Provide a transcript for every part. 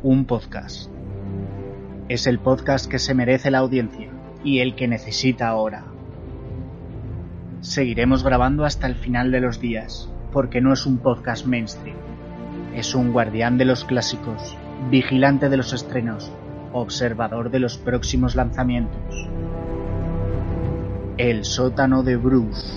un podcast. Es el podcast que se merece la audiencia y el que necesita ahora. Seguiremos grabando hasta el final de los días, porque no es un podcast mainstream. Es un guardián de los clásicos, vigilante de los estrenos, observador de los próximos lanzamientos. El sótano de Bruce.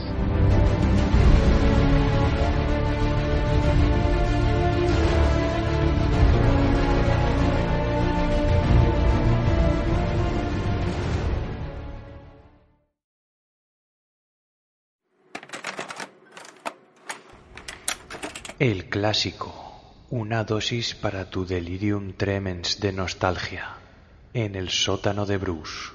El clásico, una dosis para tu delirium tremens de nostalgia, en el sótano de Bruce.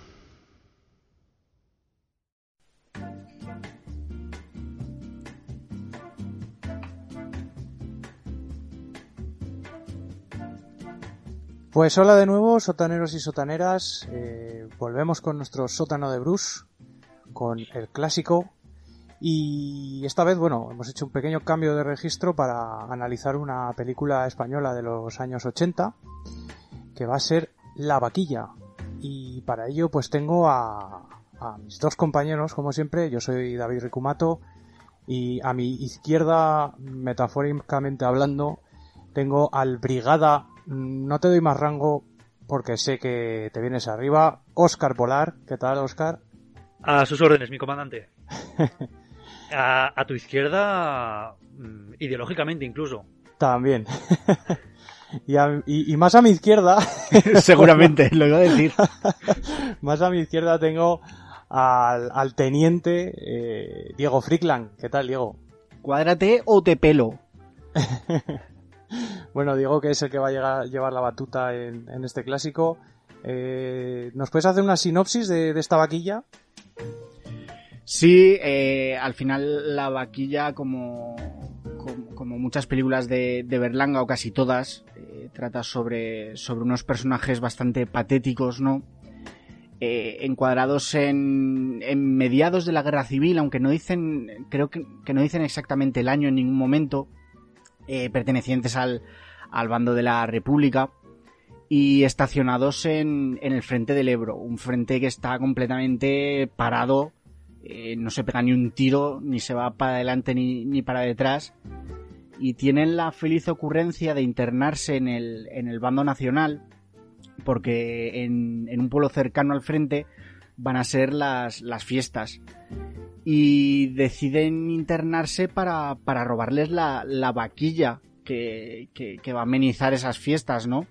Pues hola de nuevo, sotaneros y sotaneras. Volvemos con nuestro sótano de Bruce, con el clásico. Y esta vez, bueno, hemos hecho un pequeño cambio de registro para analizar una película española de los años 80, que va a ser La Vaquilla. Y para ello, pues tengo a mis dos compañeros, como siempre. Yo soy David Ricumato, y a mi izquierda, metafóricamente hablando, tengo al Brigada, no te doy más rango porque sé que te vienes arriba, Óscar Polar. ¿Qué tal, Óscar? A sus órdenes, mi comandante. A tu izquierda, ideológicamente incluso. También. y más a mi izquierda... Seguramente, lo iba a decir. Más a mi izquierda tengo al teniente Diego Frickland. ¿Qué tal, Diego? ¿Cuádrate o te pelo? Bueno, Diego, que es el que va a llevar la batuta en este clásico. ¿Nos puedes hacer una sinopsis de esta vaquilla? Sí, al final La Vaquilla, como muchas películas de Berlanga, o casi todas, trata sobre unos personajes bastante patéticos, ¿no? Encuadrados en mediados de la Guerra Civil, aunque no dicen, creo que no dicen exactamente el año en ningún momento, pertenecientes al bando de la República, y estacionados en el frente del Ebro, un frente que está completamente parado. No se pega ni un tiro, ni se va para adelante ni para detrás, y tienen la feliz ocurrencia de internarse en el bando nacional, porque en un pueblo cercano al frente van a ser las fiestas, y deciden internarse para robarles la vaquilla que va a amenizar esas fiestas, ¿no?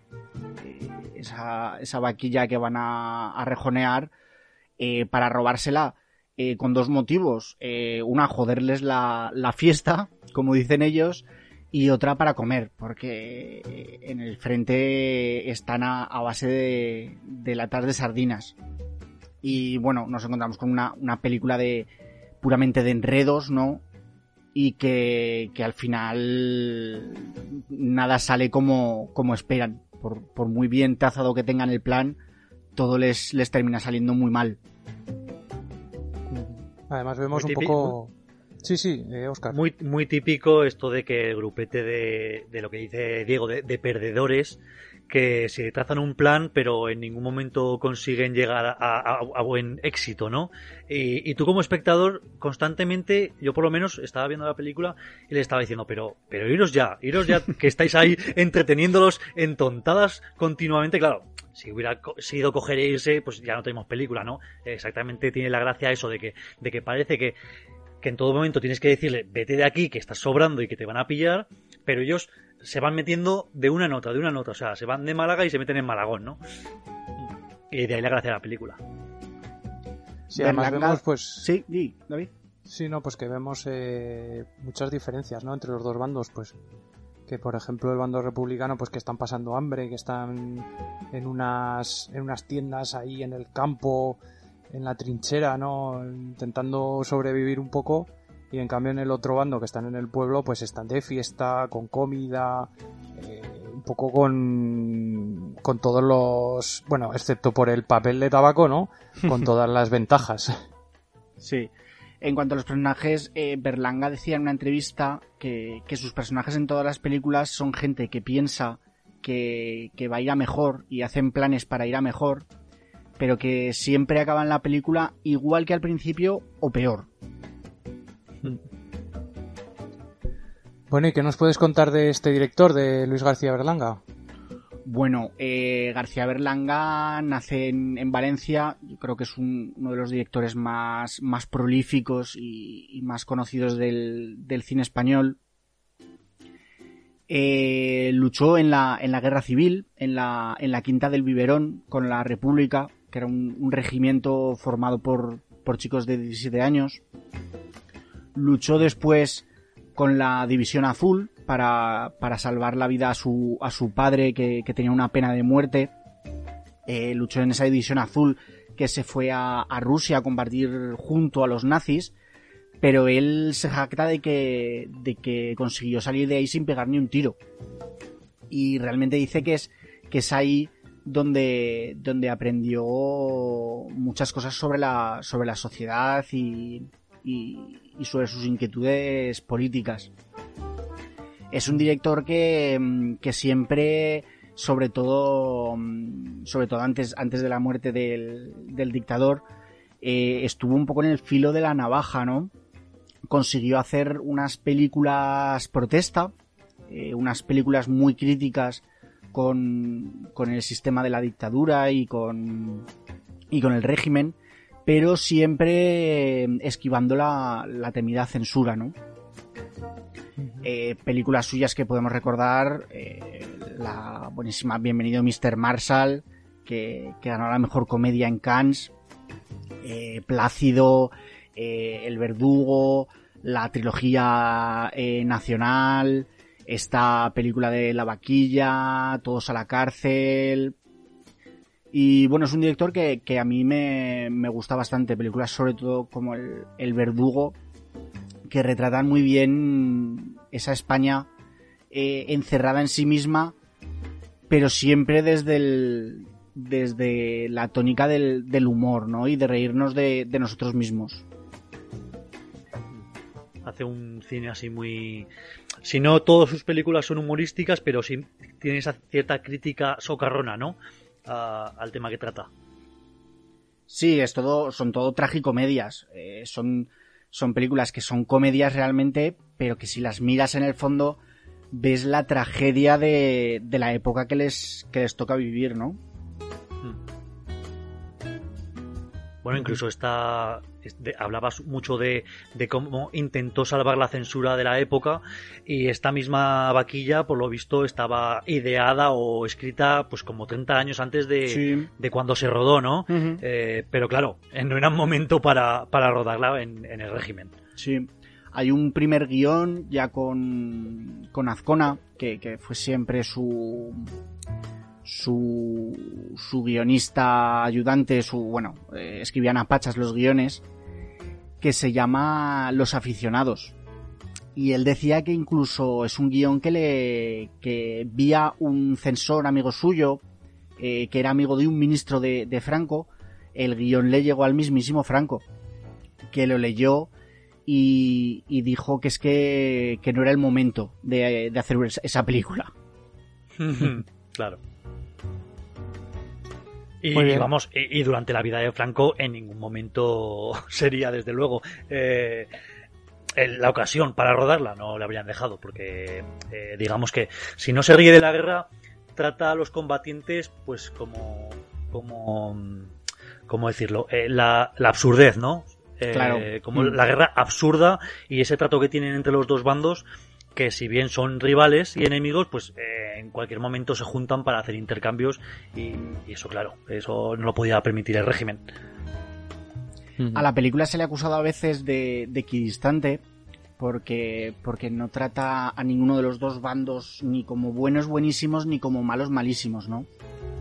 Esa vaquilla que van a rejonear, para robársela. Con dos motivos. Una, joderles la fiesta, como dicen ellos, y otra para comer, porque en el frente están a base de latas de sardinas. Y bueno, nos encontramos con una película puramente de enredos, ¿no? Y que al final nada sale como esperan. Por muy bien trazado que tengan el plan, todo les termina saliendo muy mal. Además vemos un poco... Sí, Óscar. Muy típico esto de que el grupete de lo que dice Diego, de perdedores, que se trazan un plan pero en ningún momento consiguen llegar a buen éxito, ¿no? Y tú como espectador, constantemente, yo por lo menos estaba viendo la película y le estaba diciendo, pero iros ya, que estáis ahí entreteniéndolos en tontadas continuamente. Claro, si hubiera sido coger e irse, pues ya no tenemos película, ¿no? Exactamente, tiene la gracia eso de que parece que en todo momento tienes que decirle, vete de aquí, que estás sobrando y que te van a pillar, pero ellos se van metiendo de una nota, o sea, se van de Málaga y se meten en Malagón, ¿no? Y de ahí la gracia de la película. Sí, además vemos, pues... Sí, David. Sí, no, pues que vemos muchas diferencias, ¿no? Entre los dos bandos, pues... Que, por ejemplo, el bando republicano, pues que están pasando hambre, que están en unas tiendas ahí en el campo, en la trinchera, ¿no? Intentando sobrevivir un poco. Y en cambio en el otro bando, que están en el pueblo, pues están de fiesta, con comida, un poco con todos los... Bueno, excepto por el papel de tabaco, ¿no? Con todas las ventajas. Sí. En cuanto a los personajes, Berlanga decía en una entrevista que sus personajes en todas las películas son gente que piensa va a ir a mejor y hacen planes para ir a mejor, pero que siempre acaban la película igual que al principio o peor. Bueno, ¿y qué nos puedes contar de este director, de Luis García Berlanga? Bueno, García Berlanga nace en Valencia. Yo creo que es uno de los directores más prolíficos y más conocidos del cine español. Luchó en la Guerra Civil, en la Quinta del Biberón, con la República, que era un regimiento formado por chicos de 17 años. Luchó después con la División Azul para salvar la vida a su padre, que tenía una pena de muerte. Luchó en esa División Azul, que se fue a Rusia a combatir junto a los nazis, pero él se jacta de que consiguió salir de ahí sin pegar ni un tiro. Y realmente dice que es ahí donde aprendió muchas cosas sobre la sociedad y sobre sus inquietudes políticas. Es un director que siempre, sobre todo antes de la muerte del dictador, estuvo un poco en el filo de la navaja, ¿no? Consiguió hacer unas películas protesta, unas películas muy críticas con el sistema de la dictadura y con el régimen, pero siempre esquivando la temida censura, ¿no? Películas suyas que podemos recordar, la buenísima Bienvenido Mr. Marshall, que ganó la mejor comedia en Cannes, Plácido, El Verdugo, la trilogía nacional, esta película de La Vaquilla, Todos a la cárcel. Y bueno, es un director que a mí me gusta bastante. Películas sobre todo como El Verdugo, que retratan muy bien esa España encerrada en sí misma, pero siempre desde la tónica del humor, ¿no? Y de reírnos de nosotros mismos. Hace un cine así muy... Si no todas sus películas son humorísticas, pero sí tiene esa cierta crítica socarrona, ¿no? Al tema que trata. Sí, son todo tragicomedias. Son películas que son comedias realmente, pero que si las miras en el fondo ves la tragedia de la época que les toca vivir, ¿no? Bueno, incluso hablabas mucho de cómo intentó salvar la censura de la época, y esta misma Vaquilla, por lo visto, estaba ideada o escrita pues como 30 años antes de cuando se rodó, ¿no? Uh-huh. Pero claro, no era un momento para rodarla en el régimen. Sí. Hay un primer guión ya con Azcona, que fue siempre su guionista ayudante, escribían a pachas los guiones, que se llama Los aficionados. Y él decía que incluso es un guión que vía un censor amigo suyo, que era amigo de un ministro de Franco. El guión le llegó al mismísimo Franco, que lo leyó y dijo que es que no era el momento de hacer esa película. Claro. Y durante la vida de Franco en ningún momento sería, desde luego, la ocasión para rodarla. No le habrían dejado, porque digamos que si no se ríe de la guerra, trata a los combatientes pues como ¿cómo decirlo? La absurdez, ¿no? Claro. Como la guerra absurda, y ese trato que tienen entre los dos bandos, que si bien son rivales y enemigos, pues en cualquier momento se juntan para hacer intercambios, y eso, claro, eso no lo podía permitir el régimen. A la película se le ha acusado a veces de equidistante, porque no trata a ninguno de los dos bandos ni como buenos buenísimos ni como malos malísimos, ¿no?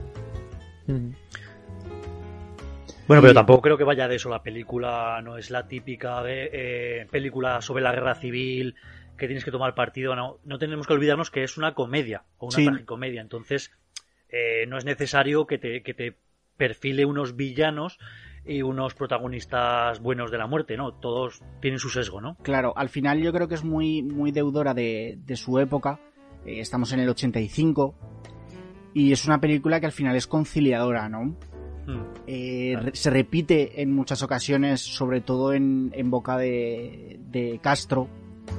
Bueno, pero tampoco creo que vaya de eso la película. No es la típica película sobre la guerra civil que tienes que tomar partido. No tenemos que olvidarnos que es una comedia o una tragicomedia. Entonces no es necesario que te perfile unos villanos y unos protagonistas buenos de la muerte, ¿no? Todos tienen su sesgo, ¿no? Claro, al final yo creo que es muy, muy deudora de su época. Estamos en el 85 y es una película que al final es conciliadora, ¿no? Se repite en muchas ocasiones, sobre todo en boca de Castro,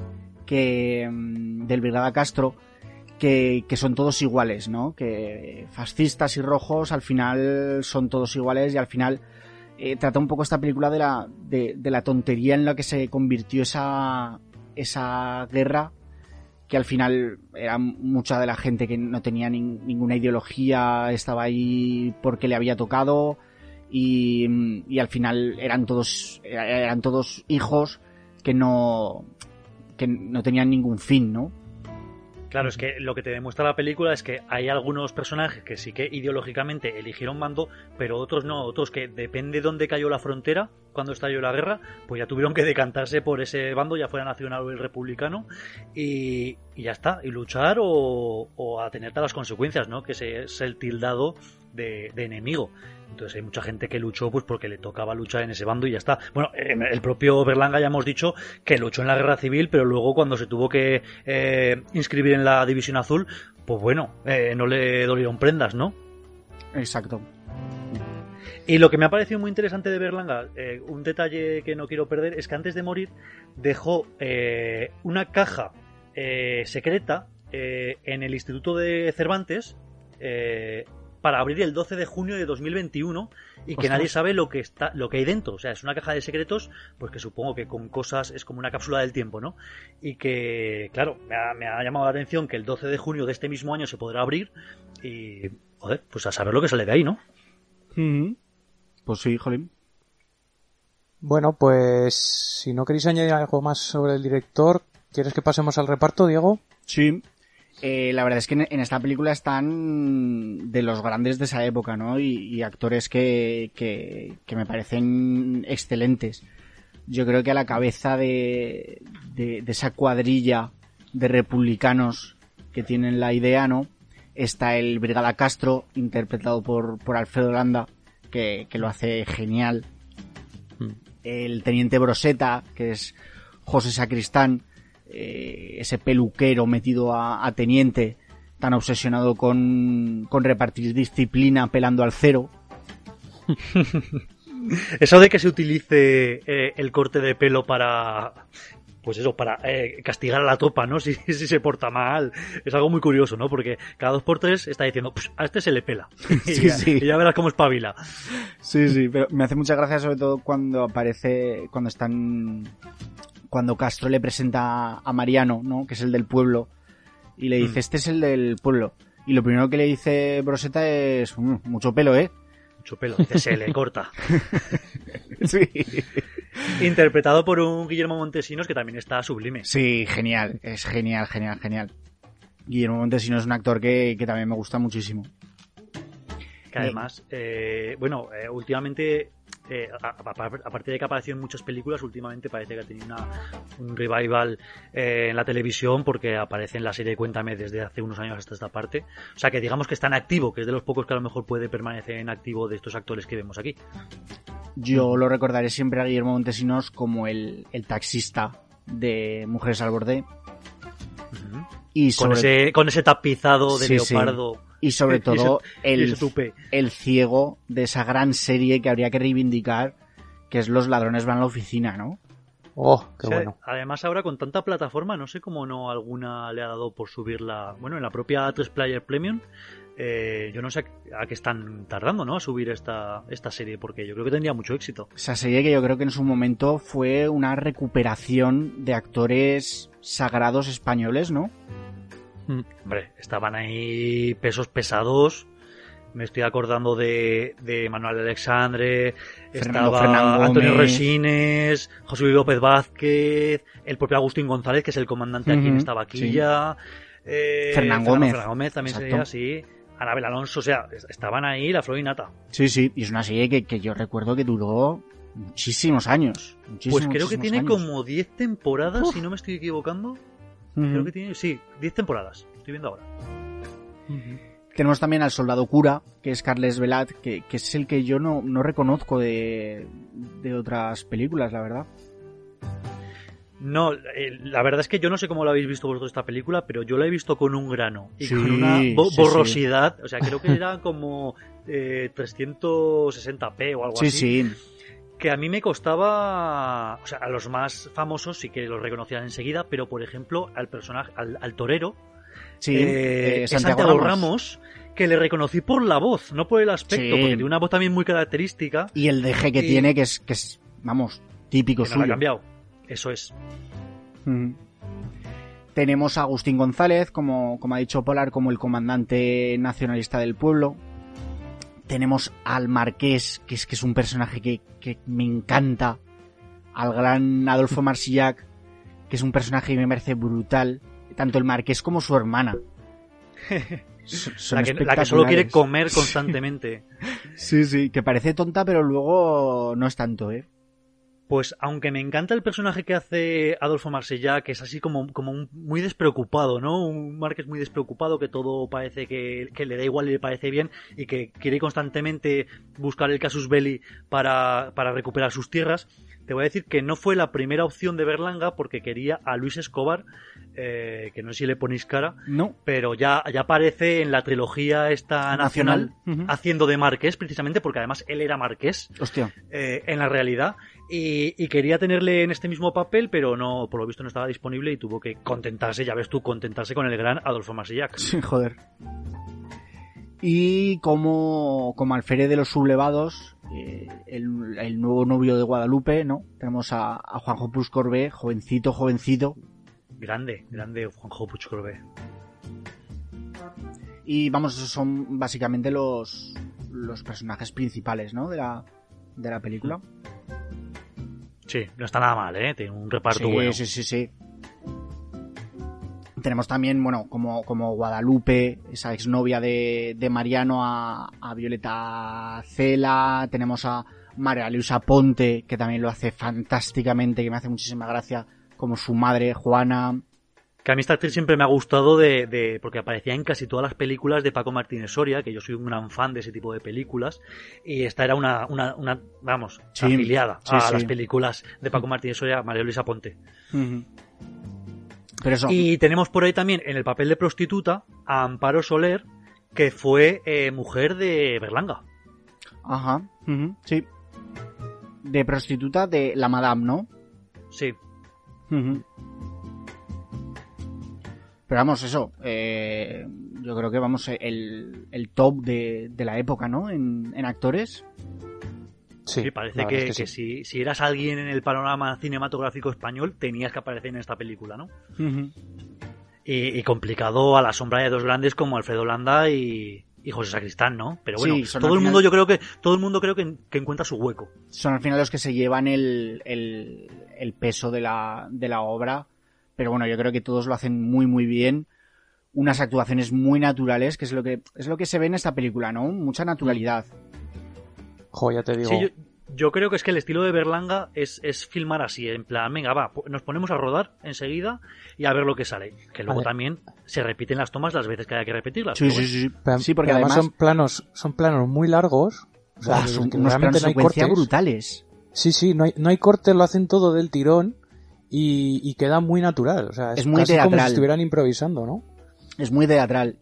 del Brigada Castro, que son todos iguales, ¿no? Que fascistas y rojos al final son todos iguales, y al final trata un poco esta película de la tontería en la que se convirtió esa guerra, que al final era mucha de la gente que no tenía ninguna ideología, estaba ahí porque le había tocado, y al final eran todos hijos que no tenían ningún fin, ¿no? Claro, es que lo que te demuestra la película es que hay algunos personajes que sí que ideológicamente eligieron bando, pero otros no, otros que depende de dónde cayó la frontera, cuando estalló la guerra, pues ya tuvieron que decantarse por ese bando, ya fuera nacional o el republicano, y ya está, y luchar o atenerte a las consecuencias, ¿no? Que es el tildado de enemigo. Entonces hay mucha gente que luchó pues porque le tocaba luchar en ese bando y ya está. Bueno, el propio Berlanga ya hemos dicho que luchó en la guerra civil, pero luego cuando se tuvo que inscribir en la División Azul, pues bueno, no le dolieron prendas, ¿no? Exacto. Y lo que me ha parecido muy interesante de Berlanga, un detalle que no quiero perder, es que antes de morir dejó una caja secreta en el Instituto de Cervantes, para abrir el 12 de junio de 2021 y que nadie sabe lo que hay dentro. O sea, es una caja de secretos, pues que supongo que con cosas es como una cápsula del tiempo, ¿no? Y que, claro, me ha llamado la atención que el 12 de junio de este mismo año se podrá abrir y, joder, pues a saber lo que sale de ahí, ¿no? Pues sí, jolín. Bueno, pues si no queréis añadir algo más sobre el director, ¿quieres que pasemos al reparto, Diego? Sí. La verdad es que en esta película están de los grandes de esa época, ¿no? Y actores que me parecen excelentes. Yo creo que a la cabeza de esa cuadrilla de republicanos que tienen la idea, ¿no? Está el Brigada Castro, interpretado por Alfredo Landa, que lo hace genial. El teniente Broseta, que es José Sacristán, ese peluquero metido a teniente, tan obsesionado con repartir disciplina pelando al cero. Eso de que se utilice el corte de pelo para, pues eso, para castigar a la tropa, ¿no? Si se porta mal, es algo muy curioso, ¿no? Porque cada 2x3 está diciendo, a este se le pela. Sí. Y ya verás cómo espabila. Sí, pero me hace mucha gracia sobre todo cuando cuando Castro le presenta a Mariano, ¿no? Que es el del pueblo, y le dice, este es el del pueblo. Y lo primero que le dice Broseta es, mucho pelo, ¿eh? Mucho pelo, dice, se le corta. Sí. Interpretado por un Guillermo Montesinos que también está sublime. Sí, genial, es genial. Guillermo Montesinos es un actor que también me gusta muchísimo. Que además, últimamente, aparte de que apareció en muchas películas, últimamente parece que ha tenido un revival en la televisión, porque aparece en la serie Cuéntame desde hace unos años hasta esta parte. O sea que digamos que está en activo, que es de los pocos que a lo mejor puede permanecer en activo de estos actores que vemos aquí. Yo lo recordaré siempre a Guillermo Montesinos como el taxista de Mujeres al Borde. Y con ese tapizado de leopardo. Sí. Y sobre todo el ciego de esa gran serie que habría que reivindicar, que es Los ladrones van a la oficina, ¿no? Oh, qué bueno. Además ahora con tanta plataforma, no sé cómo no alguna le ha dado por subirla. Bueno, en la propia A3 Player Premium, yo no sé a qué están tardando, ¿no? A subir esta serie, porque yo creo que tendría mucho éxito. Esa serie que yo creo que en su momento fue una recuperación de actores sagrados españoles, ¿no? Hombre, estaban ahí pesos pesados. Me estoy acordando de Manuel Alexandre, estaba Antonio Resines, José Luis López Vázquez, el propio Agustín González, que es el comandante aquí en esta vaquilla. Fernán Gómez también sería así. Anabel Alonso, o sea, estaban ahí la flor y nata. Sí, y es una serie que yo recuerdo que duró muchísimos años. Pues creo que tiene años. como 10 temporadas, si no me estoy equivocando. Creo que tiene, 10 temporadas, estoy viendo ahora. Tenemos también al soldado cura, que es Carles Velat, que es el que yo no reconozco de otras películas, la verdad. No, la verdad es que yo no sé cómo lo habéis visto vosotros esta película, pero yo la he visto con un grano y Sí, con una sí, borrosidad. O sea, creo que era como 360p o algo Sí, así. sí. Que a mí me costaba, o sea, a los más famosos sí que los reconocían enseguida, pero por ejemplo al personaje, al torero, Sí, es Santiago Ramos, que le reconocí por la voz, no por el aspecto, Sí. porque tiene una voz también muy característica. Y el deje que Y- tiene, que es, vamos, típico Que no lo ha suyo. cambiado. Eso es. Mm. Tenemos a Agustín González, como ha dicho Polar, como el comandante nacionalista del pueblo. Tenemos al Marqués, que es un personaje que me encanta. Al gran Adolfo Marsillac, que es un personaje que me parece brutal. Tanto el Marqués como su hermana. Son La que solo espectaculares. quiere comer constantemente. Sí, sí, que parece tonta, pero luego no es tanto, ¿eh? Pues aunque me encanta el personaje que hace Adolfo Marsella, que es así como muy despreocupado, ¿no? Un Márquez muy despreocupado, que todo parece que le da igual y le parece bien, y que quiere constantemente buscar el casus belli para recuperar sus tierras. Te voy a decir que no fue la primera opción de Berlanga, porque quería a Luis Escobar, que no sé si le ponéis cara, No. pero ya aparece en la trilogía esta nacional, Ujú. haciendo de marqués, precisamente porque además él era marqués Hostia. en la realidad, y quería tenerle en este mismo papel, pero no, por lo visto no estaba disponible y tuvo que contentarse, ya ves tú, contentarse con el gran Adolfo Marsillac. Sí, joder. Y como alférez de los sublevados, el nuevo novio de Guadalupe, ¿no? Tenemos a Juanjo Puig Corbé, jovencito. Grande Juanjo Puig Corbé. Y vamos, esos son básicamente los personajes principales, ¿no? De la película. Sí, no está nada mal, ¿eh? Tiene un reparto Sí, bueno. sí. Tenemos también, bueno, como Guadalupe, esa exnovia de Mariano, a Violeta Cela. Tenemos a María Luisa Ponte, que también lo hace fantásticamente, que me hace muchísima gracia, como su madre, Juana. Que a mí esta actriz siempre me ha gustado porque aparecía en casi todas las películas de Paco Martínez Soria, que yo soy un gran fan de ese tipo de películas, y esta era una Sí, afiliada sí, a sí. las películas de Paco Martínez Soria, María Luisa Ponte. Ujú. Pero eso, Y tenemos por ahí también en el papel de prostituta a Amparo Soler, que fue mujer de Berlanga. ajá, sí. De prostituta de la Madame, ¿no? Sí. Ujú. Pero vamos, eso, yo creo que vamos, el top de la época, ¿no? En actores. Sí, parece la verdad que, es sí. si eras alguien en el panorama cinematográfico español, tenías que aparecer en esta película, ¿no? Ujú. Y complicado a la sombra de dos grandes como Alfredo Landa y José Sacristán, ¿no? Pero bueno, Sí, son todo al el final- mundo yo creo que encuentra su hueco. Son al final los que se llevan el peso de la obra. Pero bueno, yo creo que todos lo hacen muy, muy bien. Unas actuaciones muy naturales, que es lo que se ve en esta película, ¿no? Mucha naturalidad. Jo, ya te digo. Sí, yo creo que es que el estilo de Berlanga es filmar así, en plan, venga, va, nos ponemos a rodar enseguida y a ver lo que sale. Que luego Vale. también se repiten las tomas las veces que haya que repetirlas. Sí, pero sí, bueno. sí. Pero- Sí, porque pero además son planos muy largos. O sea, buah, que son realmente unos planos de no hay secuencia cortes. brutales. Sí, no hay cortes, lo hacen todo del tirón y queda muy natural. O sea, Es muy casi como teatral. si estuvieran improvisando, ¿no? Es muy teatral.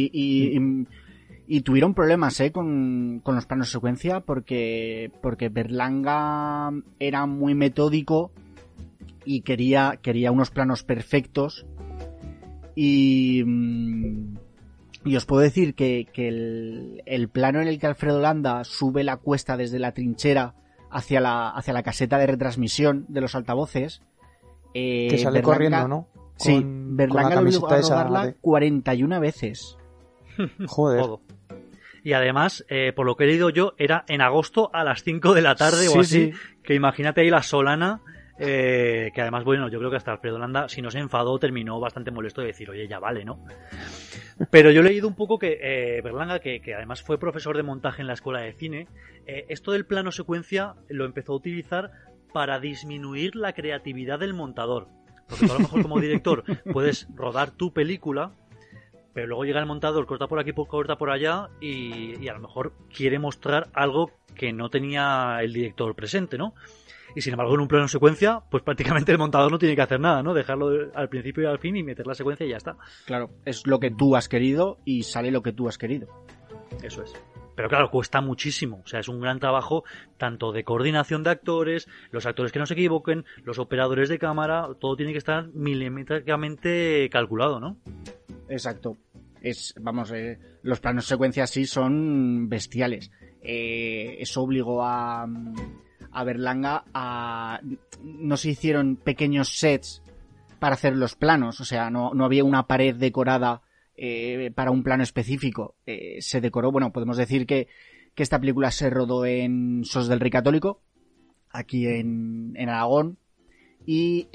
Y tuvieron problemas con los planos de secuencia porque Berlanga era muy metódico y quería unos planos perfectos. Y os puedo decir que el plano en el que Alfredo Landa sube la cuesta desde la trinchera hacia la caseta de retransmisión de los altavoces. Que sale Berlanga- corriendo, ¿no? Sí, Con Berlanga la lo obligó a camiseta esa rodarla de- 41 veces. Joder. Todo. Y además, por lo que he leído yo, era en agosto a las 5 de la tarde Sí, o así, sí. que imagínate ahí la Solana, que además, bueno, yo creo que hasta Alfredo Landa, si no se enfadó, terminó bastante molesto de decir, oye, ya vale, ¿no? Pero yo he leído un poco que Berlanga, que además fue profesor de montaje en la escuela de cine, esto del plano secuencia lo empezó a utilizar para disminuir la creatividad del montador. Porque tú a lo mejor como director puedes rodar tu película, pero luego llega el montador, corta por aquí, corta por allá y a lo mejor quiere mostrar algo que no tenía el director presente, ¿no? Y sin embargo, en un plano secuencia, pues prácticamente el montador no tiene que hacer nada, ¿no? Dejarlo al principio y al fin y meter la secuencia y ya está. Claro, es lo que tú has querido y sale lo que tú has querido. Eso es. Pero claro, cuesta muchísimo. O sea, es un gran trabajo tanto de coordinación de actores, los actores que no se equivoquen, los operadores de cámara, todo tiene que estar milimétricamente calculado, ¿no? Exacto. Los planos secuencias sí son bestiales. Eso obligó a Berlanga a... No se hicieron pequeños sets para hacer los planos. O sea, no había una pared decorada para un plano específico. Se decoró, bueno, podemos decir que esta película se rodó en Sos del Rey Católico, aquí en Aragón, y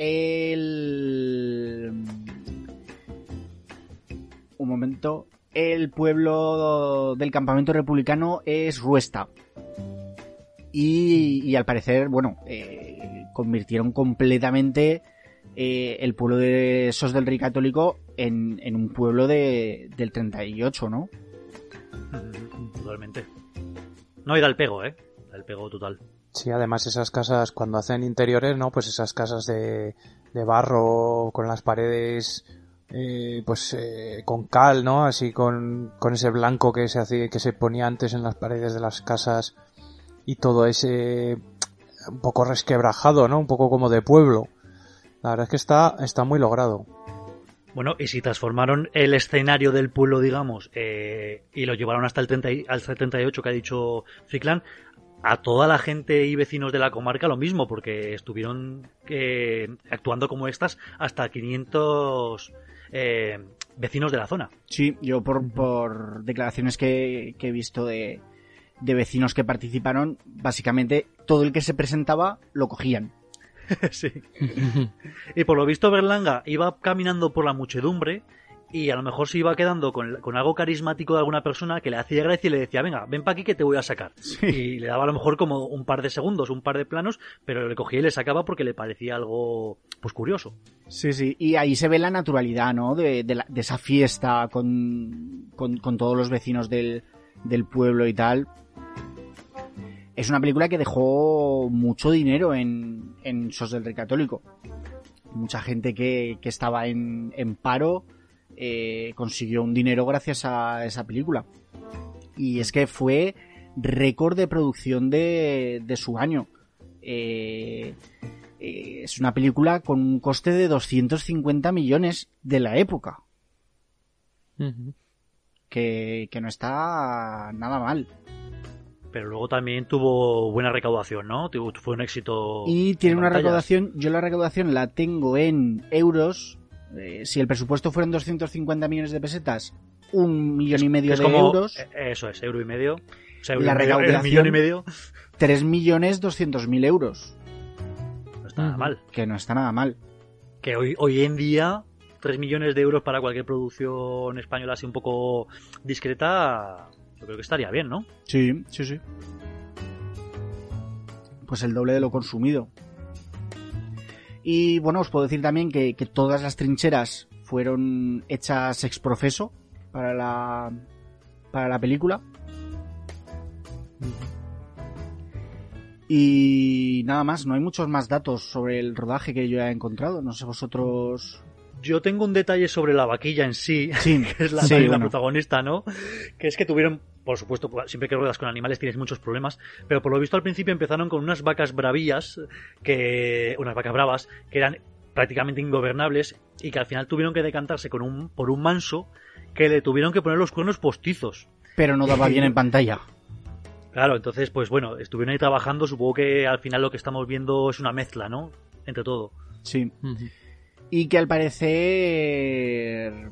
el pueblo del campamento republicano es Ruesta. Y al parecer, bueno, convirtieron completamente el pueblo de Sos del Rey Católico en un pueblo del 38, ¿no? Totalmente. No, y da el pego, Da el pego total. Sí, además esas casas, cuando hacen interiores, ¿no? Pues esas casas de barro, con las paredes, con cal, ¿no? Así con ese blanco que se ponía antes en las paredes de las casas, y todo ese un poco resquebrajado, ¿no? Un poco como de pueblo. La verdad es que está muy logrado. Bueno, y si transformaron el escenario del pueblo, digamos, y lo llevaron hasta al 78 que ha dicho Fricland, a toda la gente y vecinos de la comarca lo mismo, porque estuvieron actuando como estas hasta 500 vecinos de la zona. Sí, yo por declaraciones que he visto de vecinos que participaron, básicamente todo el que se presentaba lo cogían. Sí. Y por lo visto Berlanga iba caminando por la muchedumbre y a lo mejor se iba quedando con algo carismático de alguna persona que le hacía gracia y le decía, venga, ven para aquí que te voy a sacar. Sí. Y le daba a lo mejor como un par de segundos, un par de planos, pero le cogía y le sacaba porque le parecía algo pues curioso. Sí, sí, y ahí se ve la naturalidad, ¿no? De esa fiesta con todos los vecinos del pueblo y tal. Es una película que dejó mucho dinero en Sos del Rey Católico. Mucha gente que estaba en paro consiguió un dinero gracias a esa película. Y es que fue récord de producción de su año. Es una película con un coste de 250 millones de la época. Uh-huh. Que no está nada mal. Pero luego también tuvo buena recaudación, ¿no? Fue un éxito. Y tiene una recaudación, yo la recaudación la tengo en euros. Si el presupuesto fueron 250 millones de pesetas, 1,5 millones de euros. Eso es, euro y medio. O sea, la recaudación, 1,5 millones. 3.200.000 euros. No está nada mal. Que no está nada mal. Que hoy en día, 3 millones de euros para cualquier producción española así un poco discreta, yo creo que estaría bien, ¿no? Sí, sí, sí. Pues el doble de lo consumido. Y bueno, os puedo decir también que todas las trincheras fueron hechas ex profeso para la película. Y nada más, no hay muchos más datos sobre el rodaje que yo he encontrado. No sé vosotros. Yo tengo un detalle sobre la vaquilla en sí, sí que es la protagonista, ¿no? Que es que tuvieron, por supuesto, siempre que ruedas con animales tienes muchos problemas, pero por lo visto al principio empezaron con unas vacas bravías, unas vacas bravas, que eran prácticamente ingobernables y que al final tuvieron que decantarse por un manso que le tuvieron que poner los cuernos postizos. Pero no daba bien en pantalla. Claro, entonces, pues bueno, estuvieron ahí trabajando, supongo que al final lo que estamos viendo es una mezcla, ¿no? Entre todo. Sí. Uh-huh. Y que al parecer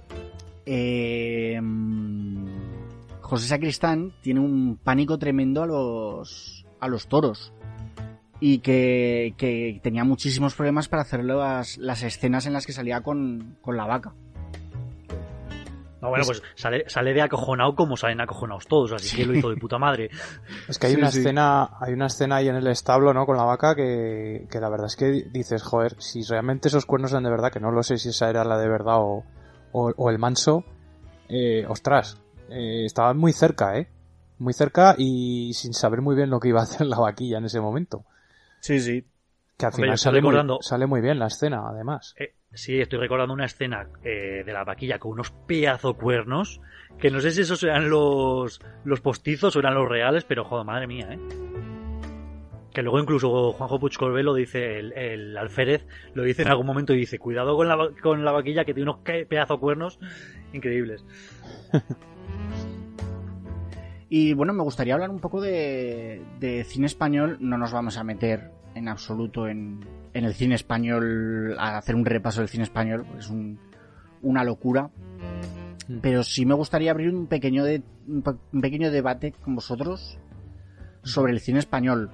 José Sacristán tiene un pánico tremendo a los toros y que tenía muchísimos problemas para hacer las escenas en las que salía con la vaca. No, bueno, pues sale de acojonado como salen acojonados todos, así que lo hizo de puta madre. Es que hay una escena ahí en el establo, ¿no? Con la vaca que la verdad es que dices, joder, si realmente esos cuernos eran de verdad, que no lo sé si esa era la de verdad o el manso, ostras, estaban muy cerca, muy cerca y sin saber muy bien lo que iba a hacer la vaquilla en ese momento. Sí, sí. Que al Hombre, final sale muy bien la escena, además. Sí, estoy recordando una escena de la vaquilla con unos pedazo cuernos, que no sé si esos eran los postizos o eran los reales, pero joder, madre mía, ¿eh? Que luego incluso Juanjo Puigcorbé lo dice, el alférez lo dice en algún momento y dice, cuidado con la vaquilla que tiene unos pedazo cuernos increíbles. Y bueno, me gustaría hablar un poco de cine español. No nos vamos a meter en absoluto en el cine español, a hacer un repaso del cine español, es una locura. Pero sí me gustaría abrir un pequeño debate con vosotros sobre el cine español.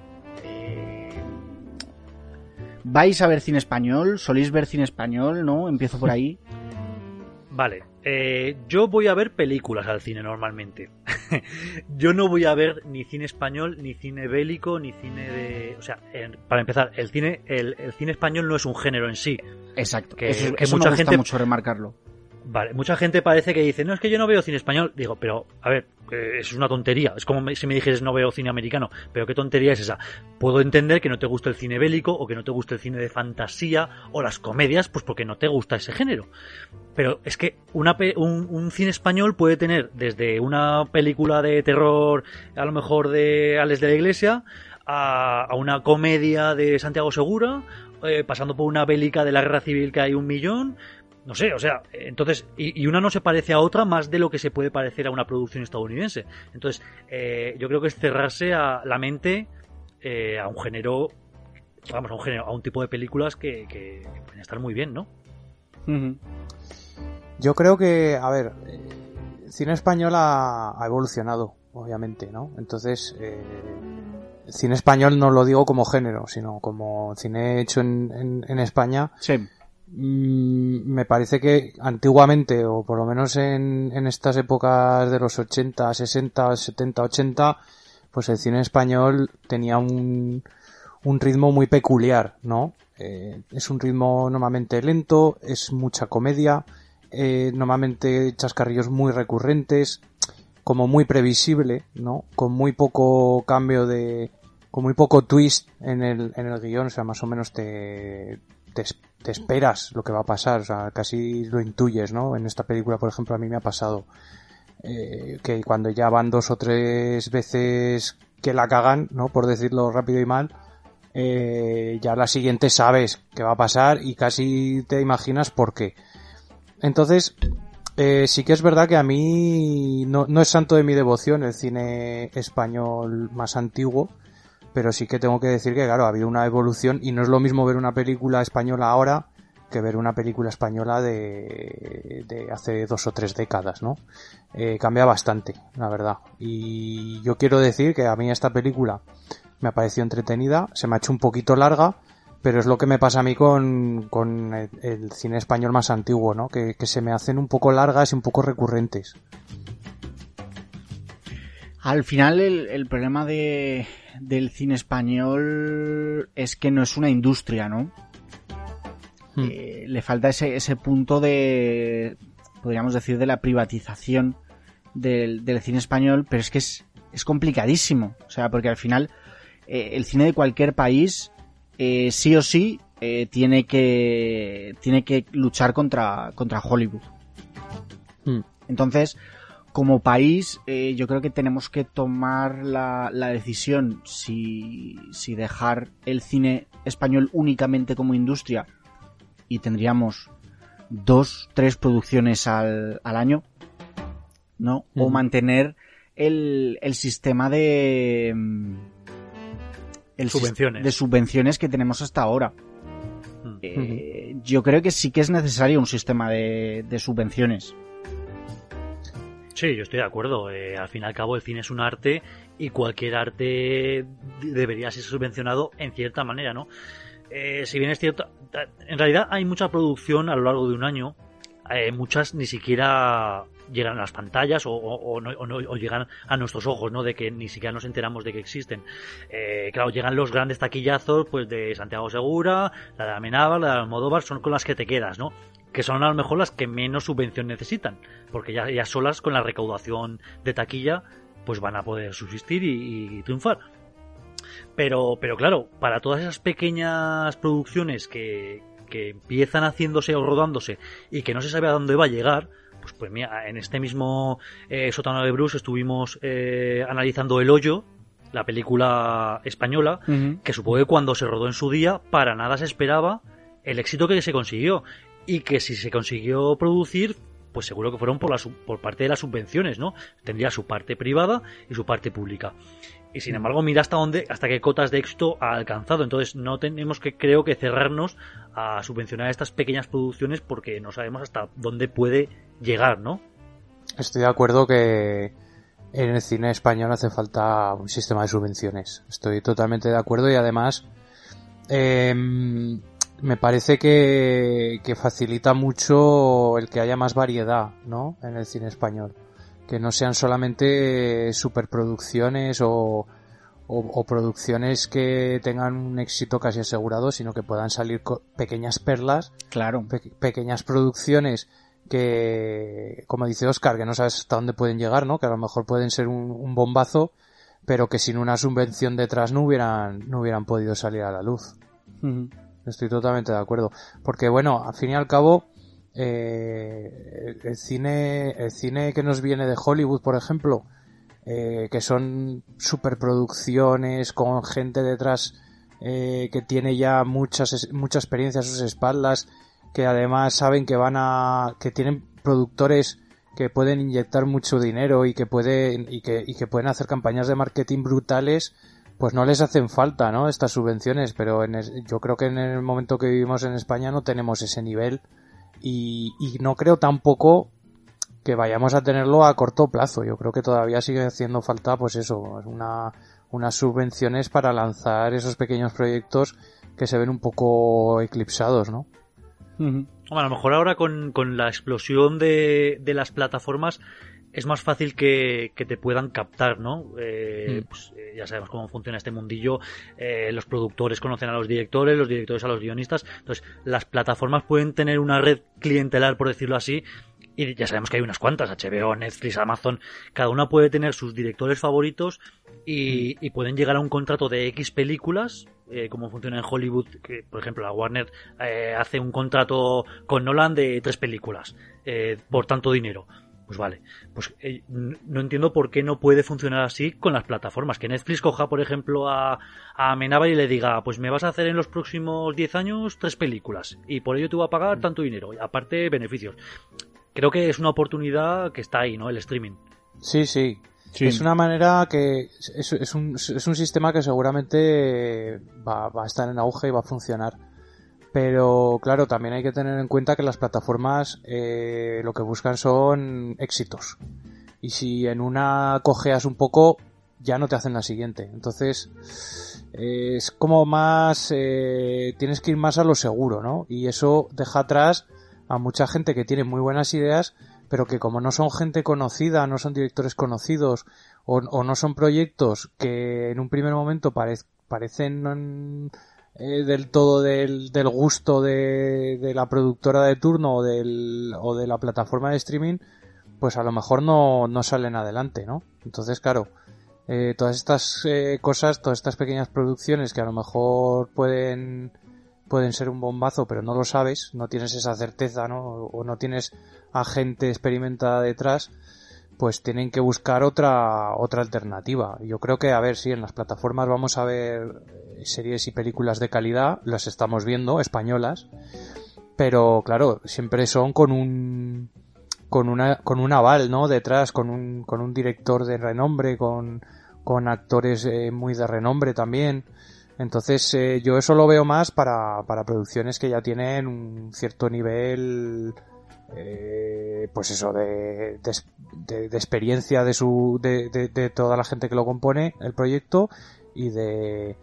¿Vais a ver cine español? ¿Soléis ver cine español? ¿No? Empiezo por ahí. Vale, yo voy a ver películas al cine normalmente. Yo no voy a ver ni cine español, ni cine bélico, ni cine de... O sea, para empezar, el cine español no es un género en sí. Exacto, que eso mucha me gusta gente... mucho remarcarlo. Vale, mucha gente parece que dice, no, es que yo no veo cine español. Digo, pero, a ver, eso es una tontería. Es como si me dijeras no veo cine americano. Pero ¿qué tontería es esa? Puedo entender que no te guste el cine bélico, o que no te guste el cine de fantasía, o las comedias, pues porque no te gusta ese género. Pero es que un cine español puede tener desde una película de terror, a lo mejor de Alex de la Iglesia, a una comedia de Santiago Segura, pasando por una bélica de la Guerra Civil que hay 1 millón... No sé, o sea, entonces, y una no se parece a otra más de lo que se puede parecer a una producción estadounidense. Entonces, yo creo que es cerrarse a la mente a un género, vamos, a un tipo de películas que pueden estar muy bien, ¿no? Uh-huh. Yo creo que, a ver, el cine español ha evolucionado, obviamente, ¿no? Entonces, el cine español no lo digo como género, sino como cine hecho en España. Sí. Me parece que antiguamente, o por lo menos en estas épocas de los 80, 60, 70, 80, pues el cine español tenía un ritmo muy peculiar, ¿no? Es un ritmo normalmente lento, es mucha comedia, normalmente chascarrillos muy recurrentes, como muy previsible, ¿no? Con muy poco cambio con muy poco twist en el guión, o sea, más o menos te esperas lo que va a pasar, o sea, casi lo intuyes, ¿no? En esta película, por ejemplo, a mí me ha pasado que cuando ya van 2 o 3 veces que la cagan, ¿no? Por decirlo rápido y mal, ya la siguiente sabes qué va a pasar y casi te imaginas por qué. Entonces, sí que es verdad que a mí no es santo de mi devoción el cine español más antiguo, pero sí que tengo que decir que, claro, ha habido una evolución y no es lo mismo ver una película española ahora que ver una película española de hace 2 o 3 décadas, ¿no? Cambia bastante, la verdad. Y yo quiero decir que a mí esta película me ha parecido entretenida, se me ha hecho un poquito larga, pero es lo que me pasa a mí con el cine español más antiguo, ¿no? Que se me hacen un poco largas y un poco recurrentes. Al final el problema del cine español es que no es una industria, ¿no? Le falta ese punto de, podríamos decir, de la privatización del cine español, pero es que es complicadísimo. O sea, porque al final el cine de cualquier país sí o sí tiene que luchar contra Hollywood. Entonces, como país, yo creo que tenemos que tomar la decisión si dejar el cine español únicamente como industria y tendríamos 2, 3 producciones al año, ¿no? O mantener el sistema de subvenciones que tenemos hasta ahora. Yo creo que sí que es necesario un sistema de subvenciones. Sí, yo estoy de acuerdo. Al fin y al cabo el cine es un arte y cualquier arte debería ser subvencionado en cierta manera, ¿no? Si bien es cierto, en realidad hay mucha producción a lo largo de un año, muchas ni siquiera llegan a las pantallas o llegan a nuestros ojos, ¿no? De que ni siquiera nos enteramos de que existen. Claro, llegan los grandes taquillazos, pues de Santiago Segura, la de Amenábar, la de Almodóvar, son con las que te quedas, ¿no? Que son a lo mejor las que menos subvención necesitan, porque ya solas con la recaudación de taquilla pues van a poder subsistir y triunfar. Pero claro, para todas esas pequeñas producciones que empiezan haciéndose o rodándose y que no se sabe a dónde va a llegar, pues mira, en este mismo sótano de Bruce estuvimos analizando El Hoyo, la película española, que supongo que cuando se rodó en su día para nada se esperaba el éxito que se consiguió, y que si se consiguió producir, pues seguro que fueron por parte de las subvenciones, ¿no? Tendría su parte privada y su parte pública. Y sin embargo, mira hasta qué cotas de éxito ha alcanzado. Entonces no tenemos creo que cerrarnos a subvencionar estas pequeñas producciones, porque no sabemos hasta dónde puede llegar, ¿no? Estoy de acuerdo que en el cine español hace falta un sistema de subvenciones. Estoy totalmente de acuerdo, y además me parece que facilita mucho el que haya más variedad, ¿no? En el cine español. Que no sean solamente superproducciones o producciones que tengan un éxito casi asegurado, sino que puedan salir pequeñas perlas, claro, pequeñas producciones que, como dice Óscar, que no sabes hasta dónde pueden llegar, ¿no? Que a lo mejor pueden ser un bombazo, pero que sin una subvención detrás no hubieran podido salir a la luz. Estoy totalmente de acuerdo, porque bueno, al fin y al cabo el cine que nos viene de Hollywood, por ejemplo, que son superproducciones con gente detrás que tiene ya mucha experiencia a sus espaldas, que además saben que tienen productores que pueden inyectar mucho dinero y que pueden hacer campañas de marketing brutales, pues no les hacen falta, ¿no?, estas subvenciones. Pero yo creo que en el momento que vivimos en España no tenemos ese nivel, y no creo tampoco que vayamos a tenerlo a corto plazo. Yo creo que todavía sigue haciendo falta, pues eso, unas subvenciones para lanzar esos pequeños proyectos que se ven un poco eclipsados, ¿no? Hombre, a lo mejor ahora con la explosión de las plataformas es más fácil que te puedan captar, ¿no? Pues, ya sabemos cómo funciona este mundillo. Los productores conocen a los directores a los guionistas. Entonces, las plataformas pueden tener una red clientelar, por decirlo así, y ya sabemos que hay unas cuantas: HBO, Netflix, Amazon. Cada una puede tener sus directores favoritos y pueden llegar a un contrato de X películas, como funciona en Hollywood, que por ejemplo la Warner hace un contrato con Nolan de 3 películas por tanto dinero. Pues vale, pues no entiendo por qué no puede funcionar así con las plataformas. Que Netflix coja, por ejemplo, a Amenábar y le diga: pues me vas a hacer en los próximos 10 años 3 películas y por ello te voy a pagar tanto dinero, aparte beneficios. Creo que es una oportunidad que está ahí, ¿no?, el streaming. Sí. Es una manera que es un sistema que seguramente va a estar en auge y va a funcionar. Pero claro, también hay que tener en cuenta que las plataformas lo que buscan son éxitos. Y si en una cojeas un poco, ya no te hacen la siguiente. Entonces, es como más... tienes que ir más a lo seguro, ¿no? Y eso deja atrás a mucha gente que tiene muy buenas ideas, pero que como no son gente conocida, no son directores conocidos, o no son proyectos que en un primer momento parecen... del todo del gusto de la productora de turno o de la plataforma de streaming, pues a lo mejor no salen adelante, ¿no? Entonces, claro, todas estas cosas, todas estas pequeñas producciones que a lo mejor pueden ser un bombazo, pero no lo sabes, no tienes esa certeza, ¿no? O no tienes a gente experimentada detrás, pues tienen que buscar otra alternativa. Yo creo que, a ver, sí, en las plataformas vamos a ver series y películas de calidad, las estamos viendo, españolas, pero claro, siempre son con un aval, ¿no?, detrás, con un director de renombre, con actores muy de renombre también. Entonces, yo eso lo veo más para producciones que ya tienen un cierto nivel, pues eso, de experiencia de toda la gente que lo compone, el proyecto, y de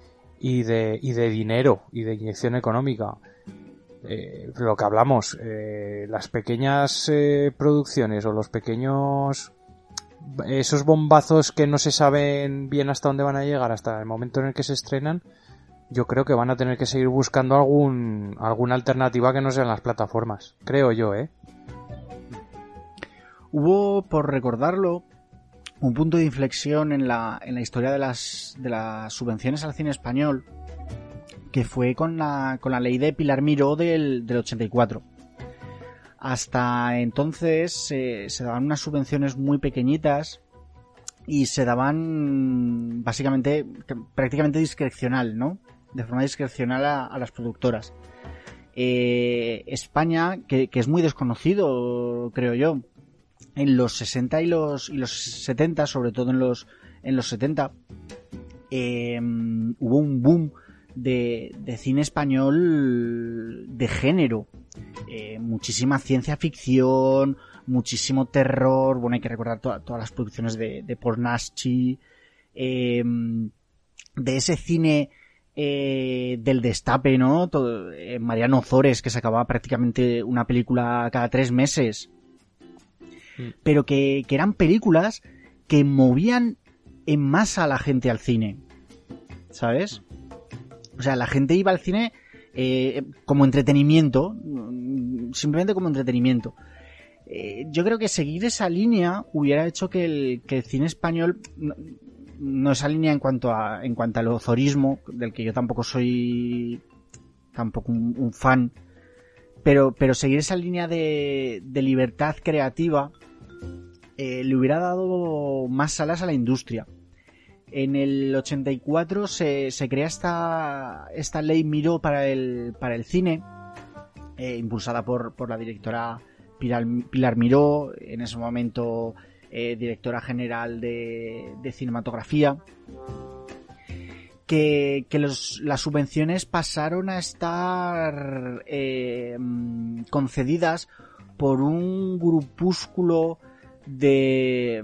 dinero y de inyección económica. Lo que hablamos, las pequeñas producciones o los pequeños, esos bombazos que no se saben bien hasta dónde van a llegar hasta el momento en el que se estrenan, yo creo que van a tener que seguir buscando alguna alternativa que no sean las plataformas, creo yo, Hubo, por recordarlo, un punto de inflexión en la historia de las subvenciones al cine español, que fue con la ley de Pilar Miró del 84. Hasta entonces se daban unas subvenciones muy pequeñitas y se daban básicamente, prácticamente discrecional, ¿no? De forma discrecional a las productoras. España, que es muy desconocido, creo yo, en los 60 y los 70, sobre todo en los 70, hubo un boom de cine español de género. Muchísima ciencia ficción, muchísimo terror. Bueno, hay que recordar todas las producciones de Pornaschi, de ese cine del destape, ¿no? Mariano Ozores, que sacaba prácticamente una película cada 3 meses. Pero que eran películas que movían en masa a la gente al cine, ¿sabes? O sea, la gente iba al cine como entretenimiento, simplemente como entretenimiento. Yo creo que seguir esa línea hubiera hecho que el cine español, no esa línea en cuanto al ozorismo, del que yo tampoco soy un fan, pero seguir esa línea de libertad creativa le hubiera dado más salas a la industria. En el 84 se crea esta ley Miró para el cine, impulsada por la directora Pilar Miró, en ese momento directora general de cinematografía, que las subvenciones pasaron a estar concedidas por un grupúsculo de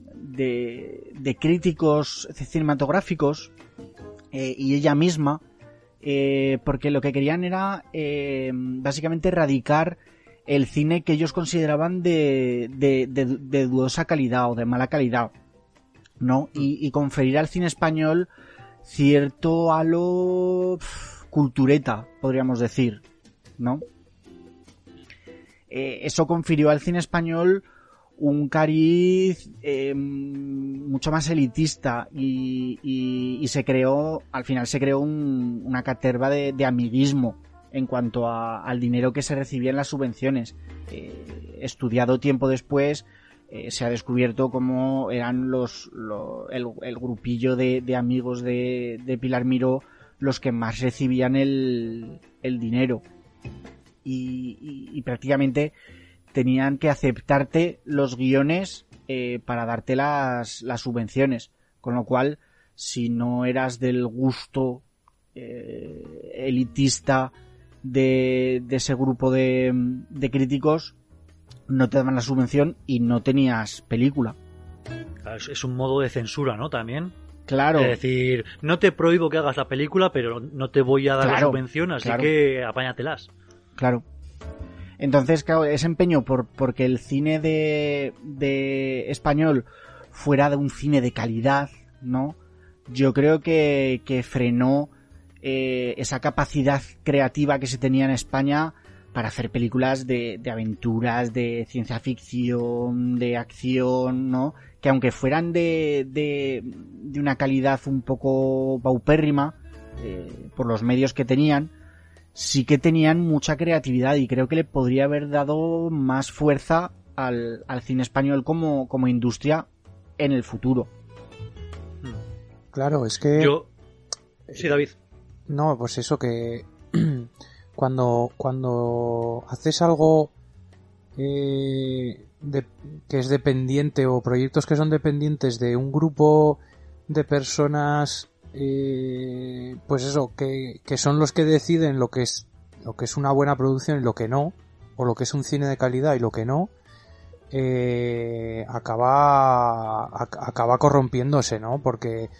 críticos cinematográficos y ella misma, porque lo que querían era básicamente erradicar el cine que ellos consideraban de dudosa calidad o de mala calidad, ¿no? Y conferir al cine español cierto halo cultureta, podríamos decir, ¿no? Eso confirió al cine español un cariz mucho más elitista y al final se creó una caterva de amiguismo en cuanto al dinero que se recibía en las subvenciones. Estudiado tiempo después, se ha descubierto cómo eran el grupillo de amigos de Pilar Miró los que más recibían el dinero y prácticamente tenían que aceptarte los guiones para darte las subvenciones, con lo cual si no eras del gusto elitista de ese grupo de críticos, no te daban la subvención y no tenías película. Es un modo de censura, ¿no? También. Claro. Es decir, no te prohíbo que hagas la película, pero no te voy a dar la subvención, así que apáñatelas. Claro. Entonces, claro, ese empeño porque el cine de español fuera de un cine de calidad, ¿no? Yo creo que frenó esa capacidad creativa que se tenía en España para hacer películas de aventuras, de ciencia ficción, de acción, ¿no? Que aunque fueran de una calidad un poco paupérrima, por los medios que tenían, sí que tenían mucha creatividad y creo que le podría haber dado más fuerza al cine español como industria en el futuro. Claro, es que... Sí, David. No, pues eso, que cuando haces algo que es dependiente o proyectos que son dependientes de un grupo de personas, pues eso, que son los que deciden lo que es una buena producción y lo que no, o lo que es un cine de calidad y lo que no, acaba corrompiéndose, ¿no? Porque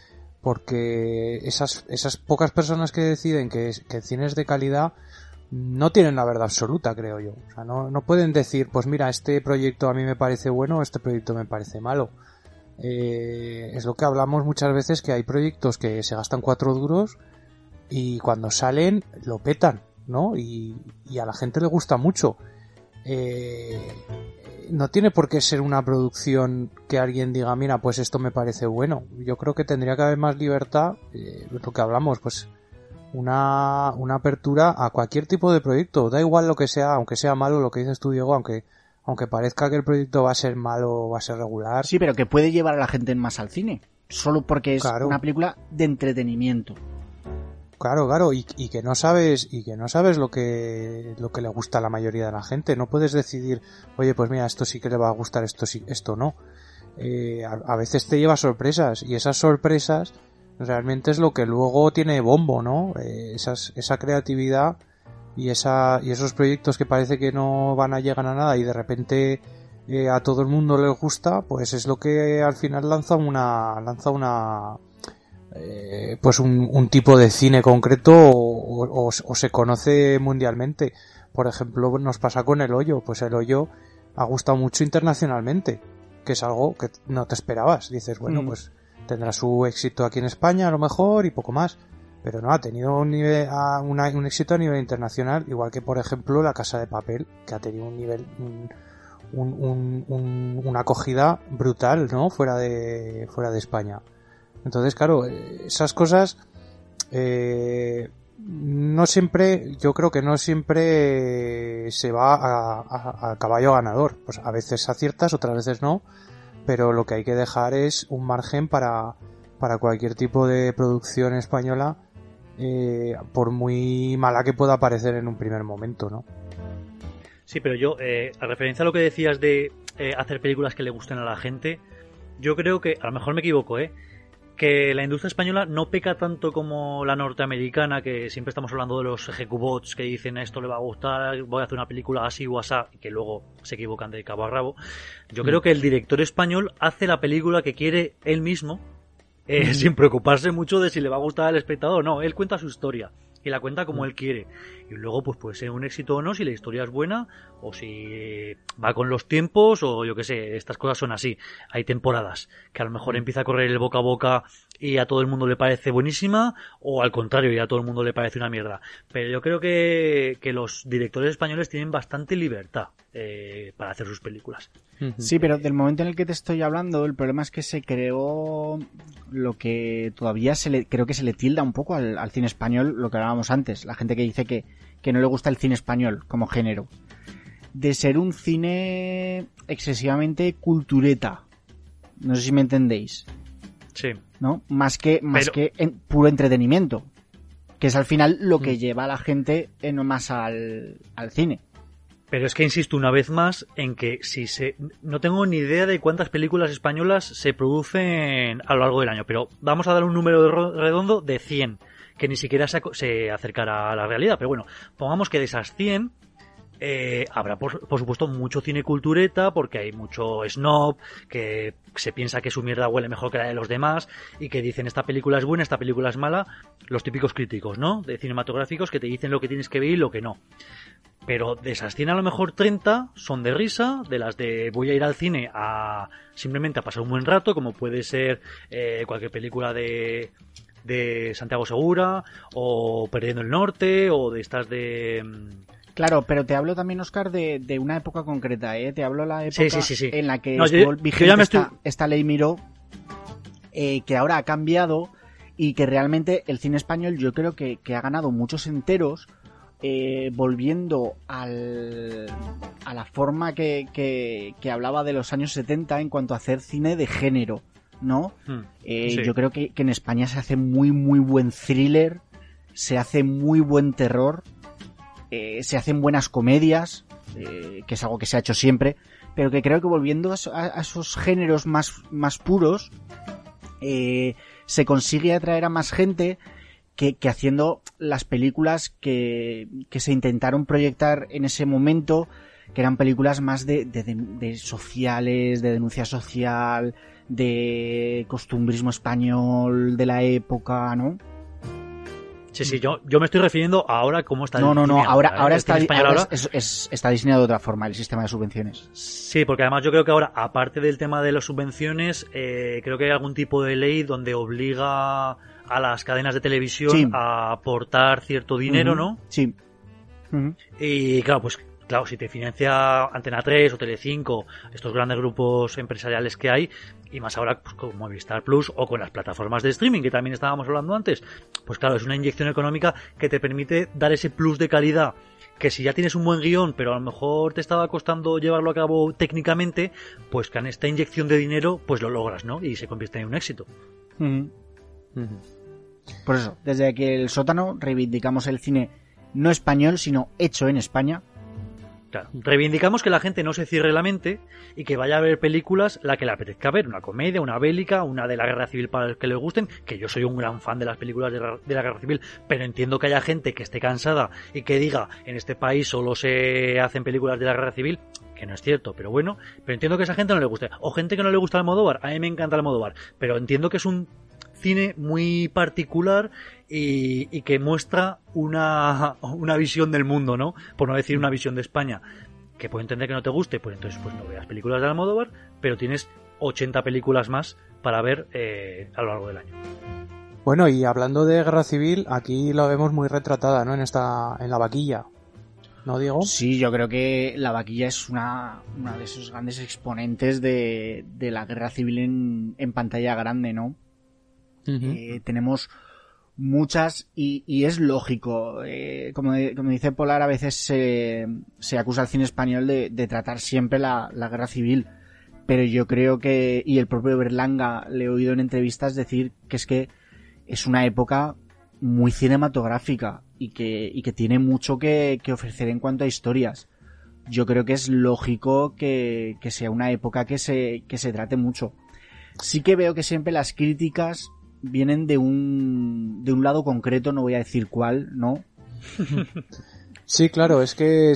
esas pocas personas que deciden que el cine es de calidad no tienen la verdad absoluta, creo yo. O sea, no pueden decir, pues mira, este proyecto a mí me parece bueno, este proyecto me parece malo. Es lo que hablamos muchas veces, que hay proyectos que se gastan 4 duros y cuando salen lo petan, ¿no? Y a la gente le gusta mucho. no tiene por qué ser una producción que alguien diga, mira, pues esto me parece bueno. Yo creo que tendría que haber más libertad, lo que hablamos, pues una apertura a cualquier tipo de proyecto, da igual lo que sea, aunque sea malo, lo que dices tú, Diego, aunque parezca que el proyecto va a ser malo o va a ser regular. Sí, pero que puede llevar a la gente más al cine, solo porque es Claro. una película de entretenimiento. Claro, y que no sabes lo que le gusta a la mayoría de la gente. No puedes decidir, oye, pues mira, esto sí que le va a gustar, esto sí, esto no. A veces te lleva sorpresas, y esas sorpresas realmente es lo que luego tiene bombo, ¿no? Esa creatividad y esos proyectos que parece que no van a llegar a nada y de repente a todo el mundo les gusta, pues es lo que al final lanza pues un tipo de cine concreto o se conoce mundialmente. Por ejemplo, nos pasa con El Hoyo. Pues El Hoyo ha gustado mucho internacionalmente, que es algo que no te esperabas. Dices, bueno, pues tendrá su éxito aquí en España a lo mejor y poco más, pero no, ha tenido un éxito a nivel internacional, igual que por ejemplo La Casa de Papel, que ha tenido un nivel una acogida brutal, ¿no? fuera de España. Entonces, claro, esas cosas no siempre, yo creo que no siempre se va a caballo ganador. Pues a veces aciertas, otras veces no, pero lo que hay que dejar es un margen para cualquier tipo de producción española, por muy mala que pueda parecer en un primer momento, ¿no? Sí, pero yo, a referencia a lo que decías de hacer películas que le gusten a la gente, yo creo que, a lo mejor me equivoco, que la industria española no peca tanto como la norteamericana, que siempre estamos hablando de los ejecubots que dicen esto le va a gustar, voy a hacer una película así o asá, y que luego se equivocan de cabo a rabo. Yo creo que el director español hace la película que quiere él mismo, sin preocuparse mucho de si le va a gustar al espectador o no. Él cuenta su historia y la cuenta como él quiere, y luego pues puede ser un éxito o no si la historia es buena o si va con los tiempos, o yo que sé, estas cosas son así. Hay temporadas que a lo mejor empieza a correr el boca a boca y a todo el mundo le parece buenísima, o al contrario, y a todo el mundo le parece una mierda. Pero yo creo que los directores españoles tienen bastante libertad para hacer sus películas. Sí, pero del momento en el que te estoy hablando, el problema es que se creó lo que todavía creo que se le tilda un poco al cine español, lo que hablábamos antes, la gente que dice que no le gusta el cine español como género, de ser un cine excesivamente cultureta. No sé si me entendéis. Sí. ¿No? Más que en puro entretenimiento, que es al final lo que lleva a la gente más al cine. Pero es que insisto una vez más en que no tengo ni idea de cuántas películas españolas se producen a lo largo del año, pero vamos a dar un número redondo de 100, que ni siquiera se acercará a la realidad. Pero bueno, pongamos que de esas 100 habrá por supuesto mucho cine cultureta, porque hay mucho snob que se piensa que su mierda huele mejor que la de los demás y que dicen esta película es buena, esta película es mala, los típicos críticos, ¿no?, de cinematográficos que te dicen lo que tienes que ver y lo que no. Pero de esas 100 a lo mejor 30 son de risa, de las de voy a ir al cine simplemente a pasar un buen rato, como puede ser cualquier película de Santiago Segura, o Perdiendo el Norte, o de estas de... Claro, pero te hablo también, Óscar, de una época concreta, ¿eh? Te hablo de la época sí. en la que estuvo vigente esta ley Miró, que ahora ha cambiado, y que realmente el cine español yo creo que ha ganado muchos enteros, volviendo a la forma que hablaba de los años 70 en cuanto a hacer cine de género, ¿no? Sí. Yo creo que en España se hace muy muy buen thriller, se hace muy buen terror, se hacen buenas comedias, que es algo que se ha hecho siempre, pero que creo que volviendo a esos géneros más puros, se consigue atraer a más gente que haciendo las películas que se intentaron proyectar en ese momento, que eran películas más de sociales, de denuncia social, de costumbrismo español de la época, ¿no? Sí, yo me estoy refiriendo a ahora cómo está. No, ahora está diseñado de otra forma el sistema de subvenciones. Sí, porque además yo creo que ahora, aparte del tema de las subvenciones, creo que hay algún tipo de ley donde obliga a las cadenas de televisión a aportar cierto dinero, ¿no? Sí. Y claro, pues claro, si te financia Antena 3 o Telecinco, estos grandes grupos empresariales que hay, y más ahora pues, con Movistar Plus o con las plataformas de streaming que también estábamos hablando antes, pues claro, es una inyección económica que te permite dar ese plus de calidad que si ya tienes un buen guión, pero a lo mejor te estaba costando llevarlo a cabo técnicamente, pues con esta inyección de dinero, pues lo logras, ¿no? Y se convierte en un éxito. Por eso, desde que el sótano reivindicamos el cine no español, sino hecho en España. Claro. Reivindicamos que la gente no se cierre la mente y que vaya a ver películas la que le apetezca ver, una comedia, una bélica, una de la guerra civil para los que les gusten, que yo soy un gran fan de las películas de la guerra civil, pero entiendo que haya gente que esté cansada y que diga, en este país solo se hacen películas de la guerra civil, que no es cierto, pero bueno, pero entiendo que a esa gente no le guste, o gente que no le gusta Almodóvar, a mí me encanta Almodóvar, pero entiendo que es un cine muy particular y que muestra una visión del mundo, ¿no? Por no decir una visión de España, que puedo entender que no te guste, pues entonces pues no veas películas de Almodóvar, pero tienes 80 películas más para ver a lo largo del año. Bueno, y hablando de guerra civil, aquí la vemos muy retratada, ¿no? En La Vaquilla, ¿no, Diego? Sí, yo creo que La Vaquilla es una de esos grandes exponentes de la guerra civil en pantalla grande, ¿no? Tenemos muchas y es lógico, como dice Polar, a veces se acusa al cine español de tratar siempre la guerra civil, pero yo creo que, y el propio Berlanga le he oído en entrevistas decir que es una época muy cinematográfica y que tiene mucho que ofrecer en cuanto a historias. Yo creo que es lógico que sea una época que se trate mucho. Sí que veo que siempre las críticas vienen de un lado concreto, no voy a decir cuál, ¿no? Sí, claro, es que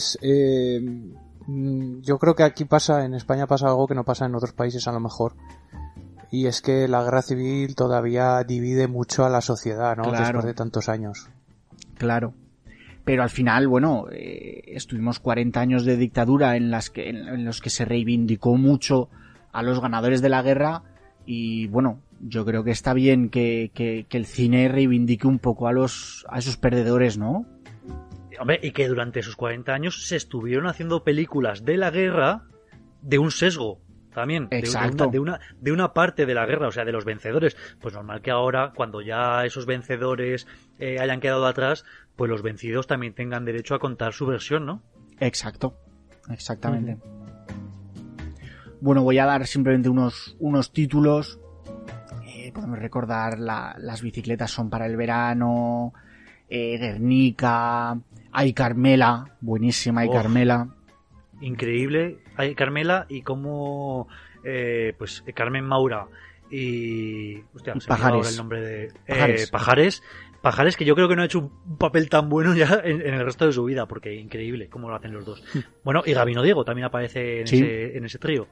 yo creo que aquí en España pasa algo que no pasa en otros países a lo mejor, y es que la guerra civil todavía divide mucho a la sociedad, ¿no? Claro. Después de tantos años. Claro. Pero al final, bueno, estuvimos 40 años de dictadura en los que se reivindicó mucho a los ganadores de la guerra. Y bueno, yo creo que está bien que el cine reivindique un poco a esos perdedores, ¿no? Hombre, y que durante esos 40 años se estuvieron haciendo películas de la guerra de un sesgo también. Exacto. De una parte de la guerra, o sea, de los vencedores. Pues normal que ahora, cuando ya esos vencedores hayan quedado atrás, pues los vencidos también tengan derecho a contar su versión, ¿no? Exacto, exactamente. Bueno, voy a dar simplemente unos títulos. Podemos recordar Las bicicletas son para el verano, Guernica, Ay Carmela, buenísima Ay Carmela. Increíble, Ay Carmela, y cómo pues Carmen Maura y hostia, se me ha olvidado el nombre de Pajares, que yo creo que no ha hecho un papel tan bueno ya en el resto de su vida, porque increíble cómo lo hacen los dos. Bueno, y Gabino Diego también aparece en ese trío.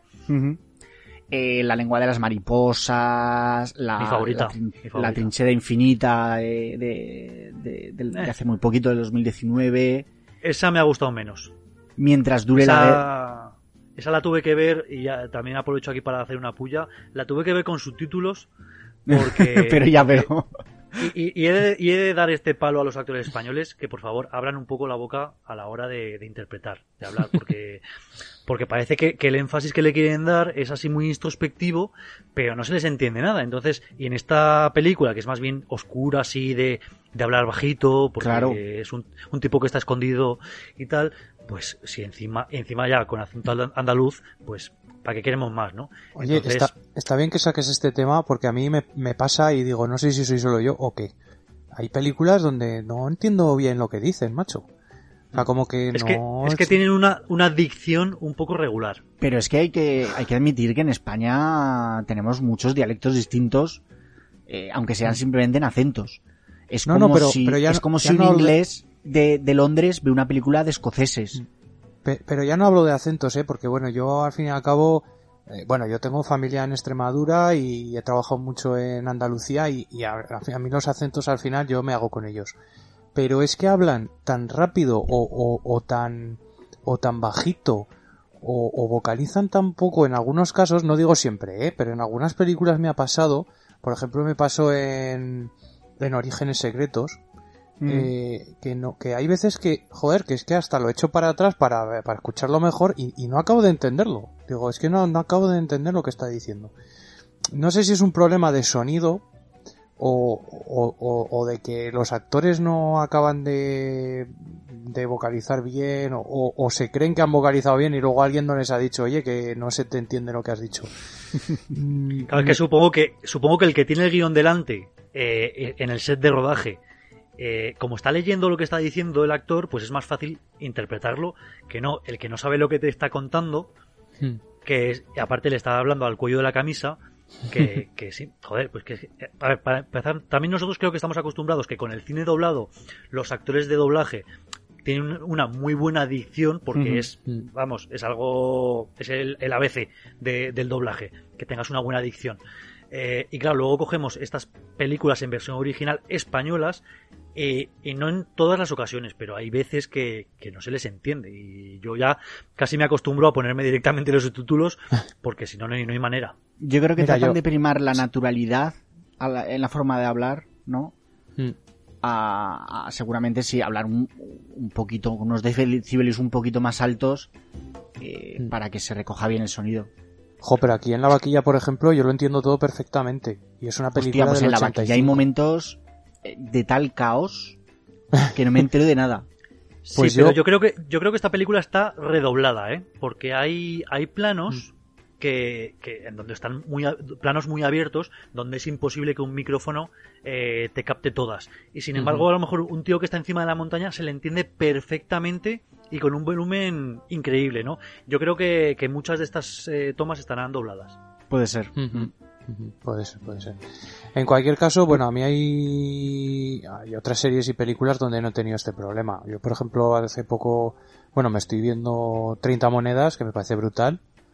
La lengua de las mariposas, mi favorita. La trinchera infinita de hace muy poquito, del 2019. Esa me ha gustado menos. Mientras dure esa la tuve que ver, y ya, también aprovecho aquí para hacer una puya, la tuve que ver con subtítulos porque... Pero ya veo. Y he de dar este palo a los actores españoles, que por favor abran un poco la boca a la hora de interpretar, de hablar, porque parece que el énfasis que le quieren dar es así muy introspectivo, pero no se les entiende nada. Entonces, y en esta película, que es más bien oscura, así de hablar bajito, porque claro, es un tipo que está escondido y tal, pues si encima ya con acento andaluz, pues ¿para qué queremos más, no? Oye, entonces... está bien que saques este tema, porque a mí me pasa y digo, no sé si soy solo yo o qué. Hay películas donde no entiendo bien lo que dicen, macho. O sea, como que es que tienen una dicción un poco regular. Pero es que hay que admitir que en España tenemos muchos dialectos distintos, aunque sean simplemente en acentos. Es como si un inglés de Londres ve una película de escoceses. Pero ya no hablo de acentos, porque bueno, yo al fin y al cabo, yo tengo familia en Extremadura y he trabajado mucho en Andalucía y a mí los acentos al final yo me hago con ellos. Pero es que hablan tan rápido o tan bajito o vocalizan tan poco en algunos casos, no digo siempre, pero en algunas películas me ha pasado. Por ejemplo, me pasó en Orígenes Secretos, que hay veces que, joder, que es que hasta lo echo para atrás para escucharlo mejor y no acabo de entenderlo. Digo, es que no acabo de entender lo que está diciendo. No sé si es un problema de sonido o de que los actores no acaban de vocalizar bien o se creen que han vocalizado bien y luego alguien no les ha dicho, oye, que no se te entiende lo que has dicho. Claro, es que supongo que el que tiene el guión delante en el set de rodaje, como está leyendo lo que está diciendo el actor, pues es más fácil interpretarlo que no el que no sabe lo que te está contando, que es, aparte le está hablando al cuello de la camisa, que sí, joder, pues que a ver, para empezar, también nosotros creo que estamos acostumbrados que con el cine doblado los actores de doblaje tienen una muy buena dicción porque es, vamos, es algo, es el ABC del doblaje, que tengas una buena dicción. Y claro, luego cogemos estas películas en versión original españolas y no en todas las ocasiones, pero hay veces que no se les entiende y yo ya casi me acostumbro a ponerme directamente los subtítulos porque si no, no hay manera. Yo creo que tratan de primar la naturalidad en la forma de hablar, ¿no? Seguramente sí, hablar un poquito, con unos decibelios un poquito más altos para que se recoja bien el sonido. Jo, pero aquí en La Vaquilla, por ejemplo, yo lo entiendo todo perfectamente. Y es una película pues del en La 85. Vaquilla hay momentos de tal caos que no me entero de nada. Pues sí, pero yo creo que esta película está redoblada, porque hay planos que en donde están planos muy abiertos, donde es imposible que un micrófono te capte todas. Y sin embargo, a lo mejor un tío que está encima de la montaña se le entiende perfectamente y con un volumen increíble, ¿no? Yo creo que muchas de estas tomas estarán dobladas. Puede ser. Puede ser. En cualquier caso, bueno, a mí hay otras series y películas donde no he tenido este problema. Yo, por ejemplo, hace poco, bueno, me estoy viendo 30 monedas, que me parece brutal,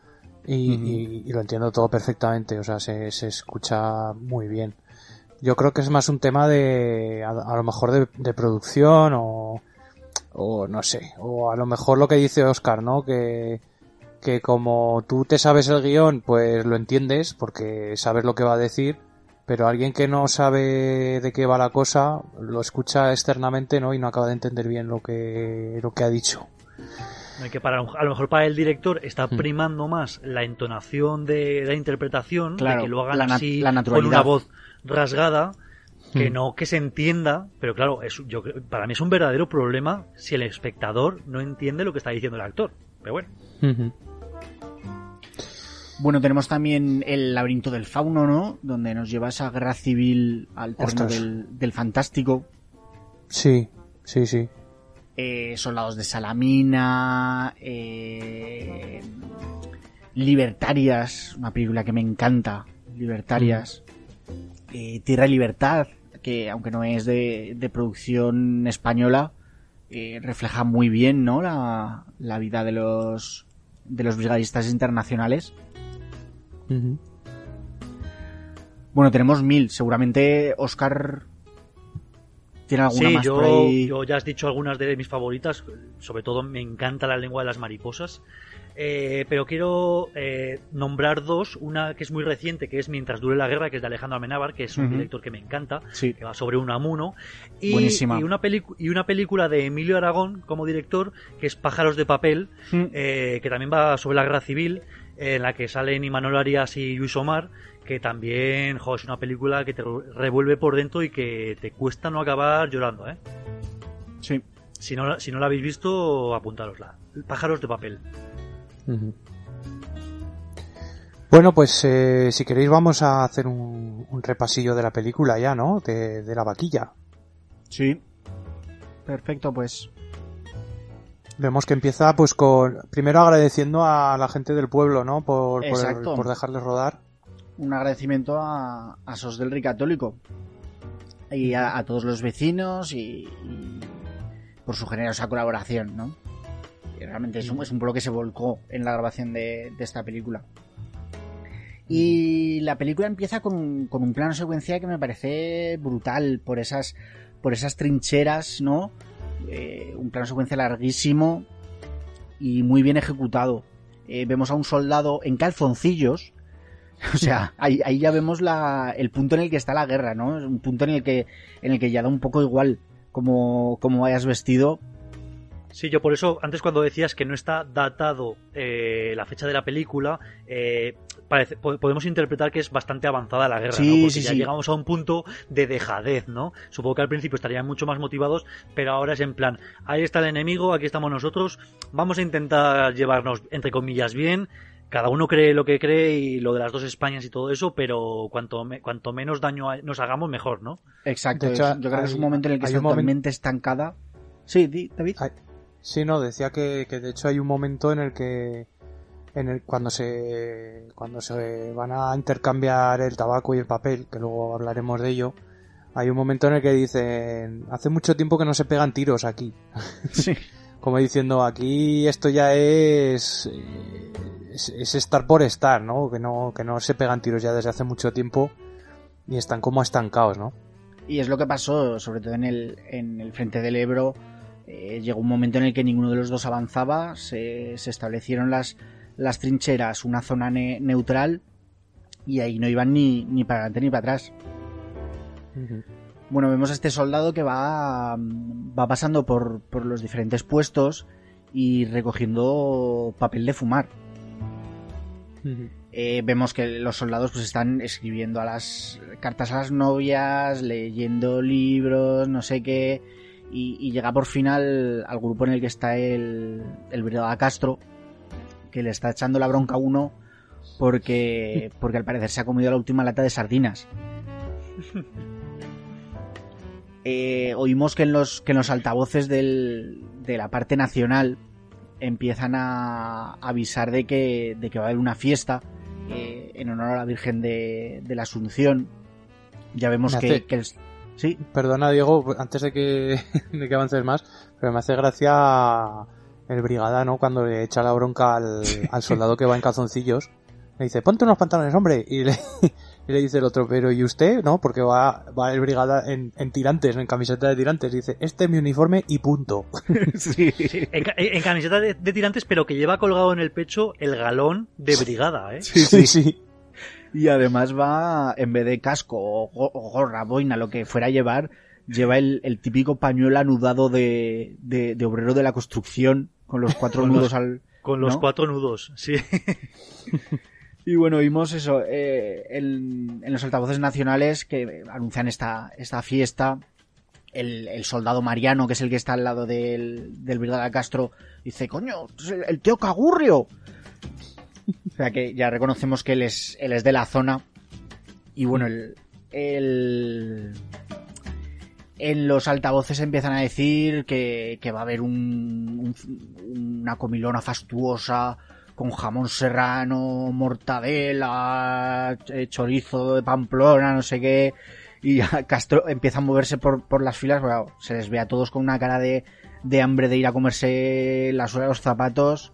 y lo entiendo todo perfectamente, o sea, se escucha muy bien. Yo creo que es más un tema de, a lo mejor de producción o no sé, o a lo mejor lo que dice Óscar, ¿no? Que como tú te sabes el guión, pues lo entiendes porque sabes lo que va a decir, pero alguien que no sabe de qué va la cosa lo escucha externamente, ¿no? Y no acaba de entender bien lo que ha dicho. Que a lo mejor para el director está primando más la entonación de la interpretación, claro, de que lo hagan así la con una voz rasgada, que no que se entienda, pero claro, para mí es un verdadero problema si el espectador no entiende lo que está diciendo el actor, pero bueno. Bueno, tenemos también el laberinto del fauno, ¿no? Donde nos lleva esa guerra civil al terreno del fantástico. Sí. Soldados de Salamina, Libertarias, una película que me encanta, Libertarias, Tierra y Libertad, que aunque no es de producción española, refleja muy bien, ¿no? La vida de los brigadistas internacionales. Bueno, tenemos 1000, seguramente Óscar tiene alguna más por ahí. Yo ya has dicho algunas de mis favoritas, sobre todo me encanta La lengua de las mariposas, pero quiero nombrar dos, una que es muy reciente, que es Mientras dure la guerra, que es de Alejandro Amenábar, que es un director que me encanta, que va sobre Unamuno, y una película de Emilio Aragón como director, que es Pájaros de papel, que también va sobre la guerra civil, en la que salen Imanol Arias y Luis Omar, que también es una película que te revuelve por dentro y que te cuesta no acabar llorando, Sí. Si no la habéis visto, apuntárosla. Pájaros de papel. Bueno, pues si queréis vamos a hacer un repasillo de la película ya, ¿no? De La Vaquilla. Sí. Perfecto, pues. Vemos que empieza pues con primero agradeciendo a la gente del pueblo, ¿no? Por dejarles rodar. Un agradecimiento a SOS del Rey Católico y a todos los vecinos y por su generosa colaboración, ¿no? Y realmente es un pueblo que se volcó en la grabación de esta película. Y la película empieza con un plano secuencial que me parece brutal por esas trincheras, ¿no? Un plano secuencia larguísimo y muy bien ejecutado. Vemos a un soldado en calzoncillos. O sea, ahí ya vemos el punto en el que está la guerra, ¿no? Es un punto en el que ya da un poco igual como vayas vestido. Sí, yo por eso, antes cuando decías que no está datado la fecha de la película, podemos interpretar que es bastante avanzada la guerra, Sí, ¿no? Porque sí, ya sí. llegamos a un punto de dejadez, ¿no? Supongo que al principio estarían mucho más motivados, pero ahora es en plan, ahí está el enemigo, aquí estamos nosotros, vamos a intentar llevarnos, entre comillas, bien. Cada uno cree lo que cree y lo de las dos Españas y todo eso, pero cuanto menos daño nos hagamos, mejor, ¿no? Exacto, De hecho, yo creo que es un momento en el que hay está un momento- totalmente estancada. Sí, David. Sí, no, decía que de hecho hay un momento en el que cuando se van a intercambiar el tabaco y el papel, que luego hablaremos de ello, hay un momento en el que dicen, hace mucho tiempo que no se pegan tiros aquí. Sí. Como diciendo, aquí esto ya es estar por estar, ¿no? Que no se pegan tiros ya desde hace mucho tiempo y están como estancados, ¿no? Y es lo que pasó, sobre todo en el frente del Ebro. Llegó un momento en el que ninguno de los dos avanzaba, se establecieron las trincheras, una zona neutral, y ahí no iban ni para adelante ni para atrás. Uh-huh. Bueno, vemos a este soldado que va pasando por los diferentes puestos y recogiendo papel de fumar. Uh-huh. Vemos que los soldados pues están escribiendo las cartas a las novias, leyendo libros, no sé qué, y llega por fin al grupo en el que está el brigada Castro, que le está echando la bronca a uno porque al parecer se ha comido la última lata de sardinas. Oímos que en los altavoces de la parte nacional empiezan a avisar de que va a haber una fiesta en honor a la Virgen de la Asunción. Ya vemos ¿sí? Perdona, Diego, antes de que avances más, pero me hace gracia el brigada, ¿no? Cuando le echa la bronca al soldado que va en calzoncillos. Le dice, ponte unos pantalones, hombre. Y le dice el otro, pero ¿y usted? No, porque va el brigada en tirantes, en camiseta de tirantes. Y dice, este es mi uniforme y punto. Sí. En camiseta de tirantes, pero que lleva colgado en el pecho el galón de brigada, ¿eh? Sí. Y además va, en vez de casco o gorra, boina, lo que fuera a llevar, lleva el típico pañuelo anudado de obrero de la construcción, con los cuatro nudos Con los ¿no? 4 nudos, sí. Y bueno, vimos eso en los altavoces nacionales que anuncian esta fiesta. El soldado Mariano, que es el que está al lado del brigada Castro, dice, coño, es el tío Cagurrio. O sea que ya reconocemos que él es de la zona. Y bueno, en los altavoces empiezan a decir que va a haber una comilona fastuosa con jamón serrano, mortadela, chorizo de Pamplona, no sé qué. Y ya Castro empieza a moverse por las filas. Bueno, se les ve a todos con una cara de hambre de ir a comerse la suela de los zapatos.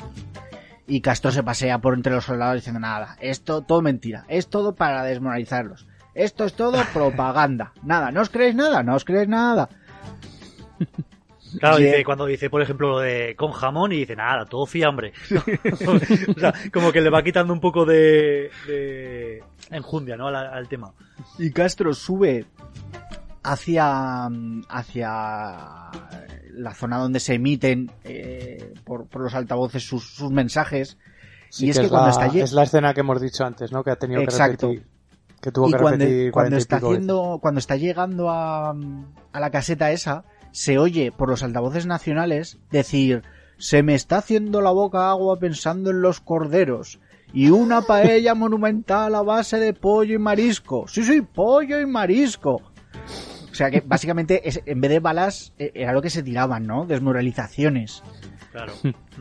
Y Castro se pasea por entre los soldados diciendo, nada, esto todo mentira, es todo para desmoralizarlos. Esto es todo propaganda. Nada, ¿no os creéis nada? No os creéis nada. Claro, cuando dice, por ejemplo, lo de con jamón, y dice, nada, todo fiambre. O sea, como que le va quitando un poco de enjundia, ¿no? Al tema. Y Castro sube hacia la zona donde se emiten por los altavoces sus mensajes. Sí, y es que cuando es la escena que hemos dicho antes, ¿no? Que ha tenido Exacto. que repetir. Que tuvo que repetir cuando 40 y pico veces. cuando está llegando a la caseta esa, se oye por los altavoces nacionales decir, se me está haciendo la boca agua pensando en los corderos y una paella monumental a base de pollo y marisco. Sí, pollo y marisco. O sea que básicamente en vez de balas era lo que se tiraban, ¿no? Desmoralizaciones. Claro.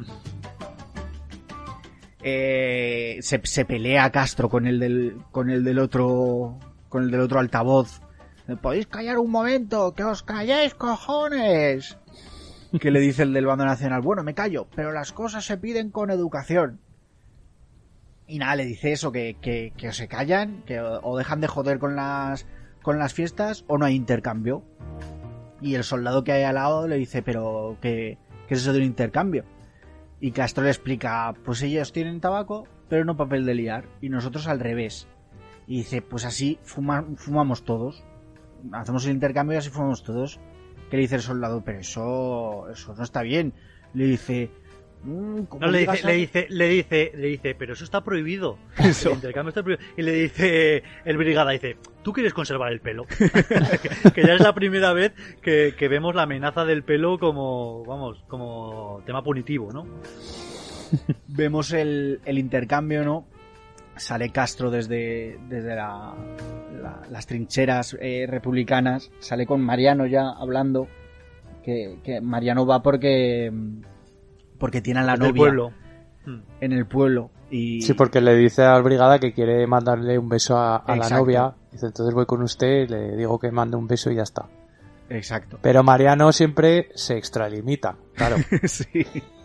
Se pelea Castro con el del otro altavoz. ¿Podéis callar un momento? ¡Que os calléis, cojones! Que le dice el del bando nacional, bueno, me callo, pero las cosas se piden con educación. Y nada, le dice eso, que o se callan, que o dejan de joder con las fiestas o no hay intercambio. Y el soldado que hay al lado le dice, pero ¿qué es eso de un intercambio? Y Castro le explica, pues ellos tienen tabaco, pero no papel de liar, y nosotros al revés. Y dice, pues así fumamos todos. Hacemos el intercambio y así fumamos todos. Que le dice el soldado, pero eso no está bien. Le dice... No, le dice, pero eso está prohibido. Eso. El intercambio está prohibido. Y le dice el brigada, dice, ¿tú quieres conservar el pelo? que ya es la primera vez que vemos la amenaza del pelo como tema punitivo, ¿no? Vemos el intercambio, ¿no? Sale Castro desde las trincheras republicanas. Sale con Mariano ya hablando. Que Mariano va porque tiene a la novia pueblo. en el pueblo. Y... Sí, porque le dice al brigada que quiere mandarle un beso a la Exacto. novia. Dice, entonces voy con usted, le digo que mande un beso y ya está. Exacto. Pero Mariano siempre se extralimita, claro. Sí.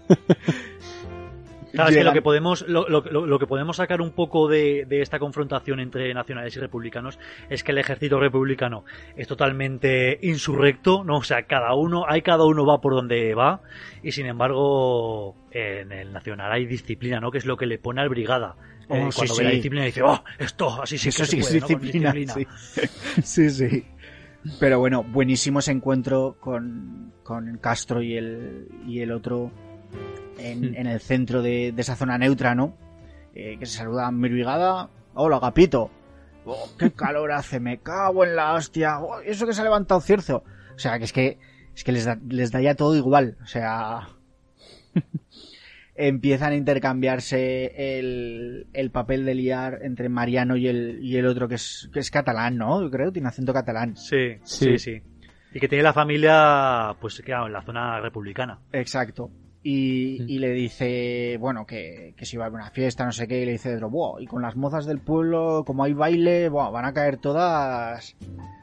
Claro, es que lo que podemos sacar un poco de esta confrontación entre nacionales y republicanos es que el ejército republicano es totalmente insurrecto, ¿no? O sea, cada uno va por donde va, y sin embargo en el nacional hay disciplina, ¿no? Que es lo que le pone al brigada. Cuando ve la disciplina dice, esto así sí Eso que sí se es puede, disciplina. ¿no? Con Sí. Sí. Pero bueno, buenísimo ese encuentro con Castro y el otro en el centro de esa zona neutra, ¿no? Que se saludan mi brigada. Hola, Agapito. Oh, qué calor hace, me cago en la hostia. Oh, eso que se ha levantado Cierzo. O sea, que es que les da ya todo igual. O sea, empiezan a intercambiarse el papel de liar entre Mariano y el otro que es catalán, ¿no? Yo creo, tiene acento catalán. Sí. Y que tiene la familia, pues claro, en la zona republicana. Exacto. Y le dice, bueno, que si va a haber una fiesta, no sé qué, y le dice, wow, y con las mozas del pueblo, como hay baile, wow, van a caer todas.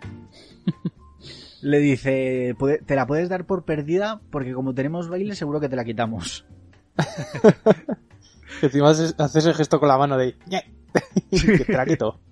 Le dice, te la puedes dar por perdida, porque como tenemos baile, seguro que te la quitamos. Encima haces el gesto con la mano de... que te la quito.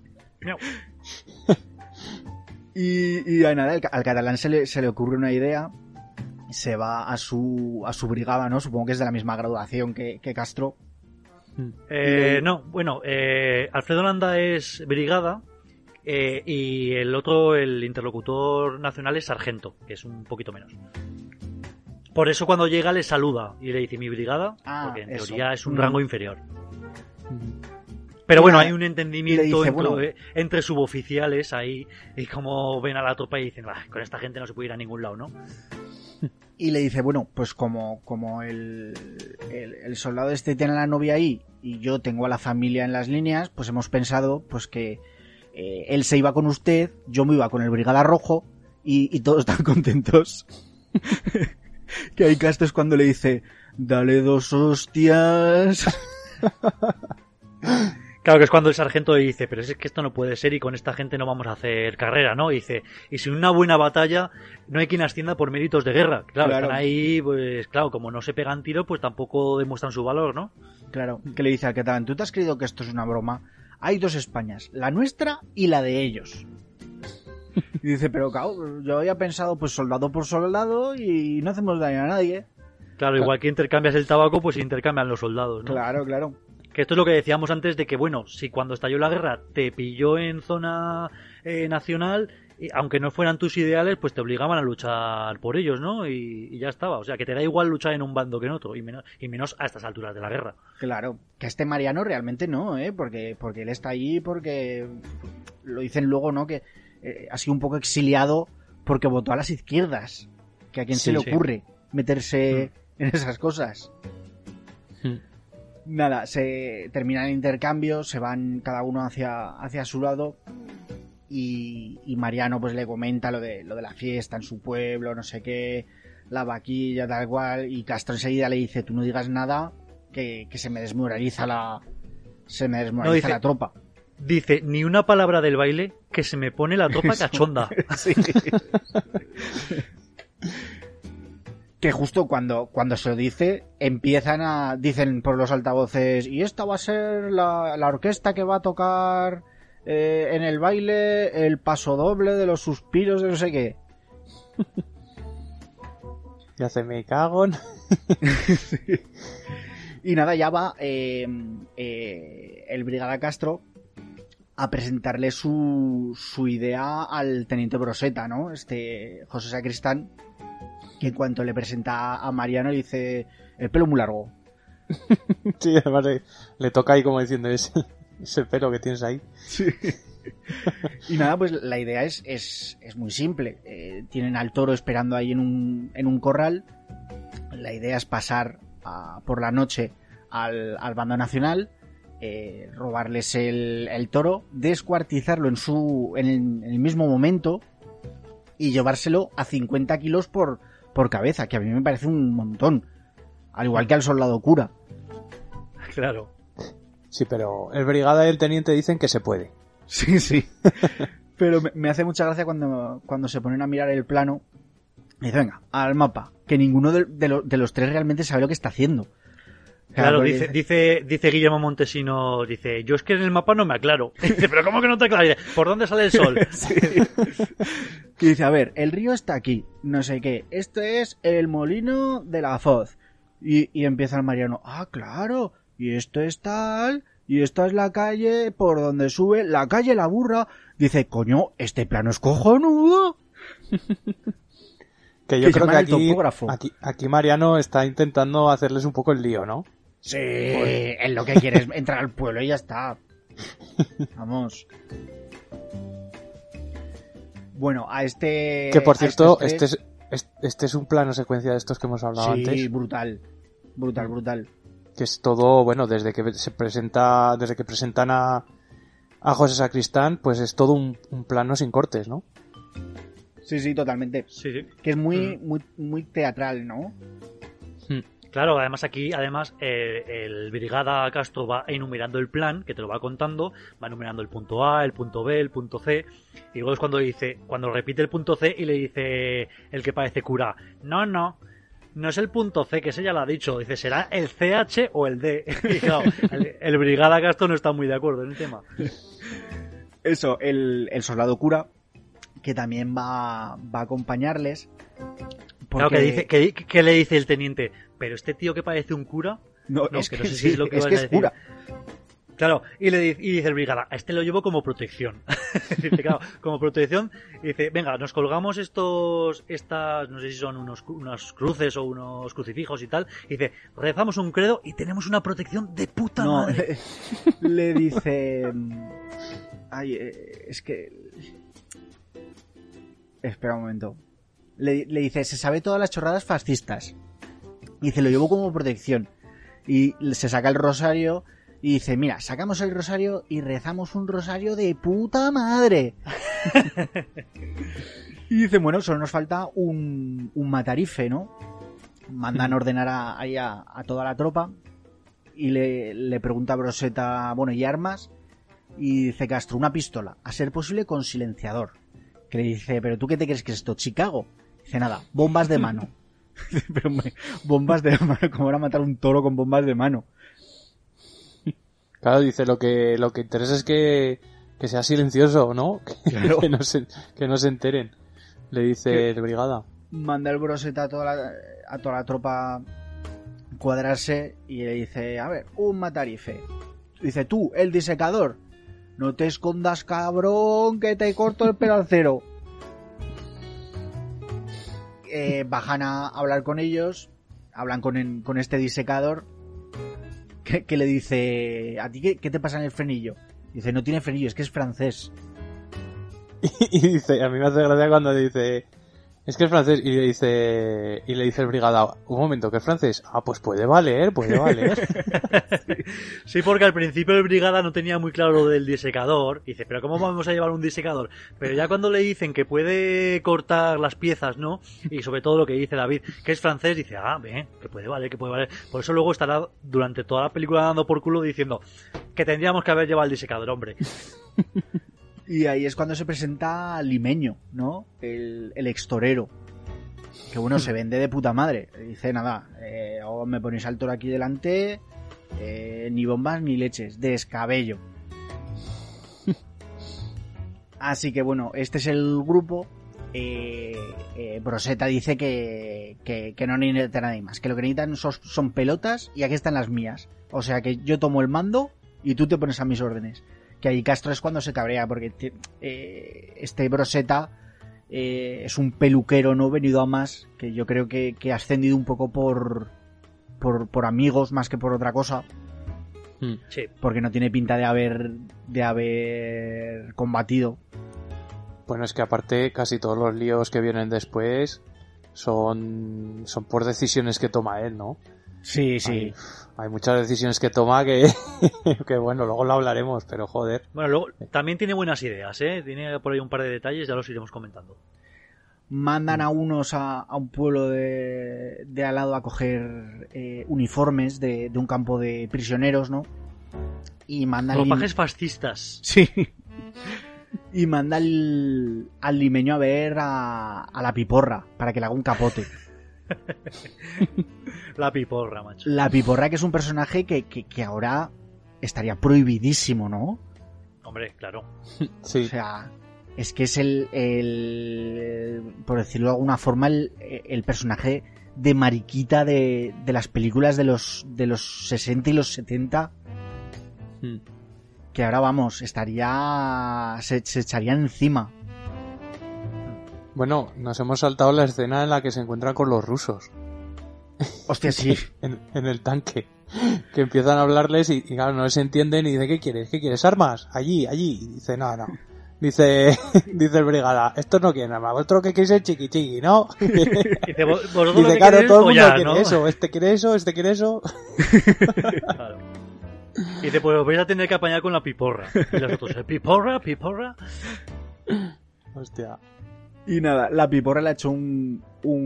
Y a nada, al catalán se le ocurre una idea. Se va a su brigada, ¿no? Supongo que es de la misma graduación que Castro. No, bueno, Alfredo Landa es brigada y el otro, el interlocutor nacional, es sargento, que es un poquito menos. Por eso cuando llega le saluda y le dice mi brigada, porque en teoría es un rango inferior. Pero bueno, hay un entendimiento dice, entre suboficiales ahí, y como ven a la tropa y dicen, con esta gente no se puede ir a ningún lado, ¿no? Y le dice, bueno, pues como el soldado este tiene a la novia ahí y yo tengo a la familia en las líneas, pues hemos pensado pues que él se iba con usted, yo me iba con el Brigada Rojo y todos están contentos. Que ahí Castro es cuando le dice, dale 2 hostias. Claro, que es cuando el sargento dice, pero es que esto no puede ser y con esta gente no vamos a hacer carrera, ¿no? Y dice, y sin una buena batalla no hay quien ascienda por méritos de guerra. Claro, están ahí, pues claro, como no se pegan tiro, pues tampoco demuestran su valor, ¿no? Claro, que le dice al catalán, ¿tú te has creído que esto es una broma? Hay 2 Españas, la nuestra y la de ellos. Y dice, pero claro, yo había pensado pues soldado por soldado y no hacemos daño a nadie. Claro, igual que intercambias el tabaco, pues intercambian los soldados, ¿no? Claro. Que esto es lo que decíamos antes de que, bueno, si cuando estalló la guerra te pilló en zona nacional, aunque no fueran tus ideales, pues te obligaban a luchar por ellos, ¿no? Y ya estaba. O sea, que te da igual luchar en un bando que en otro, y menos a estas alturas de la guerra. Claro, que este Mariano realmente no, porque él está allí, porque lo dicen luego, ¿no? Que ha sido un poco exiliado porque votó a las izquierdas. Que a quién se le ocurre meterse en esas cosas. Nada, se termina el intercambio, se van cada uno hacia su lado y Mariano pues le comenta lo de la fiesta en su pueblo, no sé qué, la vaquilla, tal cual, y Castro enseguida le dice, tú no digas nada, que se me desmoraliza la tropa. Dice, ni una palabra del baile, que se me pone la tropa cachonda. Sí. Que justo cuando se lo dice, dicen por los altavoces, y esta va a ser la orquesta que va a tocar en el baile el paso doble de los suspiros de no sé qué. Ya se me cago en... Sí. Y nada, ya va el Brigada Castro a presentarle su idea al teniente Broseta, ¿no? José Sacristán, que en cuanto le presenta a Mariano le dice: el pelo muy largo. Sí, además le toca ahí como diciendo ese pelo que tienes ahí. Sí. Y nada, pues la idea es muy simple. Tienen al toro esperando ahí en un corral. La idea es pasar por la noche al bando nacional, robarles el toro, descuartizarlo en el mismo momento y llevárselo a 50 kilos por cabeza, que a mí me parece un montón. Al igual que al soldado cura. Claro. Sí, pero el brigada y el teniente dicen que se puede. Sí, sí. Pero me hace mucha gracia cuando se ponen a mirar el plano y dice: venga, al mapa. Que ninguno de los tres realmente sabe lo que está haciendo. Claro, dice Guillermo Montesino, dice: yo es que en el mapa no me aclaro. Dice: pero ¿cómo que no te aclaras? ¿Por dónde sale el sol? Sí. Que dice: a ver, el río está aquí, no sé qué. Esto es el molino de la Foz. Y empieza el Mariano: ah, claro, y esto es tal, y esta es la calle por donde sube, la calle La Burra. Dice: coño, este plano es cojonudo. Que yo creo que aquí Mariano está intentando hacerles un poco el lío, ¿no? Sí, él lo que quiere es entrar al pueblo y ya está. Vamos. Bueno, a este... Que por cierto, este es un plano secuencia de estos que hemos hablado antes. Sí, brutal. Brutal. Que es todo, bueno, desde que presentan a José Sacristán, pues es todo un plano sin cortes, ¿no? Sí, totalmente. Sí. Que es muy teatral, ¿no? Claro, además aquí, el Brigada Castro va enumerando el plan, que te lo va contando, va enumerando el punto A, el punto B, el punto C, y luego es cuando repite el punto C y le dice el que parece cura: no es el punto C, que ese ya lo ha dicho, dice: será el CH o el D. Y claro, el Brigada Castro no está muy de acuerdo en el tema. Eso, el soldado cura, que también va a acompañarles. Porque... Claro, que le dice el teniente: pero este tío que parece un cura, no sé sí, si es lo que es vas que a es decir. cura. Claro, y dice el brigada: a este lo llevo como protección. Dice, claro, como protección, y dice: venga, nos colgamos estas, no sé si son unas cruces o unos crucifijos y tal, y dice: rezamos un credo y tenemos una protección de puta madre. Le dice: ay, es que... Espera un momento. Le dice: se sabe todas las chorradas fascistas. Y dice: lo llevo como protección. Y se saca el rosario y dice: mira, sacamos el rosario y rezamos un rosario de puta madre. Y dice: bueno, solo nos falta un matarife, ¿no? Mandan ordenar a toda la tropa. Y le pregunta a Broseta: bueno, ¿y armas? Y dice Castro: una pistola, a ser posible con silenciador. Que le dice: ¿pero tú qué te crees que es esto, Chicago? Dice: nada, bombas de mano. Pero bombas de mano, ¿cómo van a matar un toro con bombas de mano? Claro, dice: lo que interesa es que sea silencioso, ¿no? Claro. que no se enteren. Le dice el brigada. Manda el Broseta a toda la tropa cuadrarse y le dice: a ver, un matarife. Dice: tú, el disecador, no te escondas, cabrón, que te corto el pelo al cero. Bajan a hablar con ellos, hablan con este disecador, que le dice: ¿a ti qué te pasa en el frenillo? Dice: no tiene frenillo, es que es francés. Y dice: a mí me hace gracia cuando dice: es que es francés. Y le dice el brigada: un momento, ¿que es francés? Ah, pues puede valer. Sí, porque al principio el brigada no tenía muy claro lo del disecador. Dice: pero ¿cómo vamos a llevar un disecador? Pero ya cuando le dicen que puede cortar las piezas, ¿no? Y sobre todo lo que dice David, que es francés, dice: que puede valer. Por eso luego estará durante toda la película dando por culo diciendo que tendríamos que haber llevado el disecador, hombre. Y ahí es cuando se presenta Limeño, ¿no? El extorero. Que bueno, se vende de puta madre. Dice: nada, o me ponéis al toro aquí delante, ni bombas ni leches, descabello. Así que bueno, este es el grupo. Broseta dice que no necesita nadie más, que lo que necesitan son pelotas y aquí están las mías. O sea que yo tomo el mando y tú te pones a mis órdenes. Que ahí Castro es cuando se cabrea, porque este Broseta es un peluquero no venido a más, que yo creo que ha ascendido un poco por amigos más que por otra cosa. Sí. Porque no tiene pinta de haber combatido. Bueno, es que aparte casi todos los líos que vienen después son por decisiones que toma él, ¿no? Sí, sí. Hay muchas decisiones que toma que bueno, luego lo hablaremos, pero joder. Bueno, luego también tiene buenas ideas, ¿eh? Tiene por ahí un par de detalles, ya los iremos comentando. Mandan a unos a un pueblo de al lado a coger uniformes de un campo de prisioneros, ¿no? Y mandan... Ropajes fascistas. Sí. Y manda al limeño a ver a la Piporra para que le haga un capote. La Piporra, macho. La Piporra, que es un personaje que ahora estaría prohibidísimo, ¿no? Hombre, claro. Sí. O sea, es que es por decirlo de alguna forma, el personaje de mariquita de las películas de los 60 y los 70. Que ahora, vamos, se echaría encima. Bueno, nos hemos saltado la escena en la que se encuentran con los rusos. Hostia, sí. en el tanque. Que empiezan a hablarles y claro, no les entienden y dice, ¿qué quieres? ¿Qué quieres? ¿Armas? Allí. Y dice, no. Dice el brigada, estos no quieren armas, vosotros que queréis el chiqui, ¿no? Dice, vosotros dice, lo que claro, queréis, todo el mundo follar, quiere ¿no? eso, este quiere eso. Claro. Y dice, pues os vais a tener que apañar con la Piporra. Y los otros, ¿Piporra? Hostia. Y nada, la Piporra le ha hecho un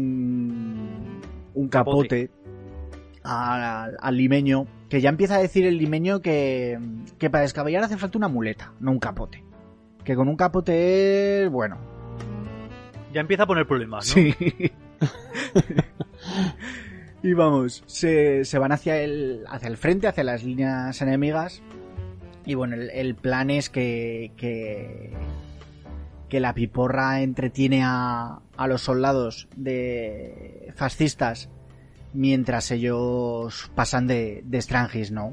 capote al limeño, que ya empieza a decir el limeño que para descabellar hace falta una muleta, no un capote. Que con un capote, bueno. Ya empieza a poner problemas, ¿no? Sí. Y vamos, se van hacia el frente, hacia las líneas enemigas. Y bueno, el plan es que la Piporra entretiene a los soldados de fascistas mientras ellos pasan de Strangis, ¿no?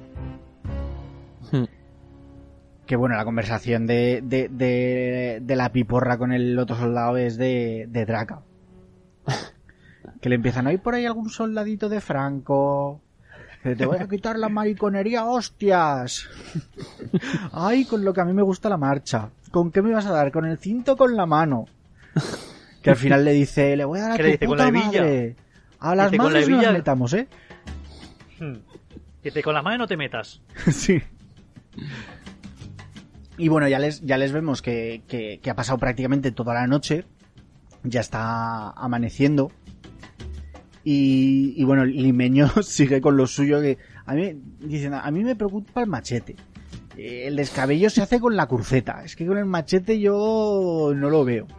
Que bueno, la conversación de la Piporra con el otro soldado es de Draca. Que le empiezan a ir por ahí algún soldadito de Franco. Que te voy a quitar la mariconería, hostias. Ay, con lo que a mí me gusta la marcha. ¿Con qué me vas a dar? ¿Con el cinto o con la mano? Que al final le dice, le voy a dar a tu dice, puta madre. A las madres no las metamos, ¿eh? Dice, con las manos no te metas. Sí. Y bueno, ya les vemos que ha pasado prácticamente toda la noche. Ya está amaneciendo. Y bueno, el limeño sigue con lo suyo, que a mí me preocupa el machete. El descabello se hace con la cruceta. Es que con el machete yo no lo veo.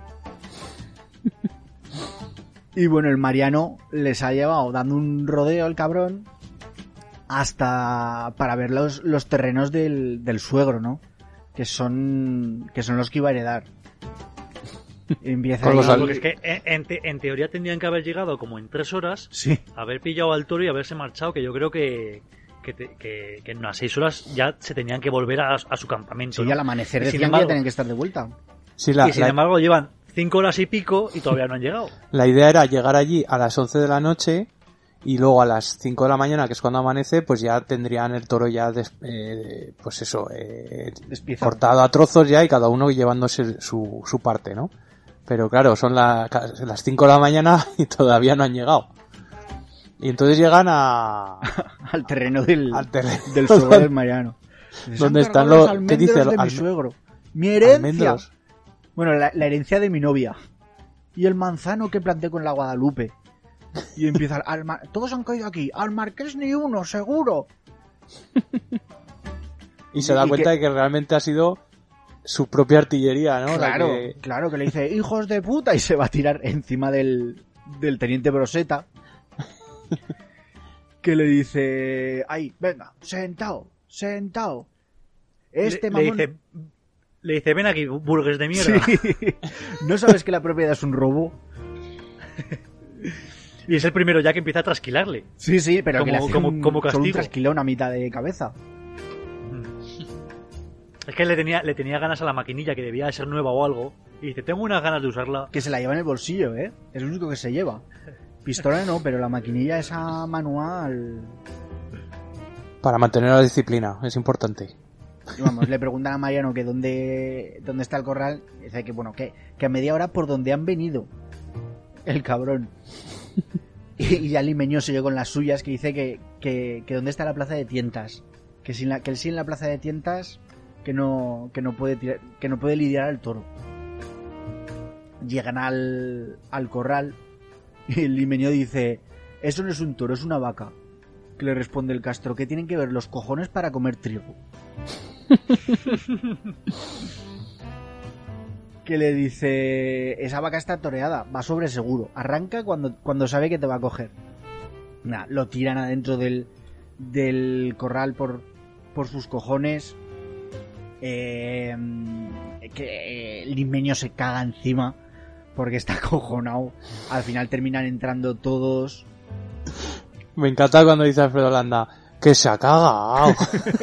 Y bueno, el Mariano les ha llevado dando un rodeo el cabrón hasta para ver los terrenos del suegro, ¿no? Que son los que iba a heredar. Empieza Porque es que en teoría tendrían que haber llegado como en 3 horas, sí, haber pillado al toro y haberse marchado, que yo creo que en unas 6 horas ya se tenían que volver a su campamento. Sí, ¿no? al amanecer Y decían que ya tenían que estar de vuelta. Sí, sin embargo llevan 5 horas y pico y todavía no han llegado. La idea era llegar allí a las 11 de la noche y luego a las 5 de la mañana, que es cuando amanece, pues ya tendrían el toro ya cortado a trozos ya y cada uno llevándose su parte, ¿no? Pero claro, son las 5 de la mañana y todavía no han llegado. Y entonces llegan al terreno del terreno suegro del Mariano. ¿Dónde están los almendros? ¿Qué dice? De mi suegro. Mi herencia. Almendros. Bueno, la herencia de mi novia. Y el manzano que planté con la Guadalupe. Y empieza todos han caído aquí. Al marqués ni uno, seguro. Y se da cuenta de que realmente ha sido su propia artillería, ¿no? Claro, que le dice, hijos de puta, y se va a tirar encima del teniente Broseta. Que le dice, ay, venga, sentado. Mamón... Le dice, ven aquí, burgues de mierda. Sí. ¿No sabes que la propiedad es un robo? Y es el primero ya que empieza a trasquilarle. Sí, pero como, que le hace como castigo. Solo un trasquilón a mitad de cabeza. Es que le tenía ganas a la maquinilla, que debía de ser nueva o algo. Y dice, tengo unas ganas de usarla. Que se la lleva en el bolsillo, ¿eh? Es lo único que se lleva. Pistola no, pero la maquinilla esa manual... Para mantener la disciplina, es importante. Y vamos, le preguntan a Mariano que dónde está el corral. Y dice que, bueno, que a media hora por donde han venido. El cabrón. Y ya Limeño se con las suyas, que dice que dónde está la plaza de tientas. Que él sí en la plaza de tientas que no puede lidiar al toro. Llegan al corral y el Limeño dice, eso no es un toro, es una vaca. Que le responde el Castro, ¿qué tienen que ver los cojones para comer trigo? Que le dice, esa vaca está toreada, va sobre seguro, arranca cuando sabe que te va a coger. Nah, lo tiran adentro del corral por sus cojones. Que el Limeño se caga encima porque está acojonado. Al final terminan entrando todos. Me encanta cuando dice Alfredo Landa que se ha cagado.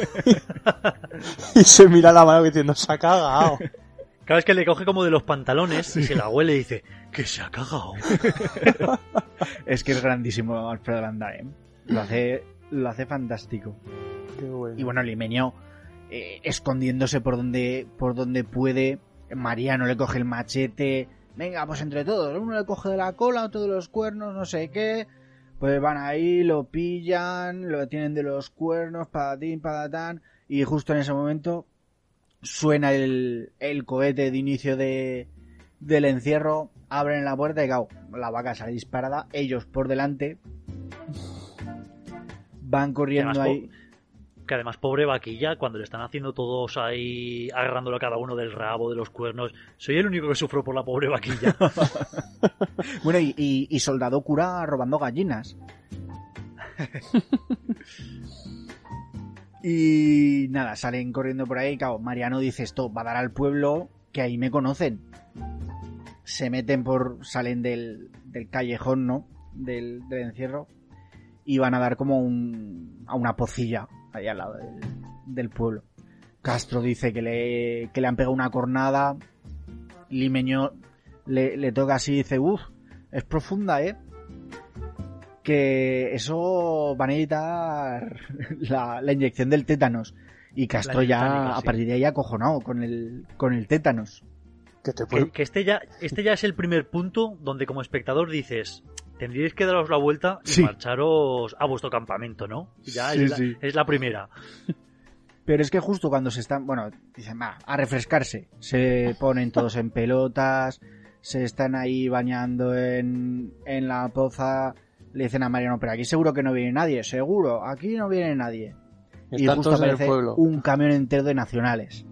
Y se mira la mano diciendo se ha cagado. Cada vez que le coge como de los pantalones y se la huele y dice que se ha cagado. Es que es grandísimo Alfredo Landa, ¿eh? Lo hace fantástico. Qué bueno. Y bueno, Limeño escondiéndose por donde puede. Mariano le coge el machete. Venga, pues entre todos. Uno le coge de la cola, otro de los cuernos, no sé qué. Pues van ahí, lo pillan, lo tienen de los cuernos, patatín, patatán. Y justo en ese momento suena el cohete de inicio del encierro. Abren la puerta y cao, la vaca sale disparada. Ellos por delante. Van corriendo ahí. Que además, pobre vaquilla, cuando le están haciendo todos ahí, agarrándolo a cada uno del rabo, de los cuernos, soy el único que sufro por la pobre vaquilla. Bueno, y soldado cura robando gallinas. Y nada, salen corriendo por ahí. Claro, Mariano dice, esto va a dar al pueblo, que ahí me conocen. Se meten salen del callejón, ¿no? Del encierro. Y van a dar como a una pocilla ahí al lado del pueblo. Castro dice que le han pegado una cornada. Limeño le toca así y dice, es profunda, ¿eh? Que eso van a necesitar la inyección del tétanos. Y Castro ya, a partir de ahí, acojonado con el tétanos. Que este ya es el primer punto donde como espectador dices, tendríais que daros la vuelta y marcharos a vuestro campamento, ¿no? Ya sí, es la primera. Pero es que justo cuando se están, dicen, a refrescarse, se ponen todos en pelotas, se están ahí bañando en la poza, le dicen a Mariano, pero aquí seguro que no viene nadie, seguro, aquí no viene nadie. Y justo aparece un camión entero de nacionales.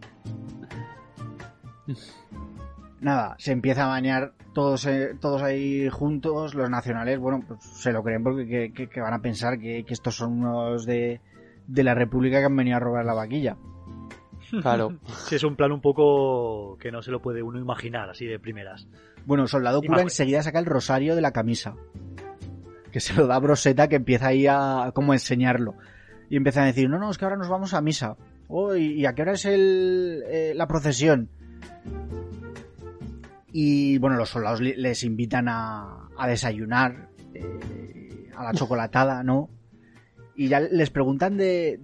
Nada, se empieza a bañar todos ahí juntos, los nacionales, pues se lo creen porque que van a pensar que estos son unos de la República que han venido a robar la vaquilla. Claro. Sí, es un plan un poco que no se lo puede uno imaginar así de primeras. Bueno, soldado cura enseguida saca el rosario de la camisa, que se lo da a Broseta, que empieza ahí a como enseñarlo. Y empiezan a decir, no, es que ahora nos vamos a misa. ¿Y a qué hora es la procesión? Y bueno, los soldados les invitan a desayunar, a la chocolatada, ¿no? Y ya les preguntan de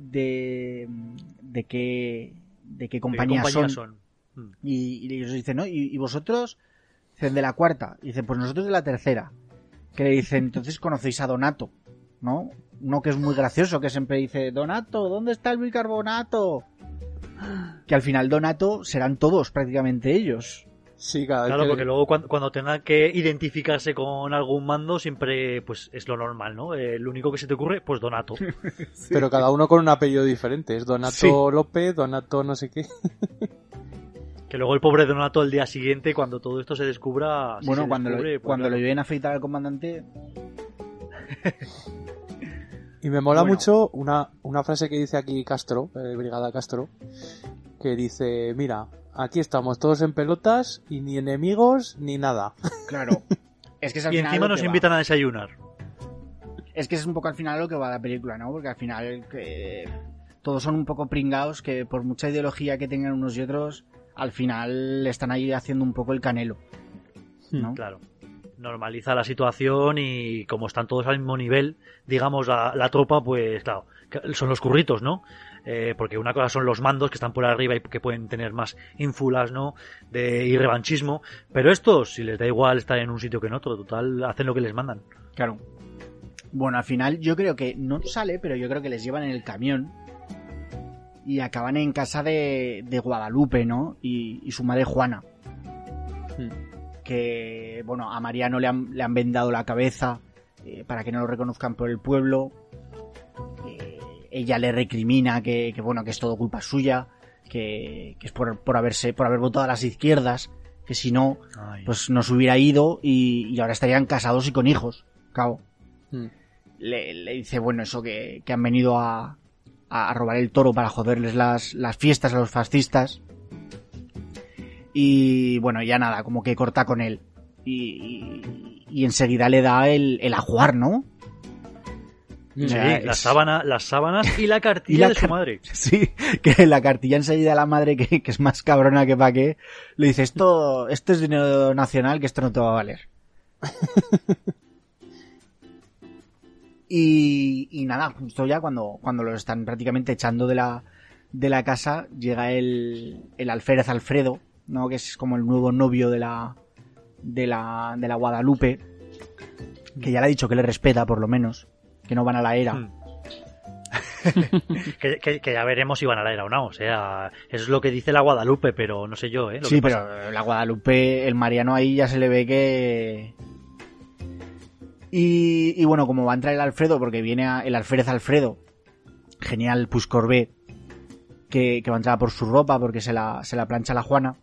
qué compañía son. Y ellos dicen, ¿no? ¿Y vosotros? Dicen, de la cuarta. Y dicen, pues nosotros de la tercera. Que le dicen, entonces conocéis a Donato, ¿no? Uno que es muy gracioso, que siempre dice, Donato, ¿dónde está el bicarbonato? Que al final Donato serán todos prácticamente ellos. Sí, claro, porque luego cuando tenga que identificarse con algún mando siempre pues es lo normal, ¿no? Lo único que se te ocurre, pues Donato. Sí. Pero cada uno con un apellido diferente, es Donato López, Donato no sé qué. Que luego el pobre Donato el día siguiente, cuando todo esto se descubra... Cuando lo lleven a afeitar al comandante... Y me mola mucho una frase que dice aquí Castro, Brigada Castro, que dice, mira, aquí estamos todos en pelotas y ni enemigos ni nada. Claro. Es que es y encima nos invitan a desayunar. Es que es un poco al final lo que va la película, ¿no? Porque al final todos son un poco pringaos que por mucha ideología que tengan unos y otros, al final están ahí haciendo un poco el canelo, ¿no? Claro. Normaliza la situación y como están todos al mismo nivel, digamos, la tropa, pues claro, son los curritos, ¿no? Porque una cosa son los mandos que están por arriba y que pueden tener más ínfulas, ¿no? Y revanchismo, pero estos, si les da igual estar en un sitio que en otro, total, hacen lo que les mandan. Claro. Bueno, al final yo creo que no sale, pero yo creo que les llevan en el camión y acaban en casa de Guadalupe, ¿no? Y su madre Juana. Que, bueno, a Mariano le han vendado la cabeza para que no lo reconozcan por el pueblo. Ella le recrimina que es todo culpa suya, que es por haber votado a las izquierdas, que si no, pues no se hubiera ido y ahora estarían casados y con hijos. Claro. Le dice, bueno, eso que han venido a robar el toro para joderles las fiestas a los fascistas. Y bueno, ya nada, como que corta con él. Y enseguida le da el ajuar, ¿no? Sí, las sábanas y la cartilla de su madre. Sí, que la cartilla enseguida de la madre, que es más cabrona que pa' qué, le dice, esto es dinero nacional, que esto no te va a valer. Y nada, justo ya cuando los están prácticamente echando de la casa, llega el alférez Alfredo, ¿no? Que es como el nuevo novio de la Guadalupe, que ya le ha dicho que le respeta, por lo menos, que no van a la era. que ya veremos si van a la era o no. O sea, eso es lo que dice la Guadalupe, pero no sé yo, ¿eh? Sí, pero la Guadalupe, el Mariano ahí ya se le ve que... Y bueno, como va a entrar el Alfredo, porque viene el alférez Alfredo, genial Puscorbé, que va a entrar por su ropa porque se la plancha la Juana,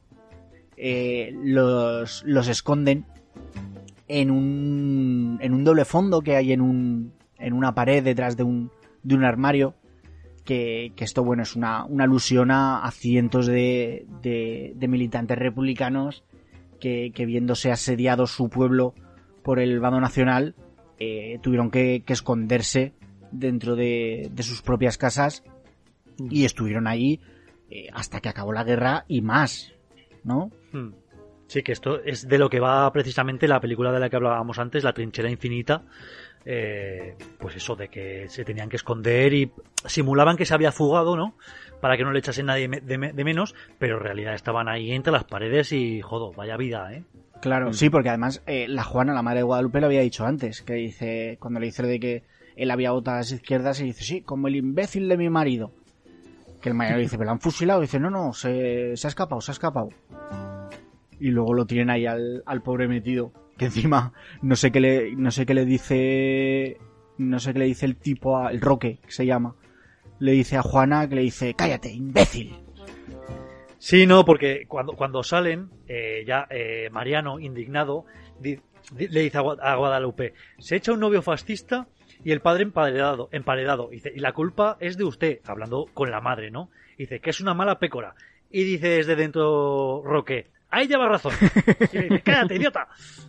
los esconden en un doble fondo que hay en una pared detrás de un armario, que esto, bueno, es una alusión a cientos de militantes republicanos que viéndose asediado su pueblo por el bando nacional, tuvieron que esconderse dentro de sus propias casas y estuvieron ahí hasta que acabó la guerra y más, ¿no? Sí, que esto es de lo que va precisamente la película de la que hablábamos antes, La trinchera infinita. Pues eso, de que se tenían que esconder y simulaban que se había fugado, ¿no? Para que no le echasen nadie de menos, pero en realidad estaban ahí entre las paredes y, joder, vaya vida, ¿eh? Claro, sí, porque además la Juana, la madre de Guadalupe, lo había dicho antes, que dice, cuando le dice de que él había votado a las izquierdas, y dice, sí, como el imbécil de mi marido. Que el marido le dice, pero lo han fusilado, y dice, no, se ha escapado. Y luego lo tienen ahí al pobre metido, que encima no sé qué le dice el tipo, el Roque, que se llama, le dice a Juana, que le dice, cállate, imbécil. Sí, no, porque cuando salen, Mariano, indignado, le dice a Guadalupe, se echa un novio fascista y el padre emparedado. Dice, y la culpa es de usted, hablando con la madre, ¿no? Dice, que es una mala pécora. Y dice desde dentro Roque, ahí lleva razón. Y le dice, cállate, idiota.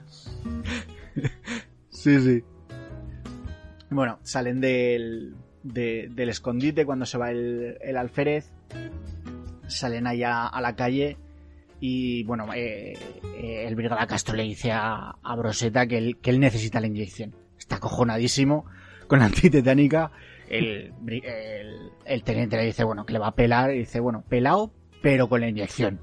Sí. Bueno, salen del escondite cuando se va el alférez. Salen allá a la calle y bueno, el Brigada Castro le dice a Broseta que él necesita la inyección. Está acojonadísimo con la antitetánica. El teniente le dice, bueno, que le va a pelar, y dice, bueno, pelado, pero con la inyección.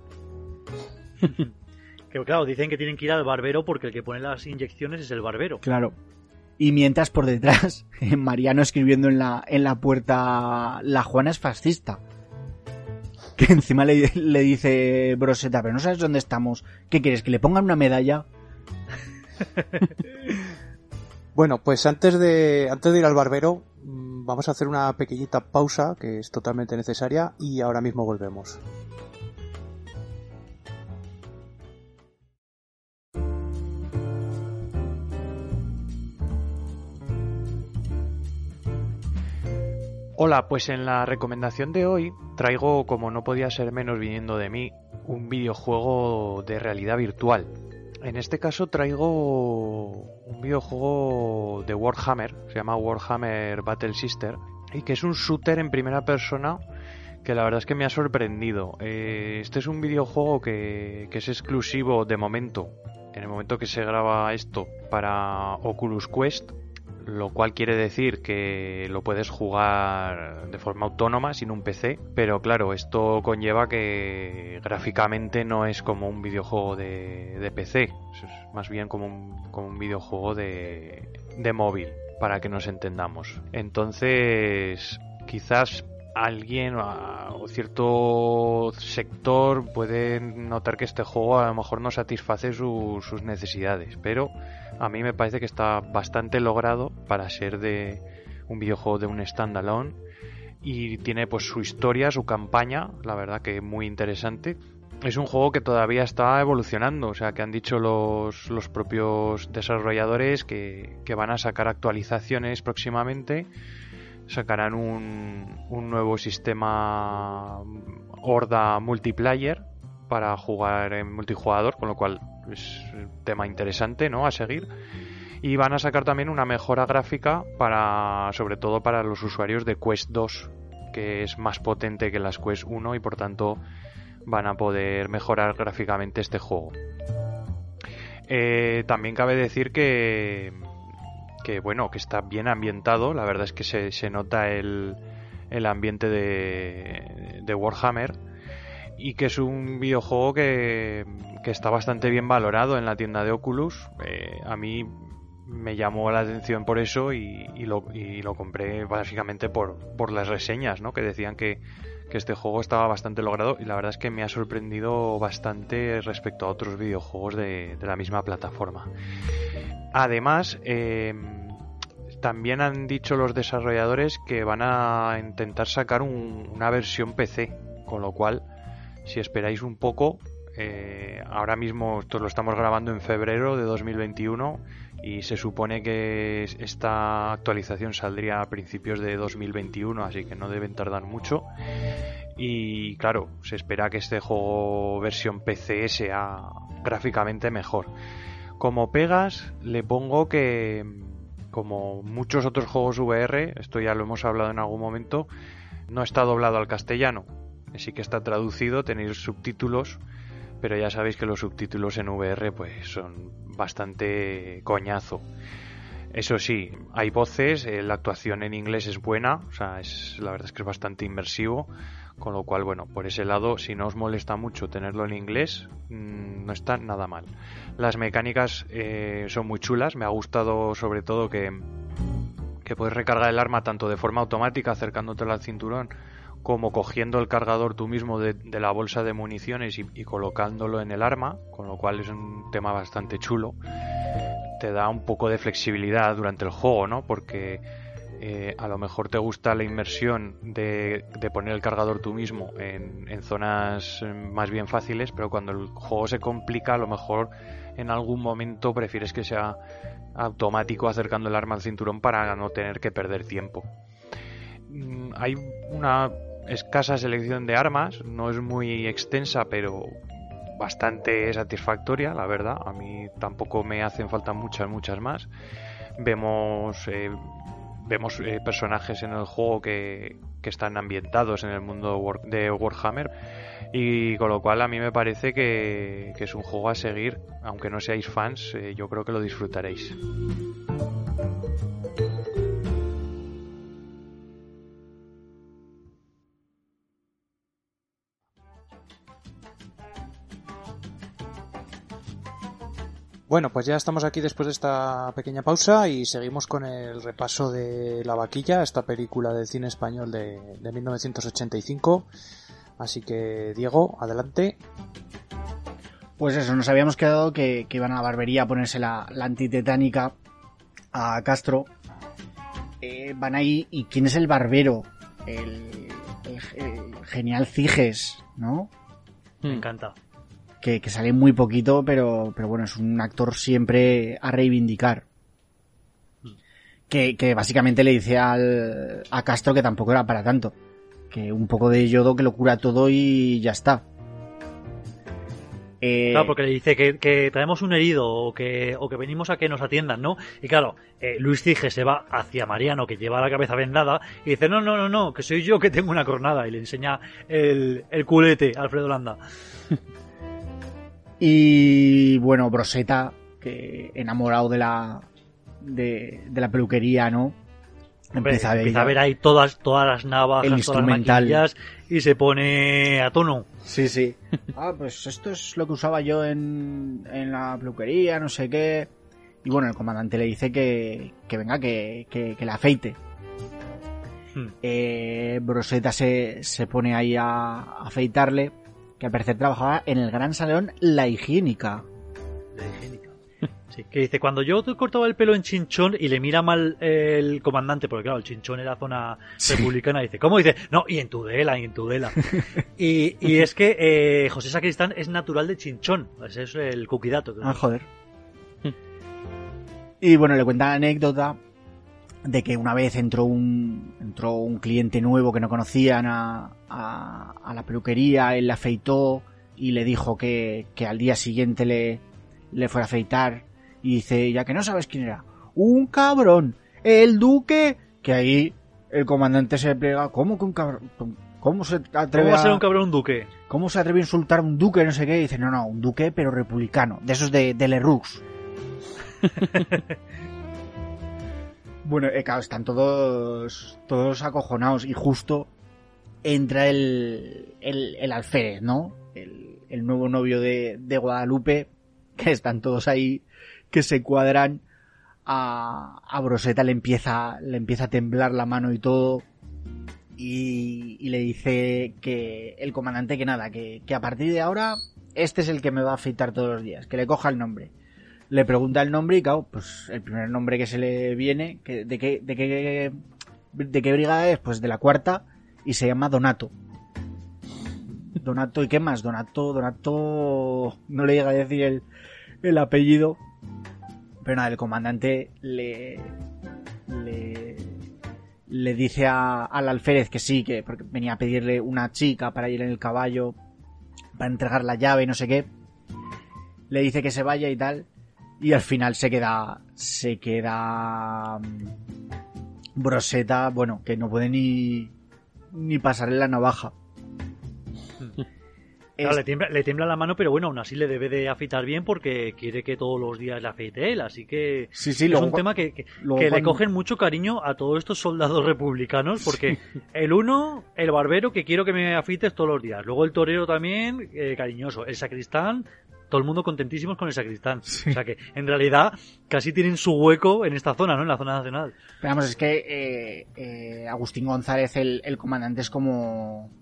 Que claro, dicen que tienen que ir al barbero porque el que pone las inyecciones es el barbero. Claro. Y mientras por detrás, Mariano escribiendo en la puerta, la Juana es fascista. Que encima le dice Broseta, pero no sabes dónde estamos. ¿Qué quieres? ¿Que le pongan una medalla? Bueno, pues antes de ir al barbero, vamos a hacer una pequeñita pausa que es totalmente necesaria y ahora mismo volvemos. Hola, pues en la recomendación de hoy traigo, como no podía ser menos viniendo de mí, un videojuego de realidad virtual. En este caso traigo un videojuego de Warhammer, se llama Warhammer Battle Sister, y que es un shooter en primera persona que la verdad es que me ha sorprendido. Este es un videojuego que es exclusivo de momento, en el momento que se graba esto, para Oculus Quest, lo cual quiere decir que lo puedes jugar de forma autónoma sin un PC, pero claro, esto conlleva que gráficamente no es como un videojuego de PC, es más bien como un videojuego de móvil, para que nos entendamos. Entonces, quizás alguien o cierto sector puede notar que este juego a lo mejor no satisface sus necesidades, pero a mí me parece que está bastante logrado para ser de un videojuego de un standalone, y tiene pues su historia, su campaña, la verdad que muy interesante. Es un juego que todavía está evolucionando, o sea que han dicho los propios desarrolladores que van a sacar actualizaciones próximamente. Sacarán un nuevo sistema horda multiplayer para jugar en multijugador, con lo cual es un tema interesante, ¿no?, a seguir. Y van a sacar también una mejora gráfica sobre todo para los usuarios de Quest 2, que es más potente que las Quest 1 y por tanto van a poder mejorar gráficamente este juego. También cabe decir que bueno, que está bien ambientado. La verdad es que se nota el ambiente de Warhammer, y que es un videojuego que está bastante bien valorado en la tienda de Oculus. A mí me llamó la atención por eso y lo compré básicamente por las reseñas, ¿no?, que decían que este juego estaba bastante logrado, y la verdad es que me ha sorprendido bastante respecto a otros videojuegos de la misma plataforma. Además, también han dicho los desarrolladores que van a intentar sacar una versión PC, con lo cual, si esperáis un poco, ahora mismo esto lo estamos grabando en febrero de 2021 y se supone que esta actualización saldría a principios de 2021, así que no deben tardar mucho. Y claro, se espera que este juego versión PC sea gráficamente mejor. Como pegas, le pongo que, como muchos otros juegos VR, esto ya lo hemos hablado en algún momento, no está doblado al castellano. Sí que está traducido, tenéis subtítulos, pero ya sabéis que los subtítulos en VR pues son bastante coñazo. Eso sí, hay voces, la actuación en inglés es buena, o sea, la verdad es que es bastante inmersivo, con lo cual, bueno, por ese lado, si no os molesta mucho tenerlo en inglés, no está nada mal. Las mecánicas son muy chulas, me ha gustado sobre todo que puedes recargar el arma tanto de forma automática acercándotelo al cinturón, como cogiendo el cargador tú mismo de la bolsa de municiones y colocándolo en el arma, con lo cual es un tema bastante chulo. Te da un poco de flexibilidad durante el juego, ¿no? Porque a lo mejor te gusta la inmersión de poner el cargador tú mismo en zonas más bien fáciles, pero cuando el juego se complica, a lo mejor en algún momento prefieres que sea automático acercando el arma al cinturón para no tener que perder tiempo. Hay una escasa selección de armas, no es muy extensa, pero bastante satisfactoria, la verdad. A mí tampoco me hacen falta muchas más. Vemos personajes en el juego que están ambientados en el mundo de Warhammer, y con lo cual a mí me parece que es un juego a seguir. Aunque no seáis fans, yo creo que lo disfrutaréis. Bueno, pues ya estamos aquí después de esta pequeña pausa y seguimos con el repaso de La Vaquilla, esta película del cine español de 1985. Así que, Diego, adelante. Pues eso, nos habíamos quedado que iban a la barbería a ponerse la antitetánica a Castro. Van ahí, ¿y quién es el barbero? El genial Ciges, ¿no? Me encanta. Que sale muy poquito, pero bueno, es un actor siempre a reivindicar. Que básicamente le dice a Castro que tampoco era para tanto. Que un poco de yodo que lo cura todo y ya está. Claro, porque le dice que traemos un herido o que venimos a que nos atiendan, ¿no? Y claro, Luis Cige se va hacia Mariano, que lleva la cabeza vendada, y dice, no, que soy yo que tengo una cornada, y le enseña el culete a Alfredo Landa. Y bueno, Broseta, que enamorado de la peluquería, ¿no? Empieza a ver ahí todas las navajas, el instrumental, todas las maquillas, y se pone a tono. Sí. Pues esto es lo que usaba yo en la peluquería, no sé qué. Y bueno, el comandante le dice que venga, que la afeite. Broseta se pone ahí a afeitarle, que al parecer trabajaba en el gran salón La Higiénica. Sí, que dice, cuando yo te cortaba el pelo en Chinchón, y le mira mal el comandante, porque claro, el Chinchón era zona republicana, dice, ¿cómo? Dice, no, y en Tudela. y es que José Sacristán es natural de Chinchón, ese es el cuquidato. Joder. Y bueno, le cuenta la anécdota de que una vez entró un cliente nuevo que no conocían a la peluquería, él le afeitó y le dijo que al día siguiente le fuera a afeitar. Y dice, ya que no sabes quién era, un cabrón, el duque, que ahí el comandante se plega, ¿cómo que un cabrón? ¿Cómo se atreve ¿Cómo va a ser un cabrón un duque? ¿Cómo se atreve a insultar a un duque? No sé qué. Y dice, no, un duque pero republicano, de esos de Lerroux. Bueno, claro, están todos acojonados y justo entra el alférez, ¿no? El nuevo novio de Guadalupe, que están todos ahí, que se cuadran. A Broseta le empieza a temblar la mano y todo, y le dice que el comandante que a partir de ahora este es el que me va a afeitar todos los días, que le coja el nombre. Le pregunta el nombre y claro, pues el primer nombre que se le viene, ¿de qué brigada es? Pues de la 4ª, y se llama Donato. Donato, ¿y qué más? Donato no le llega a decir el apellido, pero nada, el comandante le dice al alférez que sí, que porque venía a pedirle una chica para ir en el caballo, para entregar la llave y no sé qué. Le dice que se vaya y tal, y al final se queda Broseta, bueno, que no puede ni pasarle la navaja. Claro, le tiembla la mano, pero bueno, aún así le debe de afeitar bien porque quiere que todos los días le afeite él, así que sí, es un tema que le cogen mucho cariño a todos estos soldados republicanos, porque el barbero, que quiero que me afeites todos los días, luego el torero también, cariñoso, el sacristán, todo el mundo contentísimos con el sacristán. Sí. O sea que en realidad casi tienen su hueco en esta zona, ¿no? En la zona nacional. Pero vamos, es que Agustín González, el comandante, es como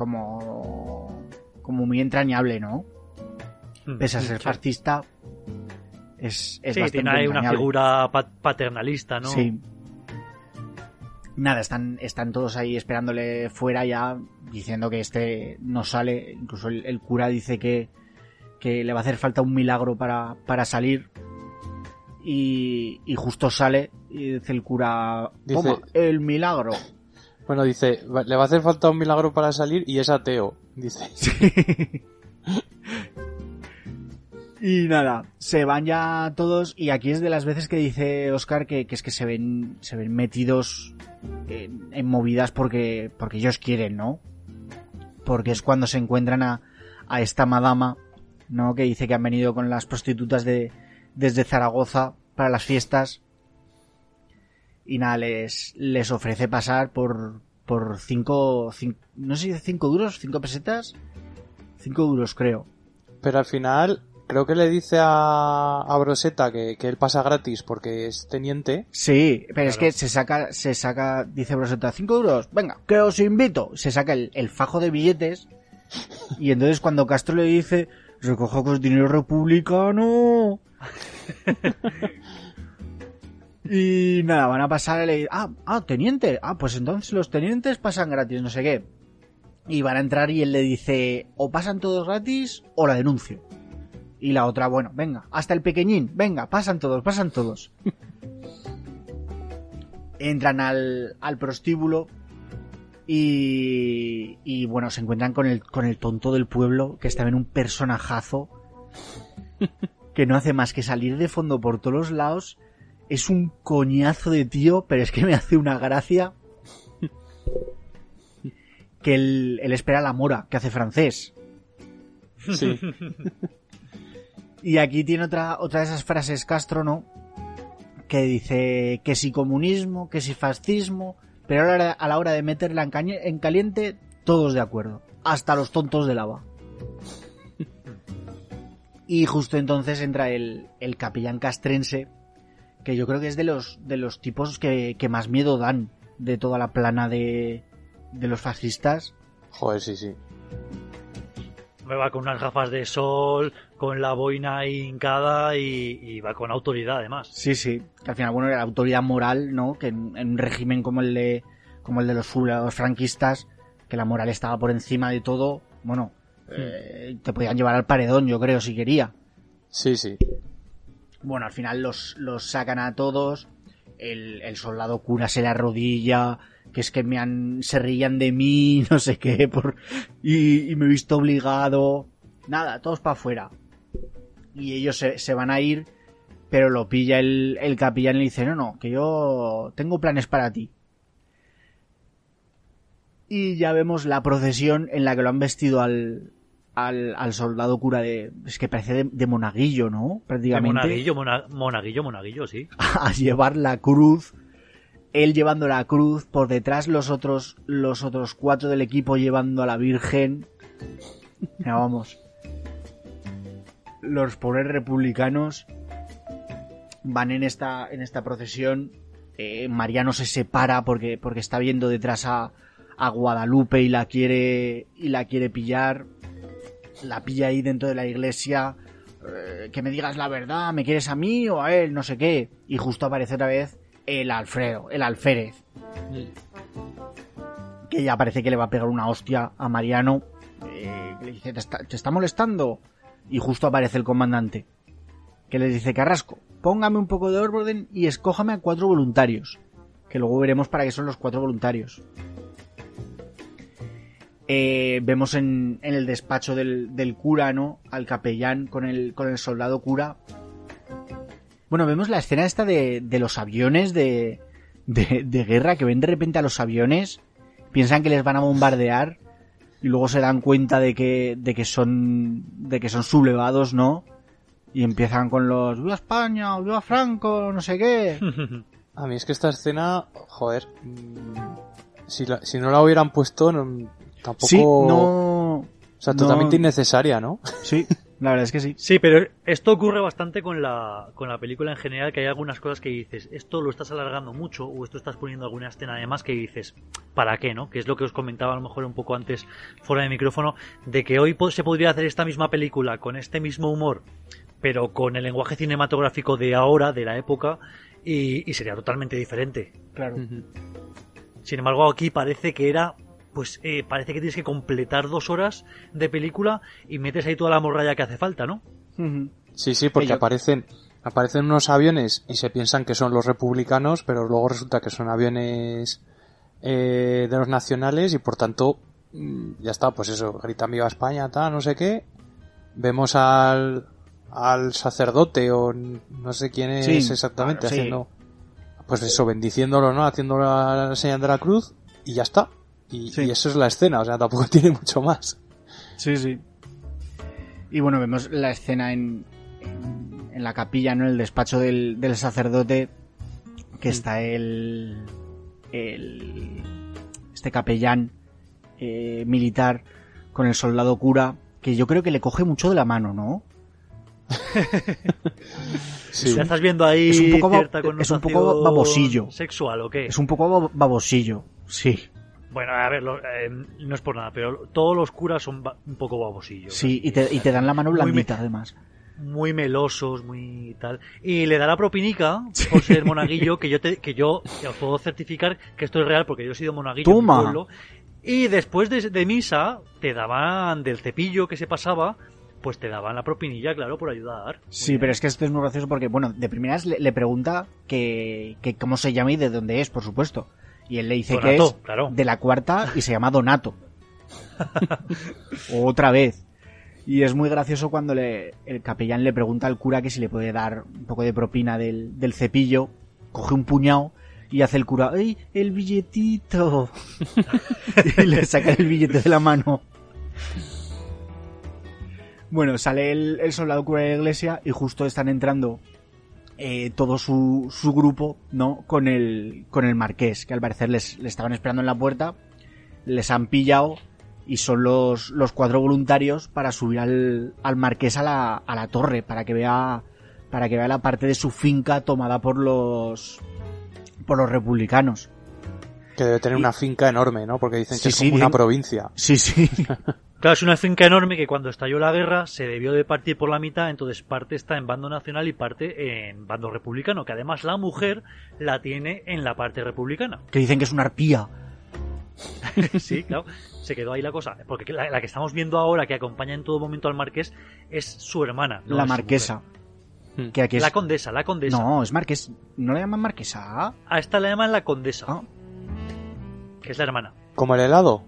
muy entrañable, ¿no? Pese a ser fascista, es bastante tiene ahí una figura paternalista, ¿no? Sí. Nada, están todos ahí esperándole fuera ya, diciendo que este no sale. Incluso el cura dice que le va a hacer falta un milagro para salir. Y justo sale y dice el cura, toma, el milagro. Bueno, dice, le va a hacer falta un milagro para salir y es ateo, dice. Sí. Y nada, se van ya todos, y aquí es de las veces que dice Óscar que es que se ven metidos en movidas porque ellos quieren, ¿no? Porque es cuando se encuentran a esta madama, ¿no? Que dice que han venido con las prostitutas desde Zaragoza para las fiestas. Y nada, les ofrece pasar por 5, no sé si 5 duros, 5 pesetas, 5 duros creo. Pero al final creo que le dice a Broseta que él pasa gratis porque es teniente. Sí, pero claro. Es que se saca, dice Broseta, 5 duros, venga, que os invito. Se saca el fajo de billetes, y entonces cuando Castro le dice, recoja con dinero republicano. Y nada, van a pasar teniente, pues entonces los tenientes pasan gratis, no sé qué. Y van a entrar y él le dice, o pasan todos gratis o la denuncio. Y la otra, bueno, venga, hasta el pequeñín, venga, pasan todos. Entran al prostíbulo y bueno, se encuentran con el tonto del pueblo, que está en un personajazo, que no hace más que salir de fondo por todos los lados. Es un coñazo de tío, pero es que me hace una gracia que él espera a la mora, que hace francés. Sí. Y aquí tiene otra de esas frases Castro, ¿no? Que dice que si comunismo, que si fascismo, pero a la hora de meterla en caliente, todos de acuerdo. Hasta los tontos de lava. Y justo entonces entra el capellán castrense, que yo creo que es de los tipos que más miedo dan de toda la plana de los fascistas. Joder, sí, sí. Me va con unas gafas de sol, con la boina ahí hincada y va con autoridad además. Sí, sí. Que al final, bueno, era la autoridad moral, ¿no? Que en un régimen como el de los franquistas, que la moral estaba por encima de todo, bueno, te podían llevar al paredón, yo creo, si quería. Sí, sí. Bueno, al final los sacan a todos. El soldado cura se le arrodilla, que es que se reían de mí, no sé qué, y me he visto obligado. Nada, todos para afuera. Y ellos se van a ir, pero lo pilla el capellán y le dice, no, que yo tengo planes para ti. Y ya vemos la procesión en la que lo han vestido al soldado cura es que parece de monaguillo, ¿no? Prácticamente. De monaguillo, sí. A llevar la cruz. Él llevando la cruz, por detrás los otros 4 del equipo llevando a la Virgen. Ya vamos. Los pobres republicanos van en esta procesión. Mariano se separa porque está viendo detrás a Guadalupe y la quiere pillar. La pilla ahí dentro de la iglesia. Que me digas la verdad, ¿me quieres a mí o a él? No sé qué. Y justo aparece otra vez el alférez. Que ya parece que le va a pegar una hostia a Mariano. Le dice, ¿te está molestando? Y justo aparece el comandante, que le dice, Carrasco, póngame un poco de orden y escójame a 4 voluntarios. Que luego veremos para qué son los 4 voluntarios. Vemos en el despacho del cura, ¿no? Al capellán con el soldado cura. Bueno, vemos la escena esta de los aviones de guerra, que ven de repente a los aviones, piensan que les van a bombardear y luego se dan cuenta de que son sublevados, ¿no? Y empiezan con los ¡Viva España! ¡Viva Franco! No sé qué. A mí es que esta escena, joder, si no la hubieran puesto, tampoco... Sí, no... O sea, totalmente innecesaria, ¿no? Sí, la verdad es que sí. Sí, pero esto ocurre bastante con la película en general, que hay algunas cosas que dices, esto lo estás alargando mucho, o esto estás poniendo alguna escena además que dices, ¿para qué, no? Que es lo que os comentaba a lo mejor un poco antes, fuera de micrófono, de que hoy se podría hacer esta misma película con este mismo humor, pero con el lenguaje cinematográfico de ahora, de la época, y sería totalmente diferente. Claro. Sin embargo, aquí parece que parece que tienes que completar 2 horas de película y metes ahí toda la morralla que hace falta, ¿no? Sí, porque aparecen unos aviones y se piensan que son los republicanos, pero luego resulta que son aviones de los nacionales y por tanto ya está, pues eso, gritan viva España, tal, no sé qué. Vemos al sacerdote o no sé quién es exactamente, haciendo, pues eso, bendiciéndolo, ¿no? Haciendo la señal de la cruz y ya está. Y eso es la escena, o sea, tampoco tiene mucho más. Sí. Y bueno, vemos la escena en la capilla, ¿no? El despacho del sacerdote, que está este capellán militar con el soldado cura, que yo creo que le coge mucho de la mano, ¿no? Sí. ¿Ya estás viendo ahí cierta connotación es un poco babosillo sexual o qué? Es un poco babosillo, sí. Bueno, a ver, no es por nada, pero todos los curas son un poco babosillos. Sí, y te dan la mano blandita, además. Muy melosos, muy tal. Y le da la propinica por ser monaguillo, que yo os puedo certificar que esto es real porque yo he sido monaguillo en mi pueblo. Y después de misa te daban del cepillo que se pasaba, pues te daban la propinilla, claro, por ayudar. Sí, pero es que esto es muy gracioso porque, bueno, de primeras le pregunta que cómo se llama y de dónde es, por supuesto. Y él le dice Donato, que es de la Cuarta y se llama Donato. Otra vez. Y es muy gracioso cuando el capellán le pregunta al cura que si le puede dar un poco de propina del cepillo, coge un puñado y hace el cura, ¡ay, el billetito! Y le saca el billete de la mano. Bueno, sale el soldado cura de la iglesia y justo están entrando todo su grupo, ¿no? Con el marqués, que al parecer les estaban esperando en la puerta, les han pillado y son los 4 voluntarios para subir al marqués a la torre, para que vea la parte de su finca tomada por los republicanos. Que debe tener una finca enorme, ¿no? Porque dicen que es como dicen... una provincia. Sí. Claro, es una finca enorme que cuando estalló la guerra se debió de partir por la mitad, entonces parte está en bando nacional y parte en bando republicano, que además la mujer la tiene en la parte republicana. Que dicen que es una arpía. Sí, claro, se quedó ahí la cosa. Porque la que estamos viendo ahora, que acompaña en todo momento al marqués, es su hermana. No la es marquesa. Que aquí es... La condesa. No, es marqués. ¿No la llaman marquesa? A esta la llaman la condesa. Ah. Que es la hermana. ¿Como el helado?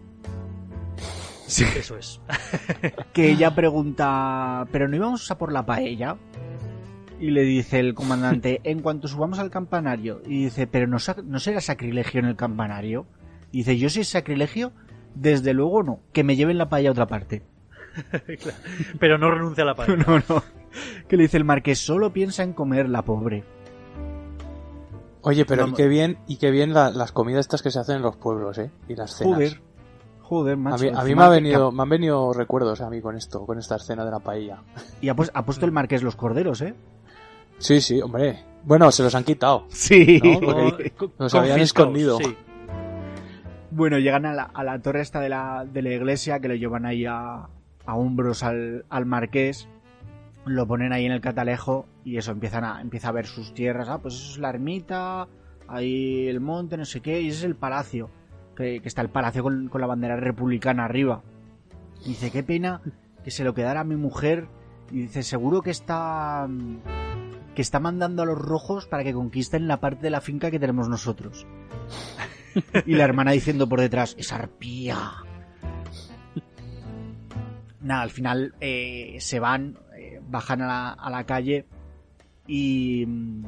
Sí. Eso es. Que ella pregunta, ¿pero no íbamos a por la paella? Y le dice el comandante, en cuanto subamos al campanario. Y dice, ¿pero no será sacrilegio en el campanario? Y dice, yo si es sacrilegio, desde luego no, que me lleven la paella a otra parte. Claro. Pero no renuncia a la paella. No. Que le dice el marqués, solo piensa en comer, la pobre. Oye, pero y qué bien las comidas estas que se hacen en los pueblos, ¿eh? Y las cenas. Joder, macho. A mí me han venido recuerdos a mí con esta escena de la paella. Y ha puesto el marqués los corderos, ¿eh? Sí, hombre. Bueno, se los han quitado. Sí. ¿No? Porque los habían escondido. Sí. Bueno, llegan a la torre esta de la iglesia, que lo llevan ahí a hombros al marqués, lo ponen ahí en el catalejo y eso, empieza a ver sus tierras. Pues eso es la ermita, ahí el monte, no sé qué, y ese es el palacio, que está el palacio con la bandera republicana arriba. Y dice, qué pena que se lo quedara a mi mujer. Y dice, seguro que está mandando a los rojos para que conquisten la parte de la finca que tenemos nosotros. Y la hermana diciendo por detrás, ¡es arpía! Nada, al final se van, bajan a la calle y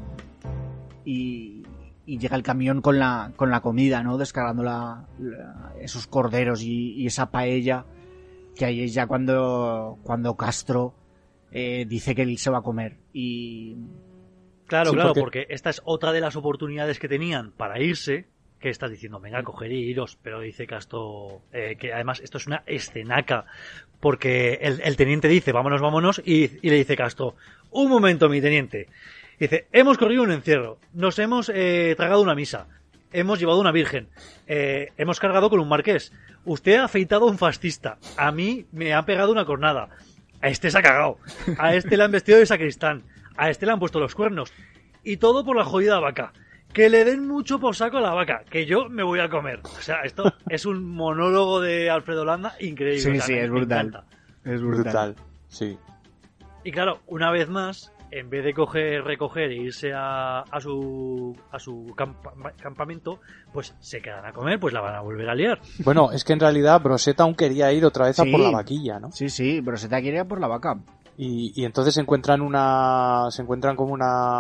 llega el camión con la comida, ¿no? Descargando esos corderos y esa paella, que ahí es ya cuando Castro dice que él se va a comer. Y Claro, porque esta es otra de las oportunidades que tenían para irse, que estás diciendo, venga, coger y iros, pero dice Castro, que además esto es una escenaca, porque el teniente dice, vámonos, y le dice Castro, un momento, mi teniente. Dice, hemos corrido un encierro, nos hemos tragado una misa, hemos llevado una virgen, hemos cargado con un marqués, usted ha afeitado a un fascista, a mí me ha pegado una cornada, a este se ha cagado, a este le han vestido de sacristán, a este le han puesto los cuernos, y todo por la jodida vaca. Que le den mucho por saco a la vaca, que yo me voy a comer. O sea, esto es un monólogo de Alfredo Landa increíble. Sí, o sea, sí, es brutal. Es brutal. Sí. Y claro, una vez más, en vez de recoger e irse a su campamento, pues se quedan a comer, pues la van a volver a liar. Bueno, es que en realidad Broseta aún quería ir otra vez a por la vaquilla, ¿no? Sí, Broseta quería ir a por la vaca. Y entonces se encuentran como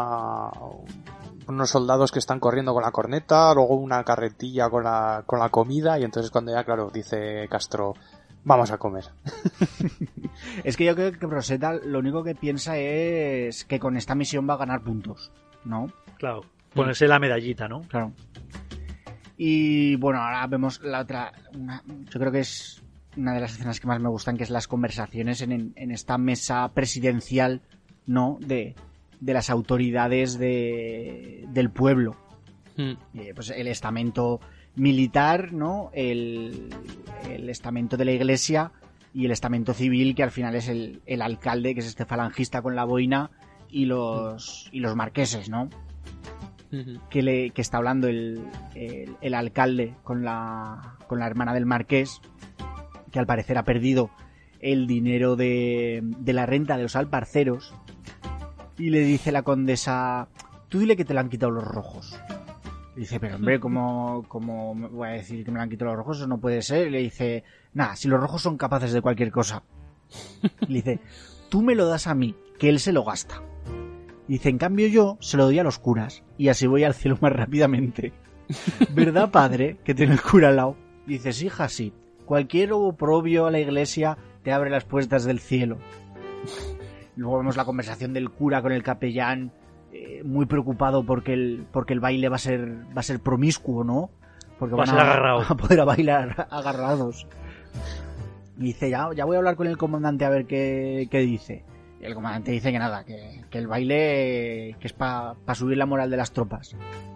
unos soldados que están corriendo con la corneta, luego una carretilla con la comida, y entonces cuando ya, claro, dice Castro, vamos a comer. Es que yo creo que Broseta lo único que piensa es que con esta misión va a ganar puntos, ¿no? Claro, ponerse la medallita, ¿no? Claro. Y bueno, ahora vemos la otra, yo creo que es una de las escenas que más me gustan, que es las conversaciones en esta mesa presidencial, ¿no? De las autoridades del pueblo. Pues el estamento militar, ¿no? El estamento de la iglesia y el estamento civil, que al final es el alcalde, que es este falangista con la boina, y los marqueses, ¿no? Que está hablando el alcalde con la hermana del marqués, que al parecer ha perdido el dinero de la renta de los alparceros, y le dice la condesa, tú dile que te lo han quitado los rojos. Y dice, pero hombre, ¿cómo voy a decir que me lo han quitado los rojos? Eso no puede ser. Y le dice, nada, si los rojos son capaces de cualquier cosa. Y le dice, tú me lo das a mí, que él se lo gasta. Y dice, en cambio yo se lo doy a los curas y así voy al cielo más rápidamente. ¿Verdad, padre? Que tiene el cura al lado. Y dices, hija, sí. Cualquier oprobio a la iglesia te abre las puertas del cielo. Luego vemos la conversación del cura con el capellán, muy preocupado porque el baile va a ser promiscuo, ¿no? Porque va a ser agarrado. A poder bailar agarrados. Y dice, ya voy a hablar con el comandante a ver qué dice. Y el comandante dice que nada, que el baile que es para subir la moral de las tropas.